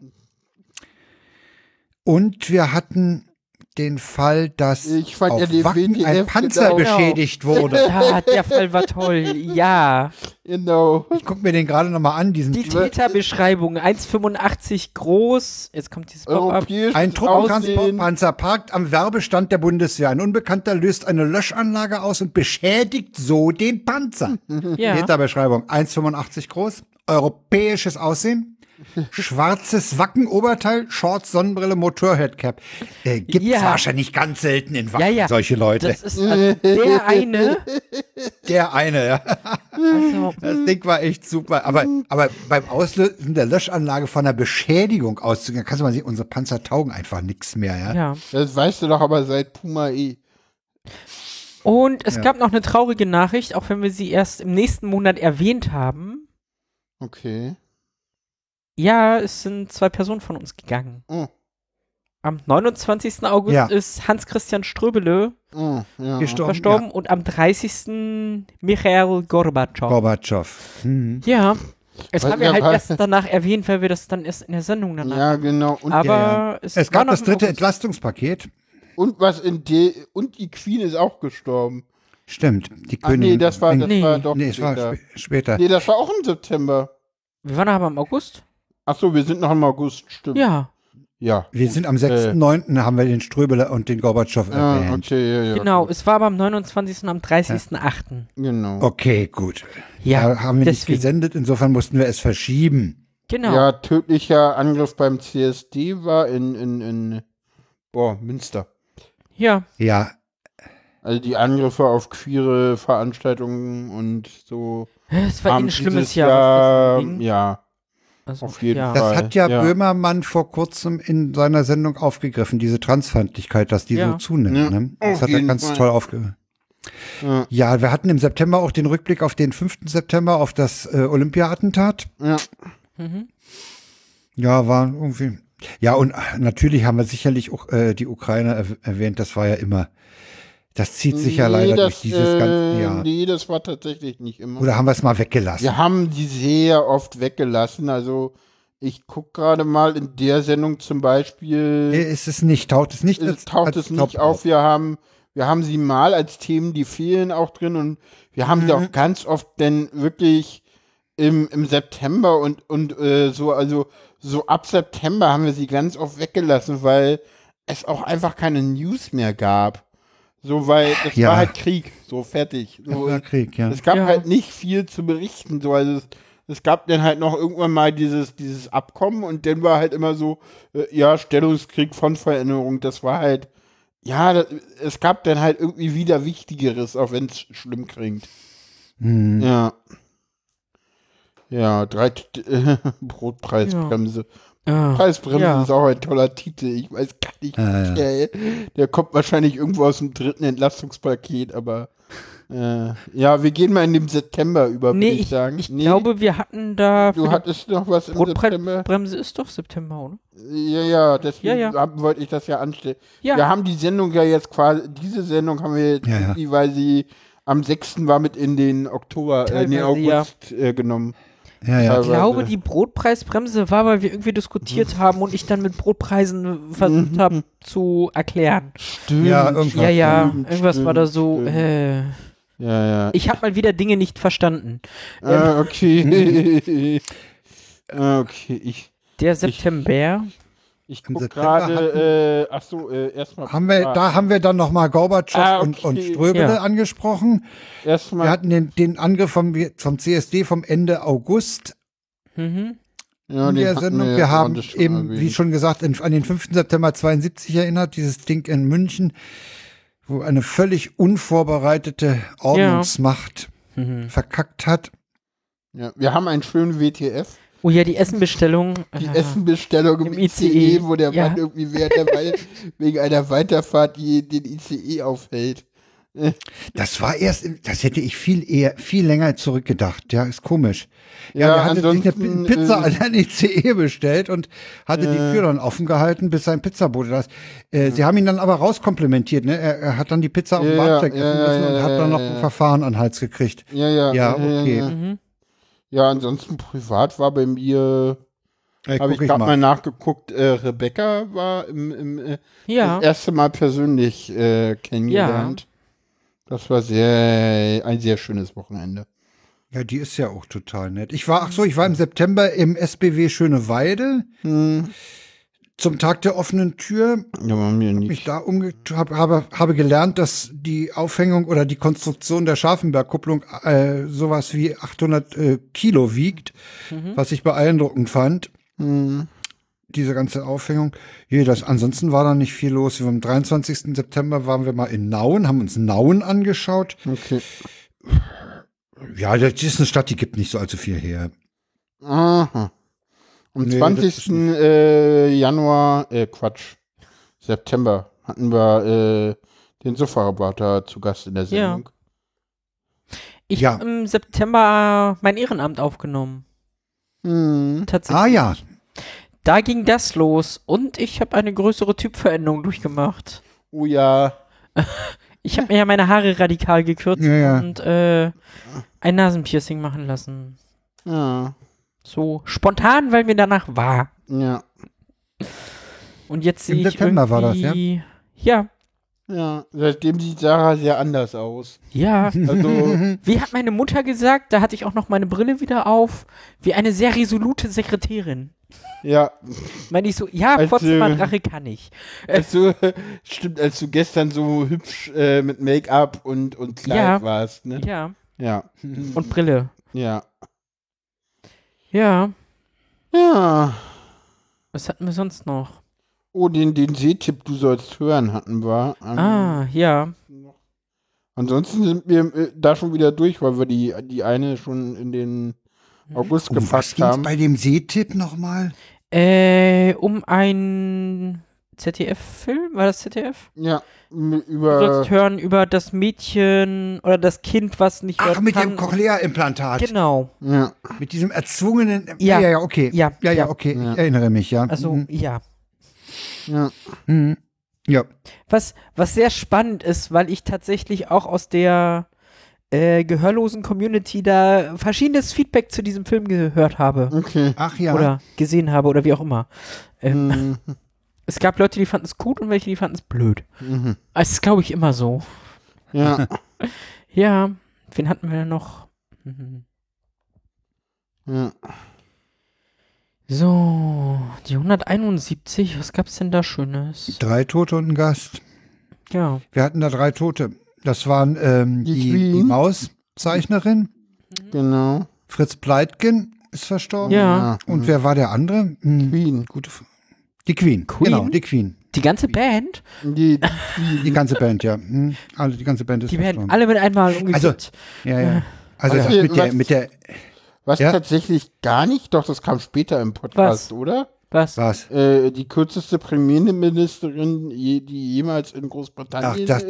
B: Und wir hatten den Fall, dass
A: Ich fand
B: auf
A: ja die
B: Wacken ein
A: WDF
B: Panzer
A: genau.
B: beschädigt wurde.
C: Ja, der Fall war toll. Ja.
A: Genau.
B: Ich guck mir den gerade nochmal an, diesen
C: Die Täterbeschreibung. 1,85 groß. Jetzt kommt dieses Pop-up.
A: Europäisches
B: Ein
A: Aussehen.
B: Truppentransportpanzer parkt am Werbestand der Bundeswehr. Ein Unbekannter löst eine Löschanlage aus und beschädigt so den Panzer.
C: Ja.
B: Täterbeschreibung 1,85 groß, europäisches Aussehen, schwarzes Wacken-Oberteil, Shorts, Sonnenbrille, Motorheadcap. Gibt's
C: Ja.
B: wahrscheinlich ganz selten in Wacken,
C: Ja, ja.
B: solche Leute.
C: Das ist der eine.
B: Der eine, ja.
C: Also,
B: Das Ding war echt super. Aber beim Auslösen der Löschanlage von einer Beschädigung auszugehen, kannst du mal sehen, unsere Panzer taugen einfach nichts mehr, ja.
C: ja.
A: Das weißt du doch aber seit Puma E.
C: Und es
B: Ja.
C: gab noch eine traurige Nachricht, auch wenn wir sie erst im nächsten Monat erwähnt haben.
A: Okay.
C: Ja, es sind 2 Personen von uns gegangen.
A: Oh.
C: Am 29. August
B: Ja.
C: ist Hans-Christian Ströbele
A: Oh, ja.
C: verstorben und am 30. Michael Gorbatschow.
B: Gorbatschow. Mhm.
C: Ja, das
A: Weil-
C: haben wir
A: ja,
C: halt
A: weil-
C: erst danach erwähnt, weil wir das dann erst in der Sendung danach.
A: Ja, genau. Und,
C: Aber
B: Ja.
C: es
B: Es
C: war
B: gab
C: noch
B: das
C: im
B: dritte
C: August.
B: Entlastungspaket.
A: und die Queen ist auch gestorben.
B: Stimmt, die
A: Ah,
B: Königin.
A: nee, das war
C: Nee.
A: doch
B: Nee, es war
A: später.
B: später.
A: Nee, das war auch im September.
C: Wir waren aber im August?
A: Ach so, wir sind noch im August, stimmt.
C: Ja,
A: Ja.
B: Wir sind am 6.9. haben wir den Ströbele und den Gorbatschow
A: Ah,
B: erwähnt.
A: okay, ja.
C: genau. Es war aber am 29. und am 30.8.
A: Genau.
B: Okay, gut.
C: Ja,
B: Da haben wir nicht
C: deswegen.
B: gesendet, insofern mussten wir es verschieben.
C: Genau.
A: Ja, tödlicher Angriff beim CSD war in Münster.
C: Ja.
B: Ja,
A: Also die Angriffe auf queere Veranstaltungen und so.
C: Es war
A: haben
C: ein schlimmes
A: dieses
C: Jahr, was das anging.
A: Ja,
C: Also,
A: auf jeden
B: Das
A: Fall.
B: hat ja Böhmermann vor kurzem in seiner Sendung aufgegriffen, diese Transfeindlichkeit, dass die
C: Ja.
B: so zunimmt.
A: Ja,
B: Ne? Das
A: auf
B: hat er
A: jeden
B: ganz
A: Fall.
B: toll aufgegriffen.
A: Ja,
B: Ja, wir hatten im September auch den Rückblick auf den 5. September, auf das Olympia-Attentat.
A: ja.
C: Mhm.
B: Ja, war irgendwie. Ja, und natürlich haben wir sicherlich auch die Ukraine erwähnt, das war ja immer. Das zieht sich ja leider durch dieses ganze Jahr.
A: Nee, das war tatsächlich nicht immer.
B: Oder haben wir es mal weggelassen?
A: Wir haben die sehr oft weggelassen. Also ich gucke gerade mal in der Sendung zum Beispiel.
B: Ist es nicht, taucht es nicht
A: Taucht
B: als
A: es
B: Top
A: nicht auf. Wir haben sie mal als Themen, die fehlen auch drin und wir haben sie auch ganz oft denn wirklich im September und so, also so ab September haben wir sie ganz oft weggelassen, weil es auch einfach keine News mehr gab. So, weil das
B: Ja.
A: war halt Krieg, so fertig. So,
B: Ja, Krieg, ja.
A: es gab
C: Ja.
A: halt nicht viel zu berichten. So, also es gab dann halt noch irgendwann mal dieses Abkommen und dann war halt immer so, Stellungskrieg von Veränderung. Das war halt, es gab dann halt irgendwie wieder Wichtigeres, auch wenn es schlimm klingt.
B: Hm.
A: Ja. Ja, Brotpreisbremse.
C: Ah,
A: Preisbremse
C: ja.
A: ist auch ein toller Titel. Ich weiß gar nicht.
B: Ja.
A: Der kommt wahrscheinlich irgendwo aus dem 3. Entlastungspaket, aber wir gehen mal in den September über,
C: Nee,
A: würde ich sagen.
C: ich glaube, wir hatten da.
A: du hattest noch was im September.
C: Bremse ist doch September, oder?
A: Ja, deswegen
C: Ja.
A: wollte ich das ja anstellen.
C: Ja.
A: Wir haben die Sendung ja jetzt quasi, diese Sendung haben wir jetzt
B: Ja.
A: irgendwie, weil sie am 6. war mit in den Oktober, in den
C: Teilweise,
A: August genommen.
B: Ja, ja.
C: Ich glaube, die Brotpreisbremse war, weil wir irgendwie diskutiert haben und ich dann mit Brotpreisen versucht habe zu erklären.
A: Stimmt.
B: Ja, irgendwas.
C: Ja,
A: Stimmt,
C: irgendwas war da so.
A: stimmt. Ja.
C: Ich habe mal wieder Dinge nicht verstanden.
A: Okay. Okay,
C: Der September.
A: ich
B: Im
A: guck
B: September
A: gerade, erstmal.
B: Da haben wir dann nochmal Gorbatschow und Ströbele
C: Ja.
B: angesprochen. Wir
A: Erstmal.
B: hatten den Angriff vom CSD vom Ende August
C: Mhm.
A: Ja,
B: in
A: den
B: der
A: hatten
B: Sendung.
A: ja
B: Wir haben
A: gerade schon
B: eben, wie
A: erwähnt.
B: schon gesagt, an den 5. September 72 erinnert, dieses Ding in München, wo eine völlig unvorbereitete Ordnungsmacht verkackt hat.
A: Ja, wir haben einen schönen WTF.
C: Oh ja, die Essenbestellung.
A: Die Essenbestellung im
C: Im
A: ICE,
C: ICE,
A: wo der
C: ja.
A: Mann irgendwie wegen einer Weiterfahrt den ICE aufhält.
B: Das hätte ich viel länger zurückgedacht. Ja, ist komisch.
A: Ja,
B: der hatte sich eine
A: ansonsten,
B: Pizza an den ICE bestellt und hatte die Tür dann offen gehalten, bis sein Pizzabote das. Sie haben ihn dann aber rauskomplimentiert, ne? Er hat dann die Pizza auf dem Bahnsteig essen müssen und hat dann noch ein Verfahren an den Hals gekriegt.
A: Ja,
B: okay.
C: Mhm.
A: Ja, ansonsten privat war bei mir, habe ich
B: Guck
A: gerade mal nachgeguckt, Rebecca war
C: Ja.
A: das erste Mal persönlich kennengelernt. Das war ein sehr schönes Wochenende.
B: Ja, die ist ja auch total nett. Ich war im September im SBW Schöneweide zum Tag der offenen Tür.
A: Ja, war mir
B: Mich
A: nicht.
B: da habe gelernt, dass die Aufhängung oder die Konstruktion der Scharfenbergkupplung sowas wie 800 Kilo wiegt, was ich beeindruckend fand. Diese ganze Aufhängung. Ansonsten war da nicht viel los. Am 23. September waren wir mal in Nauen, haben uns Nauen angeschaut.
A: Okay.
B: Ja, das ist eine Stadt, die gibt nicht so allzu viel her.
A: Aha. Am
B: Nee,
A: 20. September hatten wir den Sofa-Roboter zu Gast in der Sendung.
C: Ich
B: Ja.
C: habe im September mein Ehrenamt aufgenommen. Tatsächlich.
B: Ah ja,
C: Da ging das los und ich habe eine größere Typveränderung durchgemacht.
A: Oh ja.
C: Ich habe mir ja meine Haare radikal gekürzt
B: Ja.
C: und ein Nasenpiercing machen lassen.
A: Ja.
C: So spontan, weil mir danach war.
A: Ja.
C: Und jetzt
B: Im
C: sehe ich
B: September war das,
C: irgendwie... Ja.
A: Ja. Seitdem sieht Sarah sehr anders aus.
C: Ja.
A: Also,
C: Wie hat meine Mutter gesagt, da hatte ich auch noch meine Brille wieder auf, wie eine sehr resolute Sekretärin.
A: ja.
C: Meine ich so, ja,
A: Also-
C: Potsdamer-Drache kann ich.
A: Stimmt, als du gestern so hübsch mit Make-up und Kleid
C: Ja.
A: warst, ne?
C: Ja.
A: Ja.
C: Und Brille.
A: Ja.
C: Ja.
A: Ja.
C: Was hatten wir sonst noch?
A: Oh, den Sehtipp, du sollst hören, hatten wir.
C: Ja.
A: Ansonsten sind wir da schon wieder durch, weil wir die eine schon in den August
B: Was
A: gepackt
B: ging's
A: haben.
B: bei dem Seetipp nochmal?
C: Um einen ZDF-Film? War das ZDF?
A: Ja,
C: Du
A: über
C: sollst hören über das Mädchen oder das Kind, was nicht
B: Ach,
C: hören
B: mit
C: kann.
B: dem Cochlea-Implantat.
C: Genau.
A: ja,
B: Mit diesem erzwungenen.
C: Ja.
B: Ja, okay.
C: Ja, ja.
B: Okay.
A: Ja.
B: Ich erinnere mich, ja.
C: Also,
B: Mhm.
C: ja.
A: ja.
B: Mhm. Ja.
C: Was sehr spannend ist, weil ich tatsächlich auch aus der gehörlosen Community da verschiedenes Feedback zu diesem Film gehört habe.
A: Okay.
B: Ach ja.
C: Oder gesehen habe oder wie auch immer.
A: Mhm.
C: Es gab Leute, die fanden es gut und welche, die fanden es blöd.
A: Mhm.
C: Es ist, glaube ich, immer so.
A: Ja,
C: Ja, wen hatten wir denn noch? Mhm.
A: ja.
C: So, die 171, was gab's denn da Schönes?
B: 3 Tote und ein Gast.
C: Ja.
B: Wir hatten da 3 Tote. Das waren
A: Die
B: die
A: Queen.
B: Mauszeichnerin.
A: Genau.
B: Fritz Pleitgen ist verstorben.
C: Ja.
B: Und wer war der andere?
A: Queen.
B: Gute die Queen.
C: Queen?
B: Genau, die Queen.
C: Die ganze Band?
B: Die ganze Band, ja. Alle, die ganze Band ist
C: Die werden
B: verstorben.
C: alle mit einmal umgekippt.
B: Ja, ja. Also
A: Was-
B: das mit der
A: Was
B: Ja.
A: tatsächlich gar nicht, doch das kam später im Podcast, oder?
C: Was?
B: was?
A: Die kürzeste Premierministerin, die jemals in Großbritannien
B: Ach, das-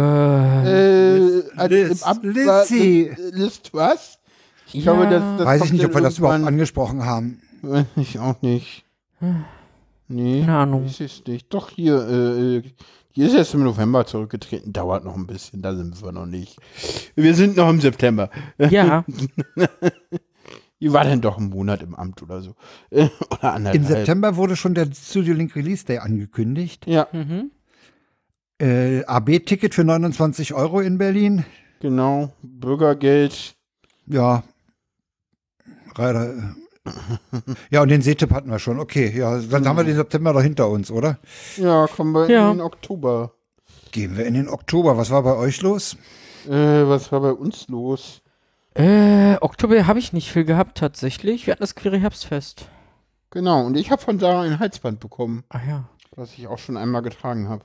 A: im Amt war.
B: Lizzie.
A: Liz was? Ich
C: Ja.
A: glaube, das
B: Weiß ich
A: kommt
B: nicht, ob wir
A: dann
B: das überhaupt
A: irgendwann-
B: angesprochen haben.
A: Ich auch nicht. Nee,
C: Keine Ahnung.
A: ist es nicht. Doch, hier, die ist erst im November zurückgetreten. Dauert noch ein bisschen, da sind wir noch nicht. Wir sind noch im September.
C: Ja.
A: Die war dann doch einen Monat im Amt oder so. Oder anderthalb.
B: Im September wurde schon der Studio Link Release Day angekündigt.
A: Ja,
C: Mhm.
B: AB-Ticket für 29 € in Berlin.
A: genau. Bürgergeld.
B: Ja. Leider. Ja, und den Seetipp hatten wir schon. Okay, ja, dann haben wir den September doch hinter uns, oder?
A: Ja, kommen wir
C: Ja.
A: in den Oktober.
B: Gehen wir in den Oktober. Was war bei euch los?
A: Was war bei uns los?
C: Oktober habe ich nicht viel gehabt tatsächlich. Wir hatten das Queere Herbstfest.
A: Genau, und ich habe von Sarah ein Halsband bekommen,
C: Ah ja.
A: was ich auch schon einmal getragen habe.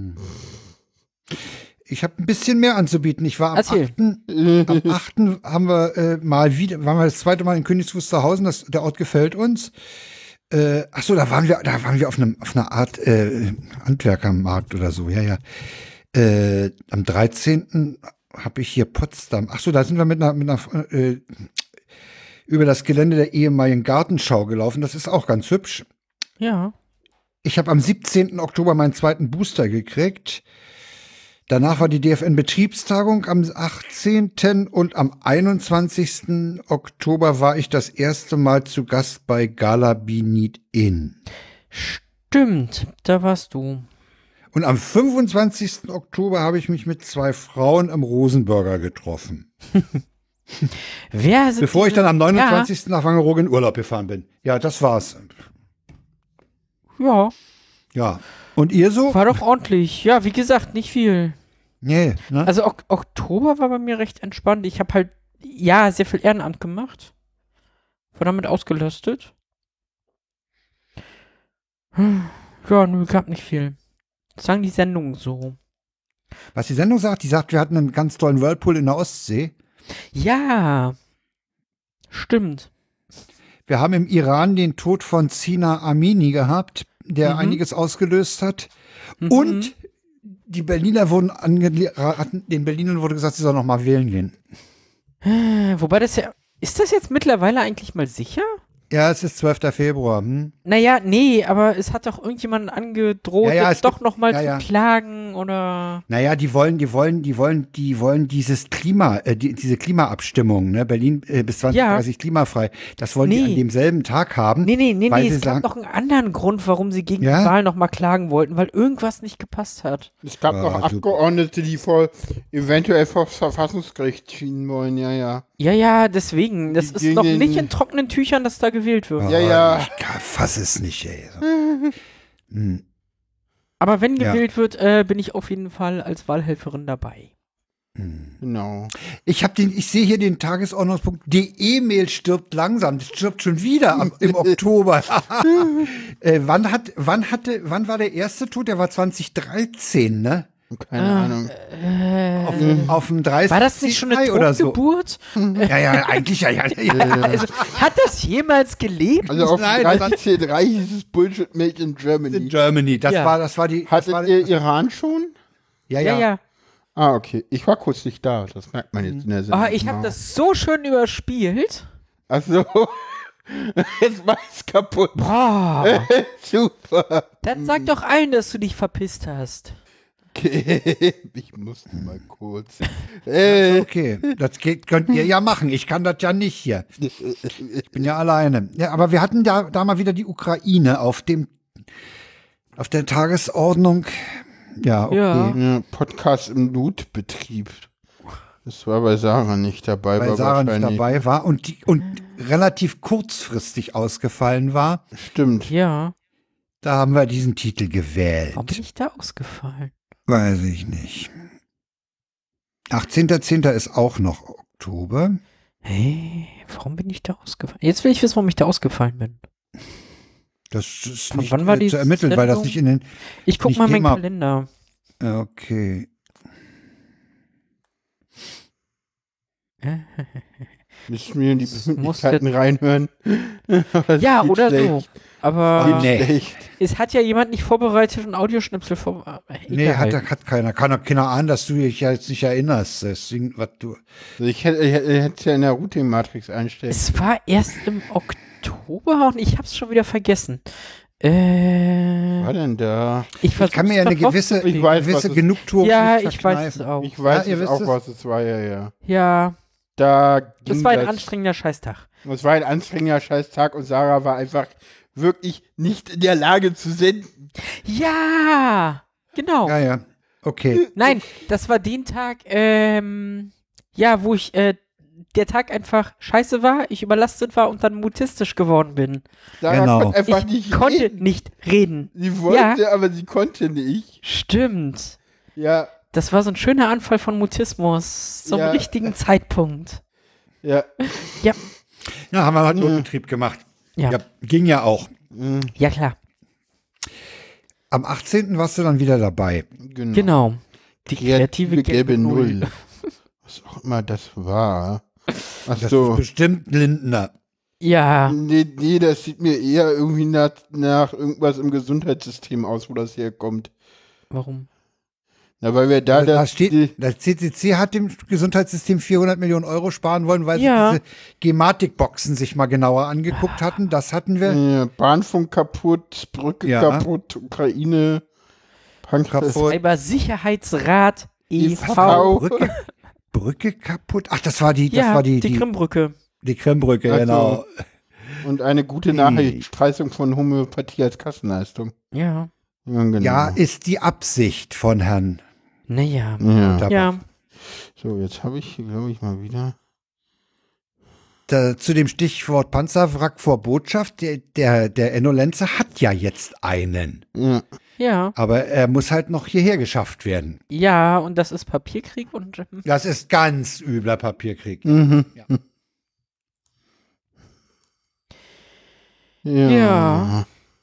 B: Ich habe ein bisschen mehr anzubieten. Ich war am
C: Erzähl.
B: 8. Am 8. haben wir waren wir das zweite Mal in Königs Wusterhausen. Der Ort gefällt uns. Ach so, da waren wir auf einer Art Handwerkermarkt oder so. Ja, ja. Am 13. habe ich hier Potsdam. Ach so, da sind wir mit einer über das Gelände der ehemaligen Gartenschau gelaufen. Das ist auch ganz hübsch.
C: Ja.
B: Ich habe am 17. Oktober meinen zweiten Booster gekriegt. Danach war die DFN-Betriebstagung am 18. und am 21. Oktober war ich das erste Mal zu Gast bei Gala Be Need In.
C: Stimmt, da warst du.
B: Und am 25. Oktober habe ich mich mit 2 Frauen am Rosenburger getroffen.
C: Wer sind
B: Bevor ich
C: diese-
B: dann am 29. nach Wangerooge in Urlaub gefahren bin. Ja, das war's.
C: Ja,
B: Ja. Und ihr so?
C: war doch ordentlich. Ja, wie gesagt, nicht viel.
B: Nee, ne?
C: Also Oktober war bei mir recht entspannt. Ich habe halt, ja, sehr viel Ehrenamt gemacht. War damit ausgelastet. Ja, nö, gab nicht viel. Das sagen die Sendungen so.
B: Was die Sendung sagt, die sagt, wir hatten einen ganz tollen Whirlpool in der Ostsee.
C: Ja, stimmt.
B: Wir haben im Iran den Tod von Zina Amini gehabt, der einiges ausgelöst hat. Und die Berliner den Berlinern wurde gesagt, sie sollen noch mal wählen gehen.
C: Wobei das ja, ist das jetzt mittlerweile eigentlich mal sicher?
B: Ja, es ist 12. Februar.
C: Naja, nee, aber es hat doch irgendjemand angedroht,
B: Ja, ja,
C: jetzt
B: es
C: doch
B: gibt-
C: noch mal
B: ja,
C: zu
B: ja.
C: klagen oder.
B: Naja, die wollen dieses diese Klimaabstimmung, ne? Berlin bis 2030 klimafrei. Das wollen die
C: Nee.
B: an demselben Tag haben.
C: Nee,
B: weil sie
C: es gab
B: sagen,
C: noch einen anderen Grund, warum sie gegen
B: Ja?
C: die Wahl noch mal klagen wollten, weil irgendwas nicht gepasst hat.
A: Es gab
B: Ah,
A: noch
B: super.
A: Abgeordnete, die eventuell vor das Verfassungsgericht schienen wollen, ja, ja.
C: Ja, deswegen. Das ist
A: Gegen
C: noch
A: den-
C: nicht in trockenen Tüchern, dass da gewählt wird.
A: Ja, ja.
B: Ich fass es nicht, ey. So.
C: Aber wenn
B: Ja.
C: gewählt wird, bin ich auf jeden Fall als Wahlhelferin dabei.
A: Genau.
B: Ich sehe hier den Tagesordnungspunkt. Die E-Mail stirbt langsam. Das stirbt schon wieder im Oktober. Wann war der erste Tod? Der war 2013, ne?
A: Keine Ahnung.
B: Auf dem 30.
C: War das nicht schon eine
B: oder so?
C: Totgeburt?
B: Ja, eigentlich ja.
C: Also, hat das jemals gelebt?
A: Also auf
B: Nein,
A: 30C3 hieß es Bullshit Made in Germany.
B: In Germany, das
C: Ja.
B: war die. Das war,
A: Hattet ihr Iran schon?
C: Ja.
A: Ah, okay. Ich war kurz nicht da. Das merkt man jetzt in der Sendung.
C: Oh, ich habe das so schön überspielt.
A: Ach so. Jetzt war es kaputt.
C: Boah.
A: Super.
C: Dann sag doch allen, dass du dich verpisst hast.
A: Okay. Ich musste mal kurz.
B: Okay, das könnt ihr ja machen. Ich kann das ja nicht hier. Ich bin ja alleine. Ja, aber wir hatten da mal wieder die Ukraine auf der Tagesordnung. Ja, okay.
C: Ja.
A: Ja, Podcast im Notbetrieb. Das war bei Sarah nicht dabei.
B: Weil
A: war
B: Sarah nicht
A: wahrscheinlich-
B: dabei war und relativ kurzfristig ausgefallen war.
A: Stimmt.
C: Ja.
B: Da haben wir diesen Titel gewählt.
C: Warum bin ich da ausgefallen?
B: Weiß ich nicht. 18.10. ist auch noch Oktober.
C: Hey, warum bin ich da ausgefallen? Jetzt will ich wissen, warum ich da ausgefallen bin.
B: Das ist
C: Von
B: nicht
C: wann war die
B: zu ermitteln, weil das
C: Sendung?
B: nicht in den.
C: Ich guck
B: Nicht
C: mal meinen
B: Thema.
C: Kalender.
B: Okay.
A: Müssen wir in die
C: Das
A: Befindlichkeiten reinhören? Das
C: Ja,
A: geht
C: oder
A: schlecht.
C: so. Aber
B: Nee.
A: Schlecht.
C: es hat ja jemand nicht vorbereitet und Audioschnipsel vor.
B: Nee,
C: Egal.
B: hat keiner. Kann auch keiner ahnen, dass du dich ja jetzt nicht erinnerst. Deswegen, was du.
A: Also ich hätte es ja in der Routing-Matrix einstellen.
C: Es war erst im Oktober und ich hab's schon wieder vergessen.
A: Was war denn da?
C: Ich
B: Kann mir ja eine gewisse
A: Ich weiß, was
B: gewisse
A: es-
B: Genugtuung
C: Ja,
B: nicht
C: ich weiß es
B: verkneifen.
C: auch.
A: Ich weiß
B: Ja, ihr
A: es
B: wisst
A: auch,
B: es?
A: was es war, ja.
C: Ja,
A: Da
C: das
A: ging
C: war ein anstrengender Scheißtag.
A: Es war ein anstrengender Scheißtag und Sarah war einfach wirklich nicht in der Lage zu senden.
C: Ja, genau.
B: Ja. Okay.
C: Nein, das war den Tag, wo ich, der Tag einfach scheiße war, ich überlastet war und dann mutistisch geworden bin.
A: Sarah
B: Genau.
A: konnte einfach
C: Ich
A: nicht
C: konnte
A: reden.
C: nicht reden.
A: Sie wollte, aber sie konnte nicht.
C: Stimmt.
A: Ja,
C: Das war so ein schöner Anfall von Mutismus zum
A: Ja.
C: richtigen Zeitpunkt.
A: ja.
B: Ja, haben wir halt Notbetrieb gemacht.
C: Ja,
B: Ja, ging ja auch.
C: ja klar.
B: Am 18. warst du dann wieder dabei.
C: Genau. Die kreative gelbe Null.
A: Was auch immer das war. Ach
B: Das
A: so.
B: ist bestimmt Lindner.
C: Ja,
A: Nee, das sieht mir eher irgendwie nach irgendwas im Gesundheitssystem aus, wo das herkommt.
C: warum?
A: Na, weil wir da
B: Da steht, das CCC hat dem Gesundheitssystem 400 Millionen Euro sparen wollen, weil
C: Ja.
B: sie diese Gematik-Boxen sich mal genauer angeguckt hatten. Das hatten wir.
A: Bahnfunk kaputt, Brücke
B: Ja.
A: kaputt, Ukraine, Pankras.
B: Kaputt.
C: Cybersicherheitsrat e.V.
A: e.V.
B: Brücke kaputt. Ach, das war die
C: Krimbrücke.
B: die Krimbrücke,
A: Ach so.
B: genau.
A: Und eine gute Nachricht, Preisung von Homöopathie als Kassenleistung.
C: Ja.
A: Ja, genau.
B: Ja, ist die Absicht von Herrn
C: Naja.
A: Ja.
B: Tabak.
C: Ja.
A: So, jetzt habe ich, glaube ich, mal wieder.
B: Zu dem Stichwort Panzerwrack vor Botschaft, der Enno Lenze hat ja jetzt einen.
A: Ja.
C: Ja.
B: Aber er muss halt noch hierher geschafft werden.
C: Ja, und das ist Papierkrieg und
B: Das ist ganz übler Papierkrieg.
A: Mhm.
B: Ja.
C: Ja.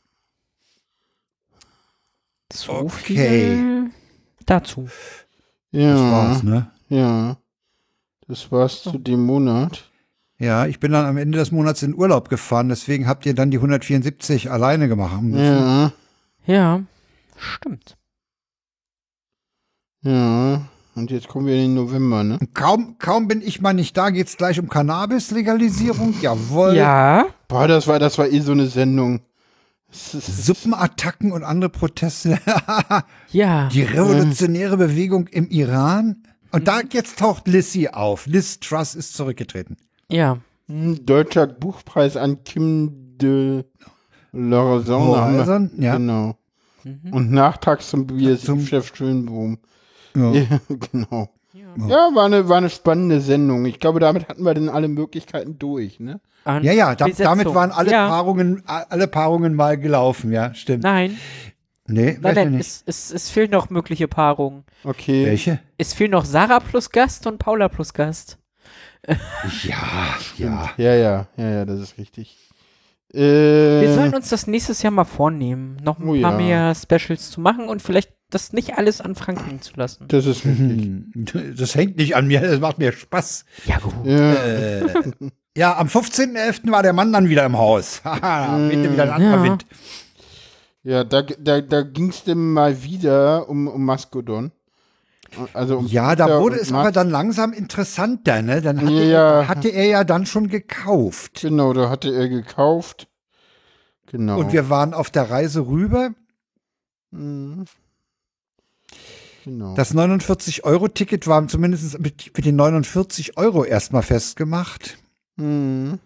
C: so
B: Okay.
C: viel dazu.
A: Ja.
B: Das war's, ne?
A: Ja. Das war's zu dem Monat.
B: Ja, ich bin dann am Ende des Monats in Urlaub gefahren, deswegen habt ihr dann die 174 alleine gemacht müssen.
A: Ja.
C: Ja, stimmt.
A: Ja. Und jetzt kommen wir in den November, ne?
B: Und kaum bin ich mal nicht da, geht's gleich um Cannabis-Legalisierung. Jawohl.
C: Ja,
A: Boah, das war eh so eine Sendung. Das ist-
B: Suppenattacken und andere Proteste.
C: ja.
B: Die revolutionäre Bewegung im Iran. Und da jetzt taucht Lizzie auf. Liz Truss ist zurückgetreten.
C: Ja.
A: Deutscher Buchpreis an Kim de Lausanne.
B: Ja.
A: Genau.
C: Mhm.
A: Und Nachtrag zum
B: Zum-
A: BSF-Chef Schönbohm.
B: Ja.
A: Ja, genau. Ja, war eine spannende Sendung. Ich glaube, damit hatten wir dann alle Möglichkeiten durch, ne?
B: Ja, damit
C: Besetzung.
B: waren alle
C: Ja.
B: Paarungen mal gelaufen, ja, stimmt.
C: Nein,
B: Nee, weiß ich
C: nein,
B: nicht.
C: es fehlen noch mögliche Paarungen.
A: Okay.
B: Welche?
C: Es fehlen noch Sarah plus Gast und Paula plus Gast.
B: Ja.
A: Ja, das ist richtig.
C: Wir sollen uns das nächstes Jahr mal vornehmen, noch ein
A: Oh
C: paar
A: ja.
C: mehr Specials zu machen und vielleicht das nicht alles an Frank hängen zu lassen.
A: Das ist richtig.
B: Das hängt nicht an mir, das macht mir Spaß.
C: Ja, gut.
A: Ja.
B: Ja, am 15.11. war der Mann dann wieder im Haus. Haha, wehte wieder ein anderer
C: Ja.
B: Wind.
A: Ja, da ging es dann mal wieder um Mastodon. Also um
B: Ja, da
A: Twitter
B: wurde
A: und
B: es aber dann langsam interessanter, ne? Dann
A: Ja.
B: hatte er ja dann schon gekauft.
A: Genau, da hatte er gekauft. Genau.
B: Und wir waren auf der Reise rüber.
A: Mhm. Genau.
B: Das 49-Euro-Ticket war zumindest mit den 49 Euro erstmal festgemacht.
A: Mhm.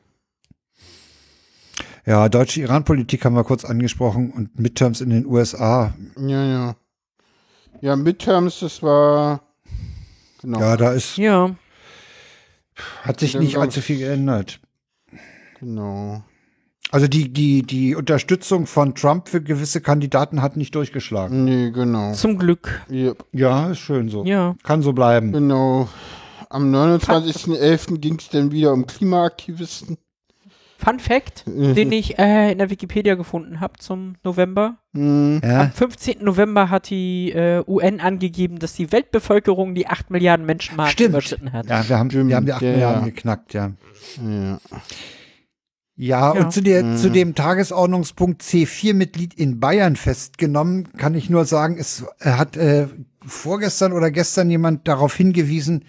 B: Ja, deutsche Iran-Politik haben wir kurz angesprochen und Midterms in den USA.
A: Ja. Ja, Midterms, das war. Genau.
B: Ja,
C: Ja.
B: hat sich
A: Dann
B: nicht
A: glaub
B: allzu
A: ich-
B: viel geändert.
A: Genau.
B: Also die Unterstützung von Trump für gewisse Kandidaten hat nicht durchgeschlagen.
A: Nee, genau.
C: Zum Glück.
A: Yep.
B: Ja, ist schön so.
C: Ja.
B: Kann so bleiben.
A: Genau. Am 29.11. ging es dann wieder um Klimaaktivisten.
C: Fun Fact, den ich in der Wikipedia gefunden habe zum November.
A: Mhm.
B: Ja.
C: Am 15. November hat die UN angegeben, dass die Weltbevölkerung die 8 Milliarden Menschenmarke
B: Stimmt.
C: überschritten hat.
B: Ja, wir haben die 8
A: Ja,
B: Milliarden
A: ja.
B: geknackt, ja.
A: Ja.
B: Ja,
C: Ja.
B: und zu dem Tagesordnungspunkt C4-Mitglied in Bayern festgenommen, kann ich nur sagen, es hat vorgestern oder gestern jemand darauf hingewiesen,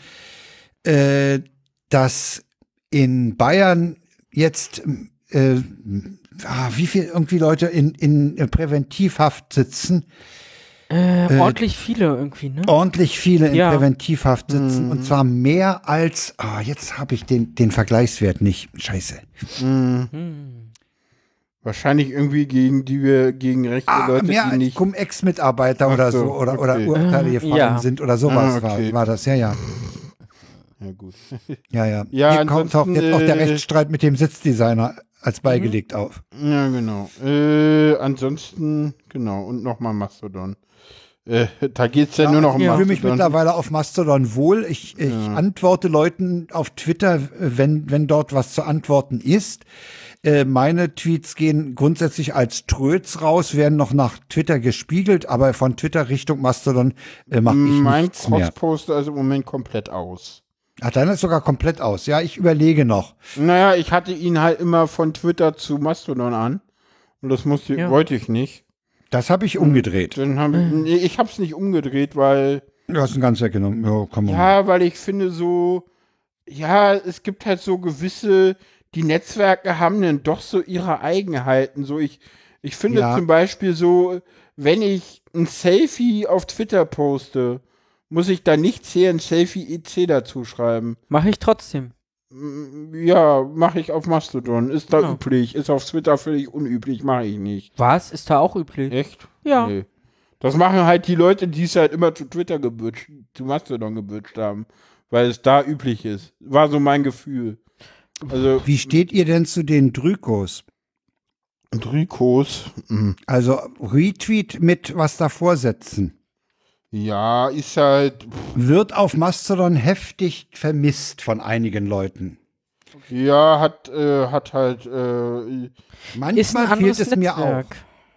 B: dass in Bayern jetzt wie viel irgendwie Leute in Präventivhaft sitzen,
C: Ordentlich viele irgendwie, ne?
B: ordentlich viele in
C: Ja.
B: Präventivhaft sitzen und zwar mehr als, jetzt habe ich den Vergleichswert nicht, scheiße.
C: Hm.
A: Wahrscheinlich irgendwie gegen rechte Leute,
B: mehr
A: die
B: als
A: nicht.
B: Cum-Ex-Mitarbeiter
A: Ach
B: oder
A: so,
B: so, oder
A: okay.
B: Urteile gefallen
C: Ja.
B: sind oder sowas
A: Okay.
B: war das, ja.
A: Ja, gut.
B: Ja.
A: Ja,
B: Hier taucht
A: ansonsten,
B: jetzt auch der Rechtsstreit mit dem Sitzdesigner als beigelegt auf.
A: Ja, genau. Ansonsten, genau. Und nochmal Mastodon. Da geht es ja nur noch um
B: Ich fühle mich
A: Mastodon.
B: mittlerweile auf Mastodon wohl. Ich antworte Leuten auf Twitter, wenn dort was zu antworten ist. Meine Tweets gehen grundsätzlich als Tröts raus, werden noch nach Twitter gespiegelt, aber von Twitter Richtung Mastodon mache ich
A: Mein
B: nichts mehr.
A: Cross-Poster ist im Moment komplett aus.
B: Ach, deiner ist sogar komplett aus. Ja, ich überlege noch.
A: Naja, ich hatte ihn halt immer von Twitter zu Mastodon an. Und das wollte ich nicht.
B: Das habe ich umgedreht.
A: Dann ich habe es nicht umgedreht, weil
B: Du hast ihn ganz weggenommen. Ja, komm mal.
A: Ja, weil ich finde so, ja, es gibt halt so gewisse, die Netzwerke haben dann doch so ihre Eigenheiten. So, ich finde
B: Ja.
A: zum Beispiel so, wenn ich ein Selfie auf Twitter poste, muss ich da nicht ein Selfie EC dazu schreiben.
C: Mache ich trotzdem.
A: Ja, mache ich auf Mastodon. Ist da
C: Ja.
A: üblich. Ist auf Twitter völlig unüblich, mache ich nicht.
C: Was? Ist da auch üblich?
A: Echt?
C: Ja.
A: Nee. Das machen halt die Leute, die es halt immer zu zu Mastodon gebütscht haben, weil es da üblich ist. War so mein Gefühl. Also,
B: Wie steht ihr denn zu den Drykos?
A: Drykos,
B: Also Retweet mit was davor setzen.
A: ja, ist halt,
B: Wird auf Mastodon heftig vermisst von einigen Leuten.
A: ja, hat halt,
C: Ist ein
B: Manchmal fehlt
C: anderes
B: es mir auch.
C: Netzwerk.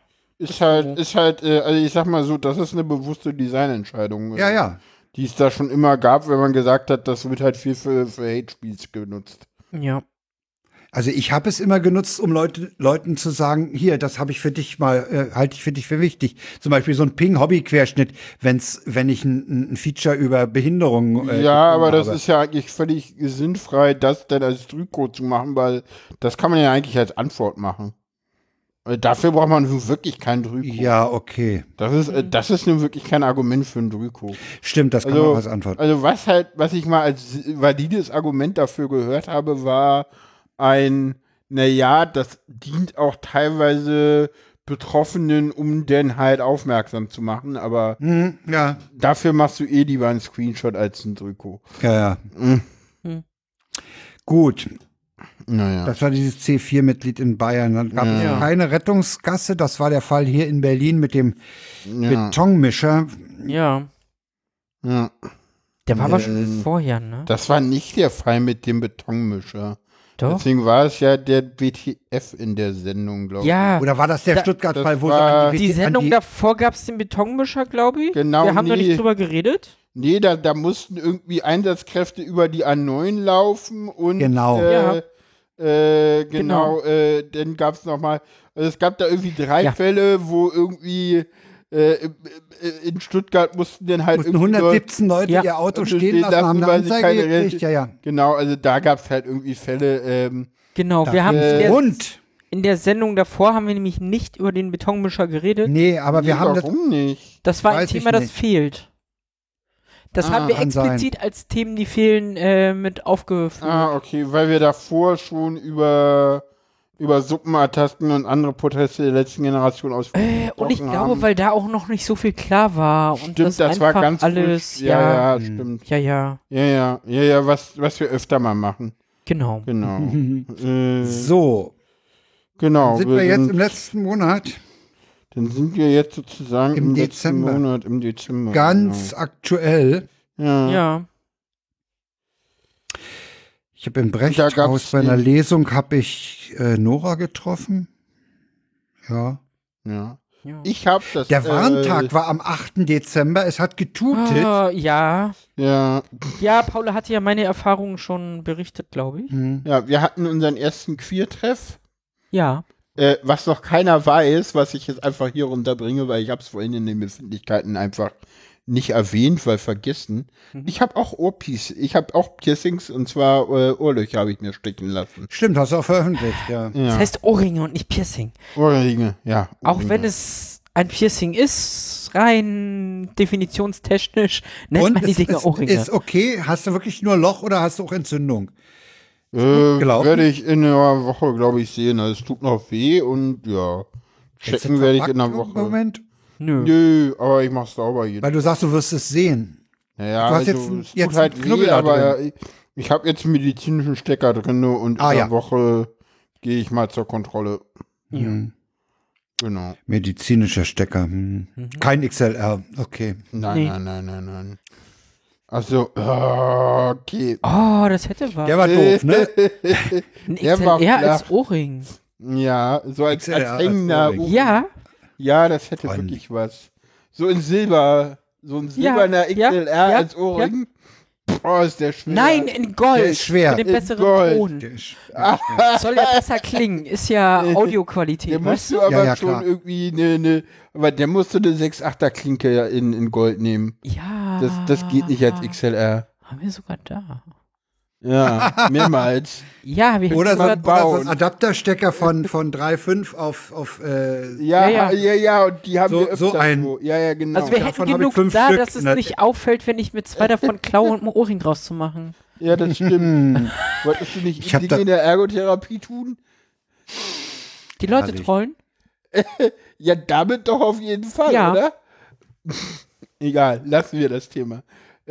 A: ist halt, also ich sag mal so, das ist eine bewusste Designentscheidung.
B: Ja, ja.
A: Die es da schon immer gab, wenn man gesagt hat, das wird halt viel für Hate-Speech genutzt.
C: Ja.
B: Also ich habe es immer genutzt, um Leuten zu sagen, hier, das habe ich für dich mal, halte ich für dich für wichtig. Zum Beispiel so ein Ping-Hobby-Querschnitt, wenn ich ein Feature über Behinderung
A: Ja, aber das
B: habe.
A: ist ja eigentlich völlig sinnfrei, das dann als Drückcode zu machen, weil das kann man ja eigentlich als Antwort machen. Dafür braucht man nun wirklich keinen Drückcode.
B: Ja, okay.
A: Das ist nun wirklich kein Argument für einen Drückcode.
B: Stimmt, das kann man auch als Antwort.
A: Also was ich mal als valides Argument dafür gehört habe, war das dient auch teilweise Betroffenen, um den halt aufmerksam zu machen, aber
B: Ja,
A: dafür machst du lieber einen Screenshot als einen Drückcode.
B: ja.
C: Mhm.
B: Gut,
A: Naja.
B: das war dieses C4-Mitglied in Bayern. Dann gab es keine Rettungsgasse. Das war der Fall hier in Berlin mit dem Betonmischer.
C: Ja.
A: Ja.
C: Der war aber schon vorher, ne?
A: Das war nicht der Fall mit dem Betonmischer.
C: Doch.
A: Deswegen war es ja der BTF in der Sendung, glaube ich.
C: Ja,
B: Oder war das der
C: Da-
B: Stuttgart-Fall,
A: das
B: wo
A: war-
B: sie
C: die
B: an
C: Sendung
B: die
C: davor gab es den Betonmischer, glaube ich.
A: Genau,
C: Wir haben da
A: nee.
C: nicht drüber geredet.
A: Nee, da mussten irgendwie Einsatzkräfte über die A9 laufen und
B: Genau.
C: Genau.
A: Dann gab es nochmal, also es gab da irgendwie 3
C: Ja.
A: Fälle, wo irgendwie in Stuttgart mussten dann halt
B: mussten
A: irgendwie
B: 117 Leute
C: Ja.
B: ihr Auto
A: stehen
B: stehen lassen,
A: lassen,
B: haben eine
A: weil sie
B: Anzeige
A: keine
B: gekriegt.
A: Rechte-
B: Ja, ja.
A: Genau, also da gab es halt irgendwie Fälle,
C: Genau, wir haben
B: Und,
C: in der Sendung davor haben wir nämlich nicht über den Betonmischer geredet.
B: nee, aber wir haben das,
A: warum nicht?
C: Das war ein
B: Weiß ich
C: Thema, das
B: nicht.
C: fehlt. Das haben wir
B: kann sein.
C: explizit als Themen, die fehlen, mit aufgeführt.
A: Ah, okay, weil wir davor schon über Suppenattacken und andere Proteste der letzten Generation aus
C: Und ich glaube, weil da auch noch nicht so viel klar war. Und
A: Stimmt, das war
C: einfach
A: ganz
C: alles,
A: frisch. Ja, stimmt.
C: ja,
A: Ja, was wir öfter mal machen.
C: genau.
A: Genau.
B: so,
A: Genau.
B: sind wir jetzt im letzten Monat
A: Dann sind wir jetzt sozusagen
B: Im
A: im
B: Dezember.
A: letzten Monat, im Dezember.
B: ganz aktuell.
A: Genau.
C: Ja.
B: Ich habe im
A: Da gab's
B: Brechthaus bei einer
A: den-
B: Lesung habe ich Nora getroffen. Ja.
A: Ja.
C: Ja.
A: Ich habe das.
B: Der Warntag war am 8. Dezember. Es hat getutet.
C: Ja.
A: Ja,
C: Ja, Paula hatte ja meine Erfahrungen schon berichtet, glaube ich.
B: Hm.
A: ja, wir hatten unseren ersten Queer-Treff.
C: Ja.
A: Was noch keiner weiß, was ich jetzt einfach hier runterbringe, weil ich habe es vorhin in den Befindlichkeiten einfach nicht erwähnt, weil vergessen. Ich habe auch ich habe auch Piercings und zwar Ohrlöcher habe ich mir stecken lassen.
B: Stimmt, hast du auch veröffentlicht, ja.
A: Ja.
C: Das heißt Ohrringe und nicht Piercing.
A: Ohrringe, ja.
C: Auch
A: Ohrringe.
C: wenn es ein Piercing ist, rein definitionstechnisch, nennt
B: Und
C: man die
B: es
C: Dinger Ohrringe.
B: ist okay. Hast du wirklich nur Loch oder hast du auch Entzündung? gelaufen?
A: Werde ich in einer Woche, glaube ich, sehen. Also es tut noch weh und ja.
B: Ist
A: Checken
B: das
A: werde ich in
B: verpackt
A: einer
B: im
A: Woche.
B: Moment?
C: Nö.
A: Nö, aber ich mach's sauber jeden.
B: Weil du sagst, du wirst es sehen.
A: Ja,
B: du hast
A: also,
B: jetzt
A: es
B: jetzt
A: tut halt
B: einen Knubbel
A: weh,
B: da
A: aber ich habe jetzt einen medizinischen Stecker drin und in
B: Ah,
A: einer
B: ja.
A: Woche gehe ich mal zur Kontrolle.
B: Hm.
A: Genau.
B: Medizinischer Stecker. Hm. Kein XLR. Okay.
A: Nein,
C: Nee.
A: nein. Also, okay.
C: Oh, das hätte was.
B: Der war doof, ne?
C: Ein
A: der war
C: XLR
A: flach.
C: als Ohrring.
A: Ja, so als
B: XLR als
A: hängender
B: Ohrring.
A: Ohrring.
C: Ja.
A: Ja, das hätte
B: Freundlich.
A: wirklich was. So in Silber. So ein silberner
C: ja,
A: XLR
C: ja,
A: als Ohrring. Oh, ist der schwer.
C: Nein, in Gold.
B: Der ist schwer.
C: Für den
A: In
C: besseren
A: Gold.
C: Ton.
B: Der ist,
C: Soll ja besser klingen. Ist ja
A: Der
C: Audioqualität,
A: musst
C: weißt
A: du
C: du?
A: aber
B: Ja,
A: schon
B: klar.
A: irgendwie aber der musst du eine 6/8er Klinke in Gold nehmen.
C: Ja.
A: Das geht nicht als XLR.
C: Haben wir sogar da.
A: Ja, mehrmals.
C: Ja, wir
B: oder, so,
C: haben
B: oder
C: sogar
B: so ein Adapterstecker von 3.5 auf
A: Ja,
C: Ja.
A: ja, und die haben
B: So-
A: wir öfter
B: so ein-
A: so. Ja, ja, genau.
C: Also wir
B: davon
C: hätten
B: habe ich
C: genug
B: 5
C: da,
B: Stück
C: dass es
B: in der-
C: nicht auffällt, wenn ich mit 2 davon klaue und einen Ohrring draus zu machen.
A: Ja, das stimmt.
B: Hm.
A: Wolltest du nicht
B: Ich hab
A: Dinge
B: da-
A: in der Ergotherapie tun?
C: Die Leute
B: Herrlich.
C: trollen?
A: Ja, damit doch auf jeden Fall,
C: Ja.
A: oder? Egal, lassen wir das Thema.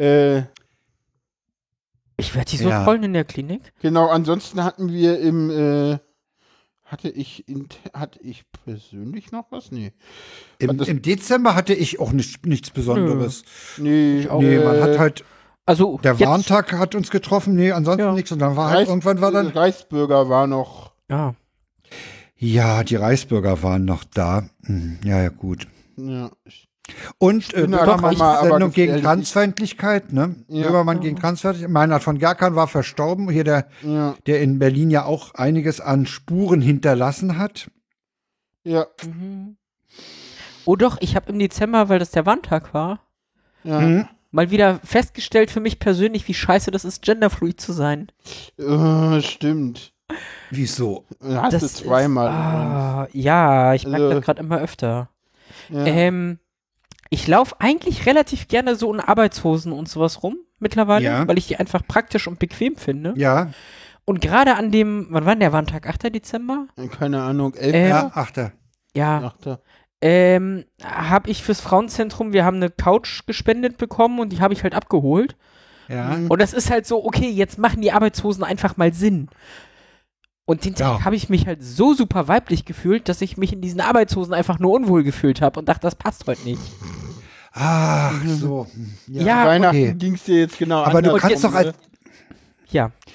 C: Ich werde die so
B: Ja.
C: trollen in der Klinik.
A: Genau, ansonsten hatten wir hatte ich persönlich noch was? Nee.
B: Im Dezember hatte ich auch nichts Besonderes.
A: Nee,
B: Nee, man hat halt,
C: Also
B: der
C: jetzt,
B: Warntag hat uns getroffen, nee, ansonsten
C: Ja.
B: nichts. Und dann war halt, irgendwann war dann,
A: Reichsbürger war noch.
C: Ja.
B: ja, die Reichsbürger waren noch da. Ja, gut.
A: Ja.
B: Und
A: bin da
B: Böhmermanns
A: doch mal aber
B: Sendung gegen
A: gefährlich.
B: Transfeindlichkeit, ne?
A: Ja.
B: Böhmermann gegen Transfeindlichkeit. Meinhard von Gerkan war verstorben, hier
A: Ja.
B: der in Berlin ja auch einiges an Spuren hinterlassen hat.
A: Ja.
C: Mhm. Oh doch, ich habe im Dezember, weil das der Warntag war,
A: Ja.
B: Mhm.
C: mal wieder festgestellt für mich persönlich, wie scheiße das ist, genderfluid zu sein.
A: Stimmt.
B: Wieso?
A: Hast
C: Das
A: du zweimal.
C: ja, ich merke
A: Also-
C: das gerade immer öfter.
A: Ja.
C: Ich laufe eigentlich relativ gerne so in Arbeitshosen und sowas rum mittlerweile,
B: Ja.
C: weil ich die einfach praktisch und bequem finde.
B: Ja,
C: Und gerade an dem, wann war denn der Warntag? 8. Dezember?
A: Keine Ahnung, 11.
B: ja, Achter.
C: Ja.
A: 8.
C: Habe ich fürs Frauenzentrum, wir haben eine Couch gespendet bekommen und die habe ich halt abgeholt.
B: Ja.
C: Und das ist halt so, okay, jetzt machen die Arbeitshosen einfach mal Sinn. Und den Tag
B: Ja.
C: habe ich mich halt so super weiblich gefühlt, dass ich mich in diesen Arbeitshosen einfach nur unwohl gefühlt habe und dachte, das passt heute nicht.
B: Ach, so.
C: Ja,
A: Weihnachten
B: okay.
A: ging es dir jetzt genau
B: Aber du
A: anders,
B: kannst doch
A: ne?
B: als,
C: Ja.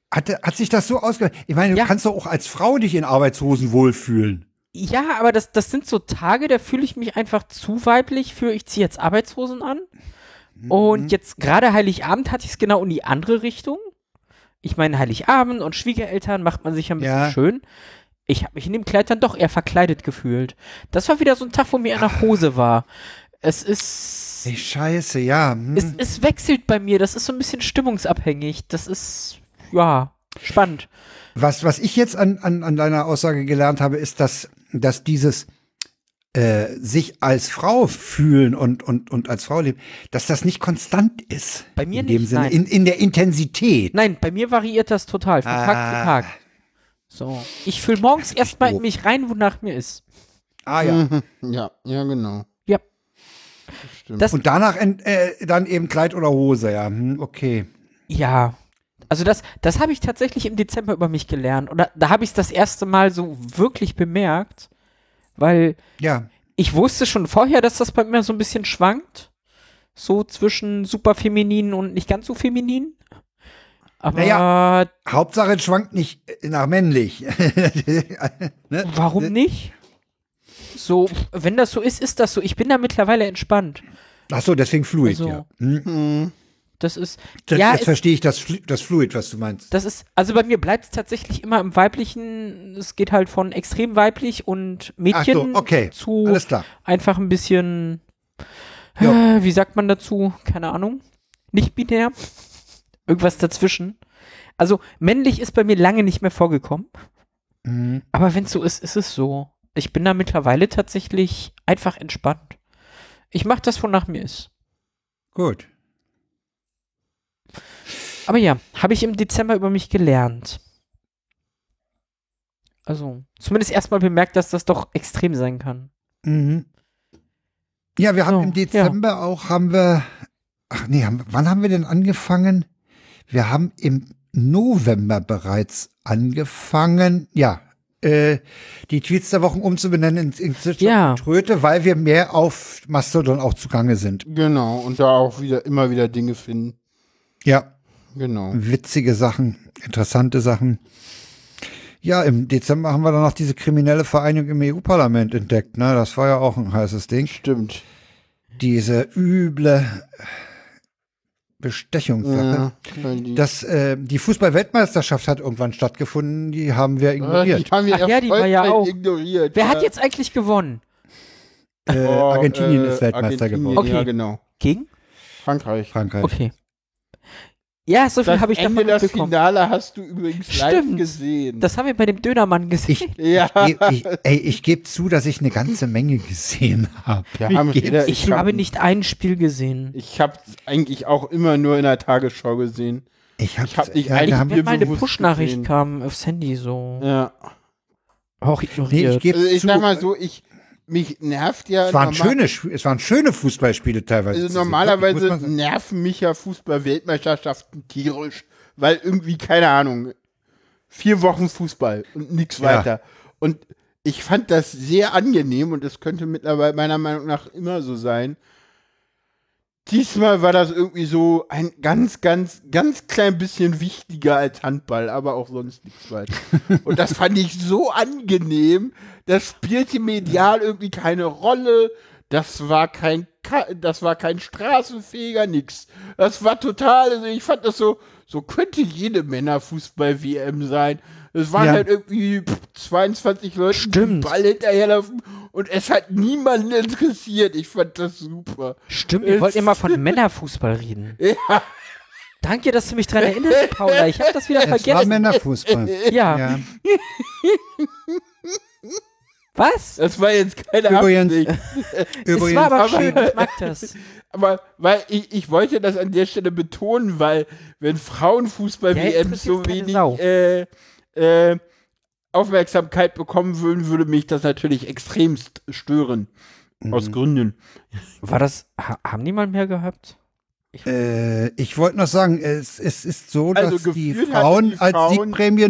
B: Hat sich das so ausgewirkt? Ich meine, du
C: Ja.
B: kannst doch auch als Frau dich in Arbeitshosen wohlfühlen.
C: Ja, aber das sind so Tage, da fühle ich mich einfach zu weiblich für, ich ziehe jetzt Arbeitshosen an. Und jetzt gerade Heiligabend hatte ich es genau in die andere Richtung. Ich meine, Heiligabend und Schwiegereltern macht man sich ja ein bisschen
B: Ja.
C: schön. Ich habe mich in dem Kleid dann doch eher verkleidet gefühlt. Das war wieder so ein Tag, wo mir eher nach Hose war. Es ist,
B: Ey, scheiße, ja.
C: es wechselt bei mir. Das ist so ein bisschen stimmungsabhängig. Das ist, ja, spannend.
B: Was ich jetzt an deiner Aussage gelernt habe, ist, dass dieses sich als Frau fühlen und als Frau leben, dass das nicht konstant ist.
C: Bei mir
B: in dem
C: nicht,
B: Sinne,
C: nein.
B: in der Intensität.
C: Nein, bei mir variiert das total, von Tag zu Tag. So. Ich fühle morgens erstmal in mich rein, wonach mir ist.
B: Ah ja.
A: Ja, genau.
C: Ja.
A: Das stimmt.
C: Das,
B: Und danach dann eben Kleid oder Hose, ja. Okay.
C: ja. Also das habe ich tatsächlich im Dezember über mich gelernt. Oder da habe ich es das erste Mal so wirklich bemerkt, weil
B: Ja.
C: ich wusste schon vorher, dass das bei mir so ein bisschen schwankt. So zwischen super feminin und nicht ganz so feminin. Aber
B: Naja. Hauptsache, es schwankt nicht nach männlich. Ne?
C: warum nicht? So, wenn das so ist, ist das so. Ich bin da mittlerweile entspannt.
B: Ach so, deswegen Fluid,
C: Also,
B: ja. Hm.
C: Das ist,
B: Jetzt
C: es-
B: verstehe ich das Fluid, was du meinst.
C: das ist, also bei mir bleibt es tatsächlich immer im Weiblichen. Es geht halt von extrem weiblich und Mädchen
B: Ach so, okay.
C: zu
B: Alles klar.
C: einfach ein bisschen,
B: Ja.
C: wie sagt man dazu? Keine Ahnung. Nicht binär. Irgendwas dazwischen. Also männlich ist bei mir lange nicht mehr vorgekommen.
B: Mhm.
C: Aber wenn es so ist, ist es so. Ich bin da mittlerweile tatsächlich einfach entspannt. Ich mache das, wonach mir ist.
B: Gut.
C: Aber ja, habe ich im Dezember über mich gelernt. Also, zumindest erstmal bemerkt, dass das doch extrem sein kann.
B: Mhm. Ja, wir haben
C: So,
B: im Dezember wann haben wir denn angefangen? Wir haben im November bereits angefangen, die Tweets der Wochen umzubenennen in Zwitscher
C: Ja.
B: und Tröte, weil wir mehr auf Mastodon auch zugange sind.
A: Genau, und da auch immer wieder Dinge finden.
B: Ja,
A: Genau.
B: witzige Sachen, interessante Sachen. Ja, im Dezember haben wir dann noch diese kriminelle Vereinigung im EU-Parlament entdeckt, ne? Das war ja auch ein heißes Ding.
A: Stimmt.
B: Diese üble Bestechungssache. Die Fußball-Weltmeisterschaft hat irgendwann stattgefunden, die haben wir ignoriert.
A: Die haben wir
C: Ach ja, die war ja
A: erfolgreich
C: auch.
A: ignoriert.
C: Wer
A: ja.
C: hat jetzt eigentlich gewonnen?
B: Argentinien ist Weltmeister
A: Argentinien,
B: geworden.
C: Okay.
A: Ja, genau.
C: Gegen?
A: Frankreich.
B: Frankreich.
C: Okay. Ja, so viel
A: Das
C: habe ich
A: Ende
C: davon
A: des
C: mitbekommen.
A: Finale hast du übrigens live
C: Stimmt.
A: gesehen.
C: Das haben wir bei dem Dönermann gesehen.
A: ja.
B: Ich gebe zu, dass ich eine ganze Menge gesehen habe.
A: Wir haben jeder-
C: Ich habe nicht ein Spiel gesehen.
A: Ich habe eigentlich auch immer nur in der Tagesschau gesehen.
B: Ich
A: hab nicht
B: ja,
A: ein-
B: da haben-
C: Wenn mal eine
A: bewusst
C: Push-Nachricht
A: gesehen.
C: kam aufs Handy so.
A: Ja.
C: Auch
B: nee,
C: ignoriert.
B: ich gebe
A: Also ich
B: zu,
A: sag mal so, mich nervt ja.
B: es waren schöne Fußballspiele teilweise.
A: Also
B: zu sehen.
A: normalerweise
B: Muss man sagen.
A: nerven mich ja Fußball-Weltmeisterschaften tierisch, weil irgendwie, keine Ahnung, 4 Wochen Fußball und nichts
B: Ja.
A: weiter. Und ich fand das sehr angenehm und das könnte mittlerweile meiner Meinung nach immer so sein. Diesmal war das irgendwie so ein ganz klein bisschen wichtiger als Handball, aber auch sonst nichts weiter. Und das fand ich so angenehm. Das spielte medial irgendwie keine Rolle. Das war kein Straßenfeger, nix. Das war total, also ich fand das so könnte jede Männerfußball-WM sein. Es waren
B: Ja.
A: halt irgendwie 22 Leute, die den
C: Stimmt.
A: Ball hinterherlaufen und es hat niemanden interessiert. Ich fand das super.
C: Stimmt, wir wollten immer von Männerfußball reden.
A: Ja.
C: Danke, dass du mich dran erinnerst, Paula. Ich habe das wieder
B: Es war
C: vergessen.
B: Männerfußball.
C: Ja.
B: Ja.
A: Das
C: Was?
A: war jetzt keine
B: Übrigens-
A: Absicht.
C: Es
B: Übrigens,
C: war aber
A: aber-
C: schön, ich mag das.
A: Aber weil ich wollte das an der Stelle betonen, weil wenn
C: Ja,
A: Frauenfußball-WM so
C: interessiert keine
A: wenig
C: Sau.
A: Aufmerksamkeit bekommen würden, würde mich das natürlich extremst stören.
B: Mhm.
A: Aus Gründen.
C: War das, haben die mal mehr gehabt?
B: ich wollte noch sagen, es ist so,
A: Also
B: dass die
A: gefühlt
B: Frauen
A: hatten die
B: als
A: Frauen-
B: Siegprämien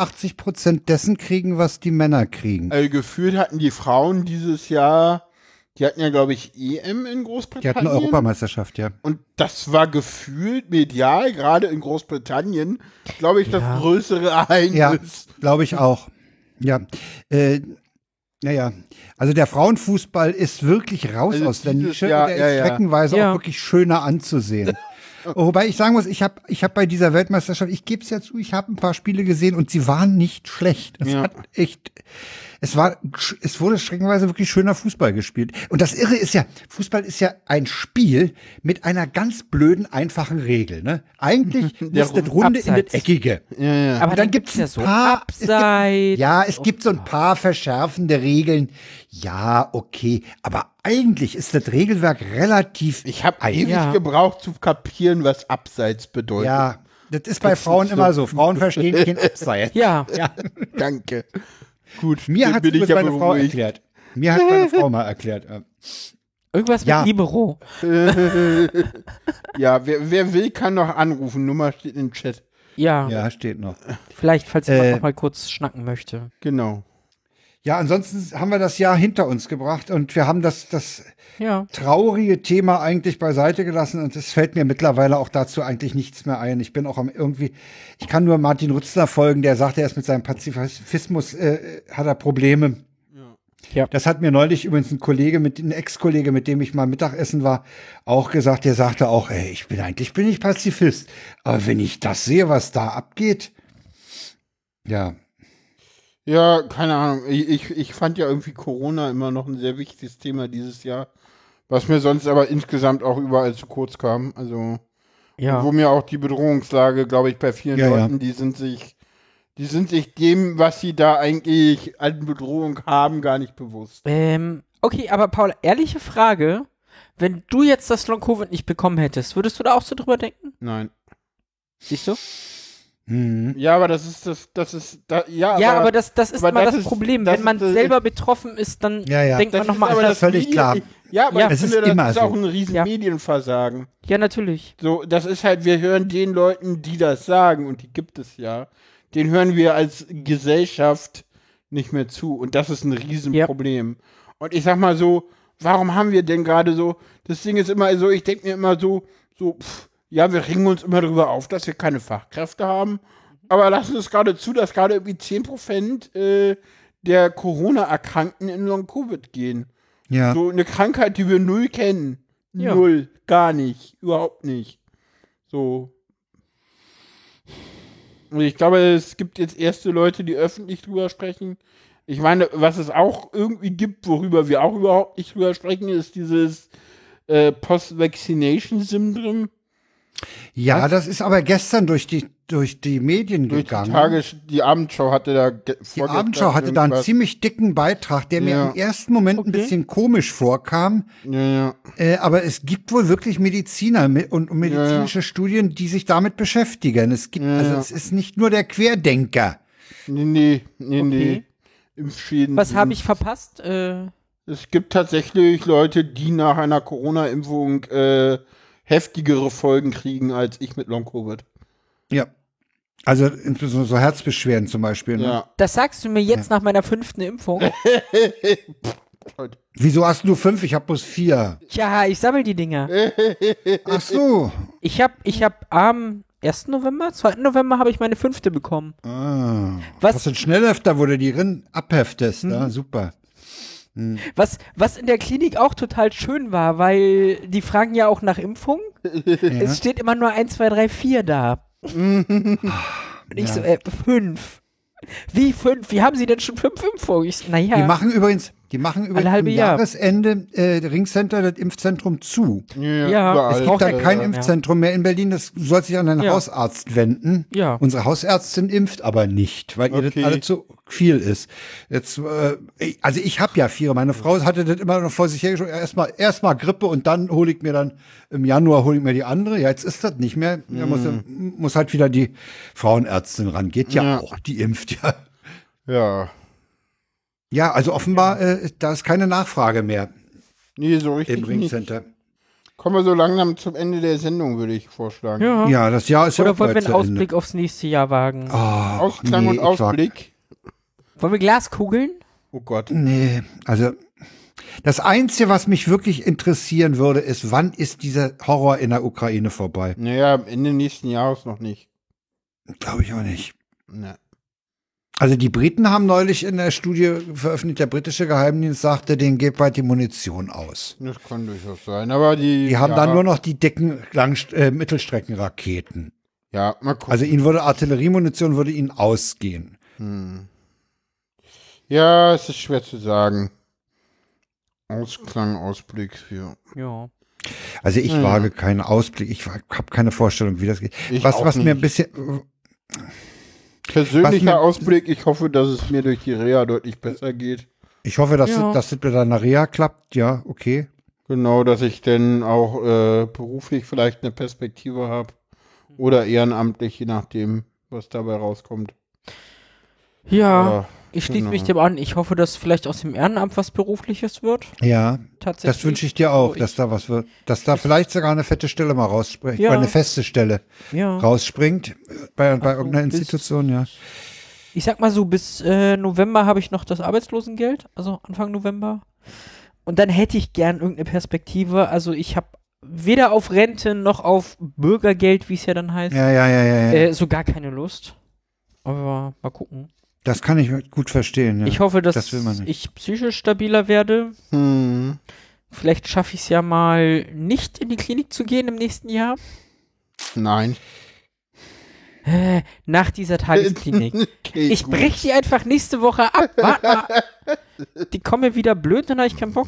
B: 85% dessen kriegen, was die Männer kriegen.
A: Also gefühlt hatten die Frauen dieses Jahr Die hatten ja, glaube ich, EM in
B: Die hatten
A: Großbritannien.
B: eine Europameisterschaft, ja.
A: Und das war gefühlt medial, gerade in Großbritannien, glaube ich, das
C: Ja.
A: größere
B: Ja,
A: Ereignis.
B: glaube ich auch. Ja. Naja, also der Frauenfußball ist wirklich raus
A: Also
B: aus der
A: dieses
B: Nische.
A: Jahr,
B: Der
A: ja,
B: ist
A: ja.
B: streckenweise
C: Ja.
B: auch wirklich schöner anzusehen. Wobei ich sagen muss, ich hab bei dieser Weltmeisterschaft, ich gebe es ja zu, ich habe ein paar Spiele gesehen und sie waren nicht schlecht.
A: Ja.
B: Es wurde streckenweise wirklich schöner Fußball gespielt. Und das Irre ist ja, Fußball ist ja ein Spiel mit einer ganz blöden, einfachen Regel. Ne? Eigentlich ist das Runde in
C: Abseits.
B: das Eckige.
A: Ja, ja.
C: Aber
B: Und dann gibt's
C: ja
B: ein
C: so
B: paar-
C: Abseits.
B: Es gibt so ein paar verschärfende Regeln. Ja, okay. Aber eigentlich ist das Regelwerk relativ
A: Ich habe
B: einfach.
A: ewig gebraucht zu kapieren, was Abseits bedeutet.
B: Ja, das ist bei Frauen immer so. Frauen verstehen kein Abseits.
C: Ja.
A: Danke. Gut,
B: Mir
A: dann
B: hat
A: bin ich
B: übrigens
A: ja
B: meine Frau
A: beruhigt.
B: erklärt. Mir hat meine Frau mal erklärt.
C: Irgendwas
B: Ja.
C: mit Libero.
A: Ja, wer will, kann noch anrufen. Nummer steht im Chat.
C: Ja,
B: Ja, steht noch.
C: vielleicht, falls jemand noch mal kurz schnacken möchte.
A: Genau.
B: Ja, ansonsten haben wir das Jahr hinter uns gebracht und wir haben das
C: Ja.
B: traurige Thema eigentlich beiseite gelassen und es fällt mir mittlerweile auch dazu eigentlich nichts mehr ein. Ich bin auch ich kann nur Martin Rützner folgen, der sagt, er ist mit seinem Pazifismus, hat er Probleme.
C: Ja.
B: Das hat mir neulich übrigens ein Ex-Kollege, mit dem ich mal Mittagessen war, auch gesagt. Der sagte auch, ey, ich bin Pazifist. Aber wenn ich das sehe, was da abgeht, ja.
A: Ja, keine Ahnung. Ich fand ja irgendwie Corona immer noch ein sehr wichtiges Thema dieses Jahr. Was mir sonst aber insgesamt auch überall zu kurz kam. Also,
C: Ja.
A: wo mir auch die Bedrohungslage, glaube ich, bei vielen
B: Ja, ja.
A: Leuten, die sind sich dem, was sie da eigentlich an Bedrohung haben, gar nicht bewusst.
C: Okay, aber Paul, ehrliche Frage. Wenn du jetzt das Long-Covid nicht bekommen hättest, würdest du da auch so drüber denken?
A: Nein.
C: Siehst du?
A: Ja, aber das ist,
C: Ja, aber das ist
A: aber
C: mal
A: das
C: das
A: ist-
C: Problem.
A: das
C: Wenn man
A: ist,
C: selber betroffen ist, dann
B: Ja, ja.
C: denkt man
A: das
C: nochmal
A: ist aber
C: an
B: das völlig klar.
A: Ja, aber
C: Ja.
A: ich
B: Es ist
A: finde, das
B: immer
A: ist
B: so.
A: auch ein riesen
C: Ja.
A: Medienversagen.
C: Ja, natürlich.
A: So, das ist halt, wir hören den Leuten, die das sagen, und die gibt es ja, den hören wir als Gesellschaft nicht mehr zu. Und das ist ein Riesenproblem. Und ich sag mal so, warum haben wir denn gerade so, das Ding ist immer so, ich denke mir immer so, ja, wir regen uns immer darüber auf, dass wir keine Fachkräfte haben, aber lassen es gerade zu, dass gerade irgendwie 10% der Corona-Erkrankten in Long-Covid gehen.
B: Ja.
A: So eine Krankheit, die wir null kennen.
C: Ja.
A: Null. Gar nicht. Überhaupt nicht. So. Und ich glaube, es gibt jetzt erste Leute, die öffentlich drüber sprechen. Ich meine, was es auch irgendwie gibt, worüber wir auch überhaupt nicht drüber sprechen, ist dieses Post-Vaccination-Syndrom.
B: Ja,
A: Was?
B: das ist aber gestern durch die Medien
A: Durch die
B: gegangen.
A: die Abendschau hatte da
B: Die Abendschau hatte da einen ziemlich dicken Beitrag, der mir
A: Ja.
B: im ersten Moment ein bisschen komisch vorkam.
A: Ja.
B: Aber es gibt wohl wirklich Mediziner und medizinische Studien, die sich damit beschäftigen. Also es ist nicht nur der Querdenker.
A: Nee.
C: Okay.
A: Impfschäden.
C: Was habe
A: sind-
C: ich verpasst?
A: Es gibt tatsächlich Leute, die nach einer Corona-Impfung heftigere Folgen kriegen als ich mit Long-Covid.
B: Ja. Also insbesondere so Herzbeschwerden zum Beispiel. Ne?
A: Ja.
C: Das sagst du mir jetzt nach meiner 5. Impfung?
B: Wieso hast du 5? Ich habe bloß 4.
C: Ja, ich sammel die Dinger.
B: Ach so.
C: Ich hab am 1. November, 2. November habe ich meine 5. bekommen.
B: Was? Das sind Schnellhefter, wo du die abheftest. Ja, super.
C: Was in der Klinik auch total schön war, weil die fragen ja auch nach Impfung. Es steht immer nur 1, 2, 3, 4 da. Und ich so, 5. Wie 5? Wie haben Sie denn schon 5 Impfungen? Ich so, naja.
B: Die machen übrigens
C: Alle halbe
B: am
C: Jahr.
B: Jahresende Ringcenter das Impfzentrum zu.
C: Ja,
A: überall.
C: es
B: Es
C: braucht
B: gibt da
C: ja-
B: kein
C: ja.
B: Impfzentrum mehr in Berlin. Das soll sich an einen
C: Ja.
B: Hausarzt wenden.
C: Ja.
B: Unsere Hausärztin impft aber nicht, weil ihr
A: Okay.
B: das alle zu viel ist. Jetzt, also ich habe ja 4. Meine Frau hatte das immer noch vor sich hergeschoben. Erstmal Grippe und dann im Januar hole ich mir die andere. Ja, jetzt ist das nicht mehr. Da muss halt wieder die Frauenärztin ran. Geht ja auch. Die impft ja.
A: Ja.
B: Ja, also offenbar, da ist keine Nachfrage mehr
A: Nee, so
B: im
A: richtig nicht.
B: Ringcenter.
A: Kommen wir so langsam zum Ende der Sendung, würde ich vorschlagen.
C: Ja.
B: Ja, das Jahr ist ja
C: Oder
B: auch
C: wollen wir
B: bald
C: einen
B: zu Ende.
C: Ausblick aufs nächste Jahr wagen?
A: Ausklang und
B: ich wag-
A: Ausblick.
C: Wollen wir Glaskugeln?
A: Oh Gott.
B: Nee, also Das Einzige, was mich wirklich interessieren würde, ist, wann ist dieser Horror in der Ukraine vorbei?
A: Naja, Ende nächsten Jahres noch nicht.
B: Glaube ich auch nicht.
A: Ne.
B: Also die Briten haben neulich in der Studie veröffentlicht, der britische Geheimdienst sagte, denen geht bald die Munition aus.
A: Das kann durchaus sein. Aber
B: Die haben dann nur noch die dicken Mittelstreckenraketen.
A: Ja, mal gucken.
B: Also ihnen würde Artilleriemunition würde ihnen ausgehen.
A: Ja, es ist schwer zu sagen. Ausklang, Ausblick für.
C: Ja.
B: Also ich wage keinen Ausblick, ich habe keine Vorstellung, wie das geht.
A: Ich
B: Was
A: auch
B: mir ein
A: nicht.
B: bisschen
A: Persönlicher Ausblick, ich hoffe, dass es mir durch die Reha deutlich besser geht.
B: Ich hoffe, dass
C: Ja.
B: das mit deiner Reha klappt. Ja, okay.
A: Genau, dass ich dann auch beruflich vielleicht eine Perspektive habe. Oder ehrenamtlich, je nachdem, was dabei rauskommt.
C: Ja, ich schließe
A: genau.
C: mich dem an. Ich hoffe, dass vielleicht aus dem Ehrenamt was Berufliches wird.
B: Ja,
C: Tatsächlich.
B: das wünsche ich dir auch,
C: Also
B: dass da was wird. Dass da vielleicht sogar eine fette Stelle mal rausspringt.
C: Ja.
B: Eine feste Stelle
C: Ja.
B: rausspringt. Bei
C: Also
B: irgendeiner
C: bis-
B: Institution, ja.
C: Ich sag mal so, bis November habe ich noch das Arbeitslosengeld, also Anfang November. Und dann hätte ich gern irgendeine Perspektive. Also ich habe weder auf Rente noch auf Bürgergeld, wie es ja dann heißt,
B: Ja.
C: so gar keine Lust. Aber mal gucken.
B: Das kann ich gut verstehen. Ja.
C: Ich hoffe, dass
B: das will man nicht.
C: ich psychisch stabiler werde. Vielleicht schaffe ich es ja mal nicht in die Klinik zu gehen im nächsten Jahr.
A: Nein.
C: Nach dieser Tagesklinik.
A: Okay,
C: Ich
A: gut.
C: breche die einfach nächste Woche ab. Warte mal. Die kommen mir wieder blöd, dann habe ich keinen Bock.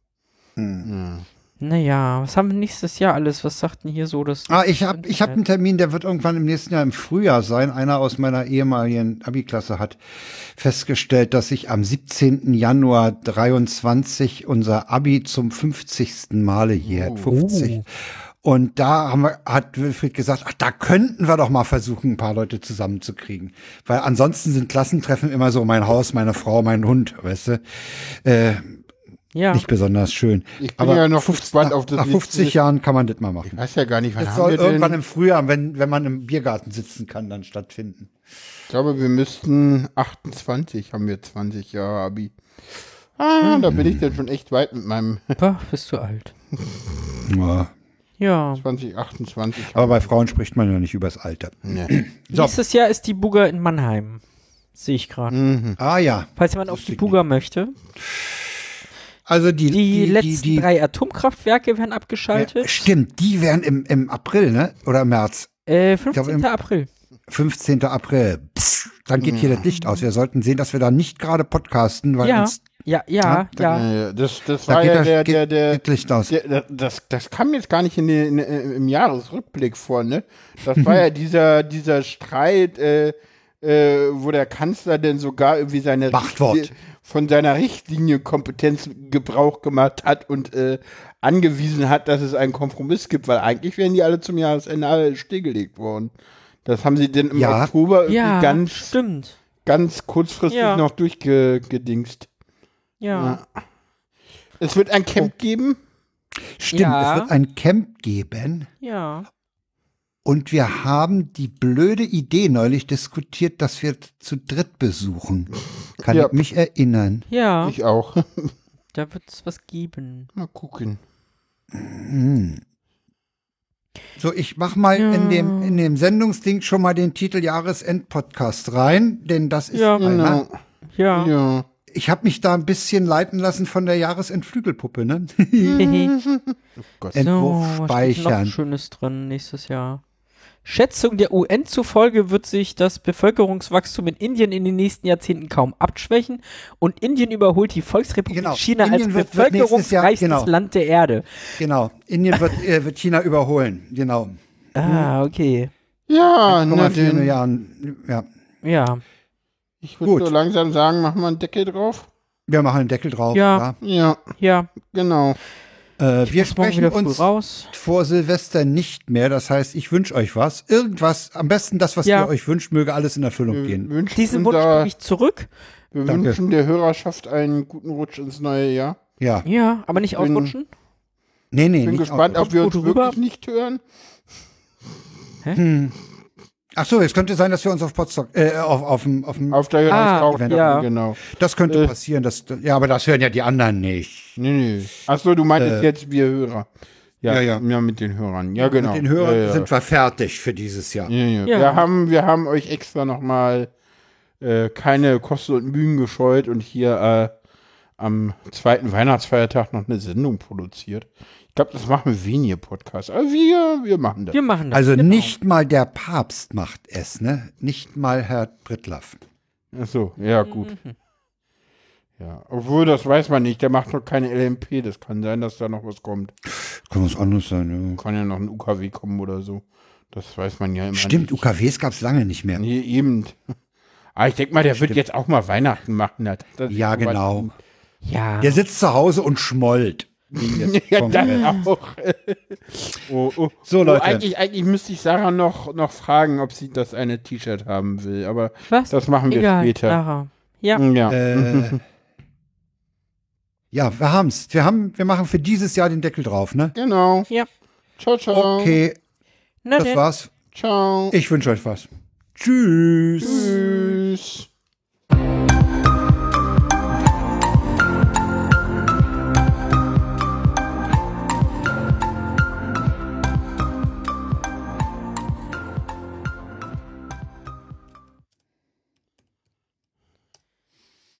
A: Ja.
C: Naja, was haben wir nächstes Jahr alles? Was sagt denn hier so das?
B: Ich hab einen Termin, der wird irgendwann im nächsten Jahr im Frühjahr sein. Einer aus meiner ehemaligen Abi-Klasse hat festgestellt, dass ich am 17. Januar 23 unser Abi zum 50. Male jährt. 50. Und da hat Wilfried gesagt, ach, da könnten wir doch mal versuchen, ein paar Leute zusammenzukriegen. Weil ansonsten sind Klassentreffen immer so mein Haus, meine Frau, mein Hund, weißt du.
C: Ja.
B: Nicht besonders schön.
A: Ich bin ja noch gespannt auf das
B: Nach 50
A: nächste-
B: Jahren kann man das mal
A: Ich
B: machen.
A: weiß ja gar nicht, wann
B: Das
A: haben
B: soll
A: wir
B: irgendwann
A: denn?
B: im Frühjahr, wenn man im Biergarten sitzen kann, dann stattfinden.
A: Ich glaube, wir müssten 28, haben wir 20 Jahre Abi. Da bin ich dann schon echt weit mit meinem
C: Bah, bist du alt.
B: Ja.
C: Ja.
A: 2028.
B: Aber bei Frauen spricht man ja nicht übers Alter.
A: Nee.
B: So.
C: Nächstes Jahr ist die Buga in Mannheim. Sehe ich gerade.
B: Ah ja.
C: Falls jemand auf die Buga möchte.
B: Also
C: Die letzten 3 Atomkraftwerke werden abgeschaltet.
B: Stimmt, die werden im April, ne? Oder im März?
C: 15. April.
B: 15. April. Psst, dann geht hier das Licht aus. Wir sollten sehen, dass wir da nicht gerade podcasten, weil
C: Ja.
B: uns
C: Ja.
A: Das
B: da
A: war
B: geht,
A: ja
B: geht Licht aus.
A: das kam jetzt gar nicht im Jahresrückblick vor, ne? Das war ja dieser Streit, wo der Kanzler denn sogar irgendwie
B: Machtwort.
A: von seiner Richtlinienkompetenz Gebrauch gemacht hat und angewiesen hat, dass es einen Kompromiss gibt, weil eigentlich wären die alle zum Jahresende alle stillgelegt worden. Das haben sie denn im
B: Ja.
A: Oktober irgendwie
C: Ja, stimmt.
A: ganz kurzfristig
C: Ja.
A: noch durchgedingst.
C: Ja.
A: Es wird ein Camp geben.
B: Stimmt,
C: Ja.
B: es wird ein Camp geben.
C: Ja.
B: Und wir haben die blöde Idee neulich diskutiert, dass wir zu dritt besuchen. Kann
A: Ja.
B: ich mich erinnern.
C: Ja.
A: Ich auch.
C: Da wird es was geben.
A: Mal gucken.
B: So, ich mach mal
C: Ja.
B: in dem Sendungsding schon mal den Titel Jahresend-Podcast rein, denn das ist
C: Ja.
B: einer.
A: Genau.
C: Ja.
A: Ja.
B: Ich habe mich da ein bisschen leiten lassen von der Jahresendflügelpuppe, ne?
A: Gott.
B: Entwurf
C: was steht noch
B: speichern.
C: Schönes drin nächstes Jahr. Schätzung der UN zufolge wird sich das Bevölkerungswachstum in Indien in den nächsten Jahrzehnten kaum abschwächen und Indien überholt die Volksrepublik
B: Genau.
C: China
B: Indien
C: als
B: wird nächstes Jahr-
C: bevölkerungsreichstes
B: genau.
C: Land der Erde.
B: Genau. Indien wird China überholen. Genau.
C: Ah, okay.
A: Ja, na
B: 1,4
A: denn.
B: Milliarden. Ja.
C: Ja.
A: Ich würde
B: Gut.
A: so langsam sagen, machen wir einen Deckel drauf.
B: Wir machen einen Deckel drauf.
C: Ja.
A: Ja,
C: Ja.
A: genau.
B: Wir
C: Muss morgen
B: sprechen
C: wieder früh
B: uns
C: raus.
B: vor Silvester nicht mehr. Das heißt, ich wünsche euch was. Irgendwas, am besten das, was
C: Ja.
B: ihr euch wünscht, möge alles in Erfüllung
A: Wir
B: gehen.
A: wünschen,
C: Diesen Wunsch gebe ich zurück.
A: wir
B: Danke.
A: wünschen der Hörerschaft einen guten Rutsch ins neue Jahr.
B: Ja.
C: Ja, aber nicht
A: Bin-
C: ausrutschen.
B: Nee,
A: Ich bin
B: nicht
A: gespannt,
B: auf-
A: ob wir uns
C: Gut rüber.
A: wirklich nicht hören.
B: Ach so, es könnte sein, dass wir uns auf Potsdok, auf dem
A: Auf der
B: Event,
C: ja.
A: genau.
B: das könnte passieren. Ja, aber das hören ja die anderen nicht.
A: Nee. Achso, du meintest jetzt wir Hörer.
B: Ja.
A: Ja, mit den Hörern. Ja, genau.
B: Mit den Hörern
A: ja.
B: sind wir fertig für dieses Jahr.
A: Ja.
C: Ja.
A: Wir haben euch extra nochmal keine Kosten und Mühen gescheut und hier am zweiten Weihnachtsfeiertag noch eine Sendung produziert. Ich glaube, das machen wenige Podcasts. Aber wir machen das.
C: Wir machen das.
B: Also
C: genau.
B: nicht mal der Papst macht es, ne? Nicht mal Herr Brittlaff.
A: Achso, ja, gut. Ja, obwohl, das weiß man nicht. Der macht noch keine LMP. Das kann sein, dass da noch was kommt.
B: Kann was anderes sein, ja.
A: Kann ja noch ein UKW kommen oder so. Das weiß man ja immer
B: Stimmt,
A: nicht.
B: UKWs gab es lange nicht mehr.
A: Nee, eben. Aber ich denke mal, der wird jetzt auch mal Weihnachten machen. Das
B: Ja, genau.
C: Ja.
B: Der sitzt zu Hause und schmollt.
A: Ja, das auch.
B: So, Leute.
A: Eigentlich müsste ich Sarah noch fragen, ob sie das eine T-Shirt haben will. Aber
C: Was?
A: das machen wir
C: Egal,
A: später.
C: Sarah. Ja.
A: Ja.
B: Ja, wir haben's. Wir machen für dieses Jahr den Deckel drauf, ne?
A: Genau.
C: Ja.
A: Ciao, ciao.
B: Okay,
C: Na
B: das
C: denn.
B: war's.
A: Ciao.
B: Ich wünsche euch was. Tschüss.
A: Tschüss.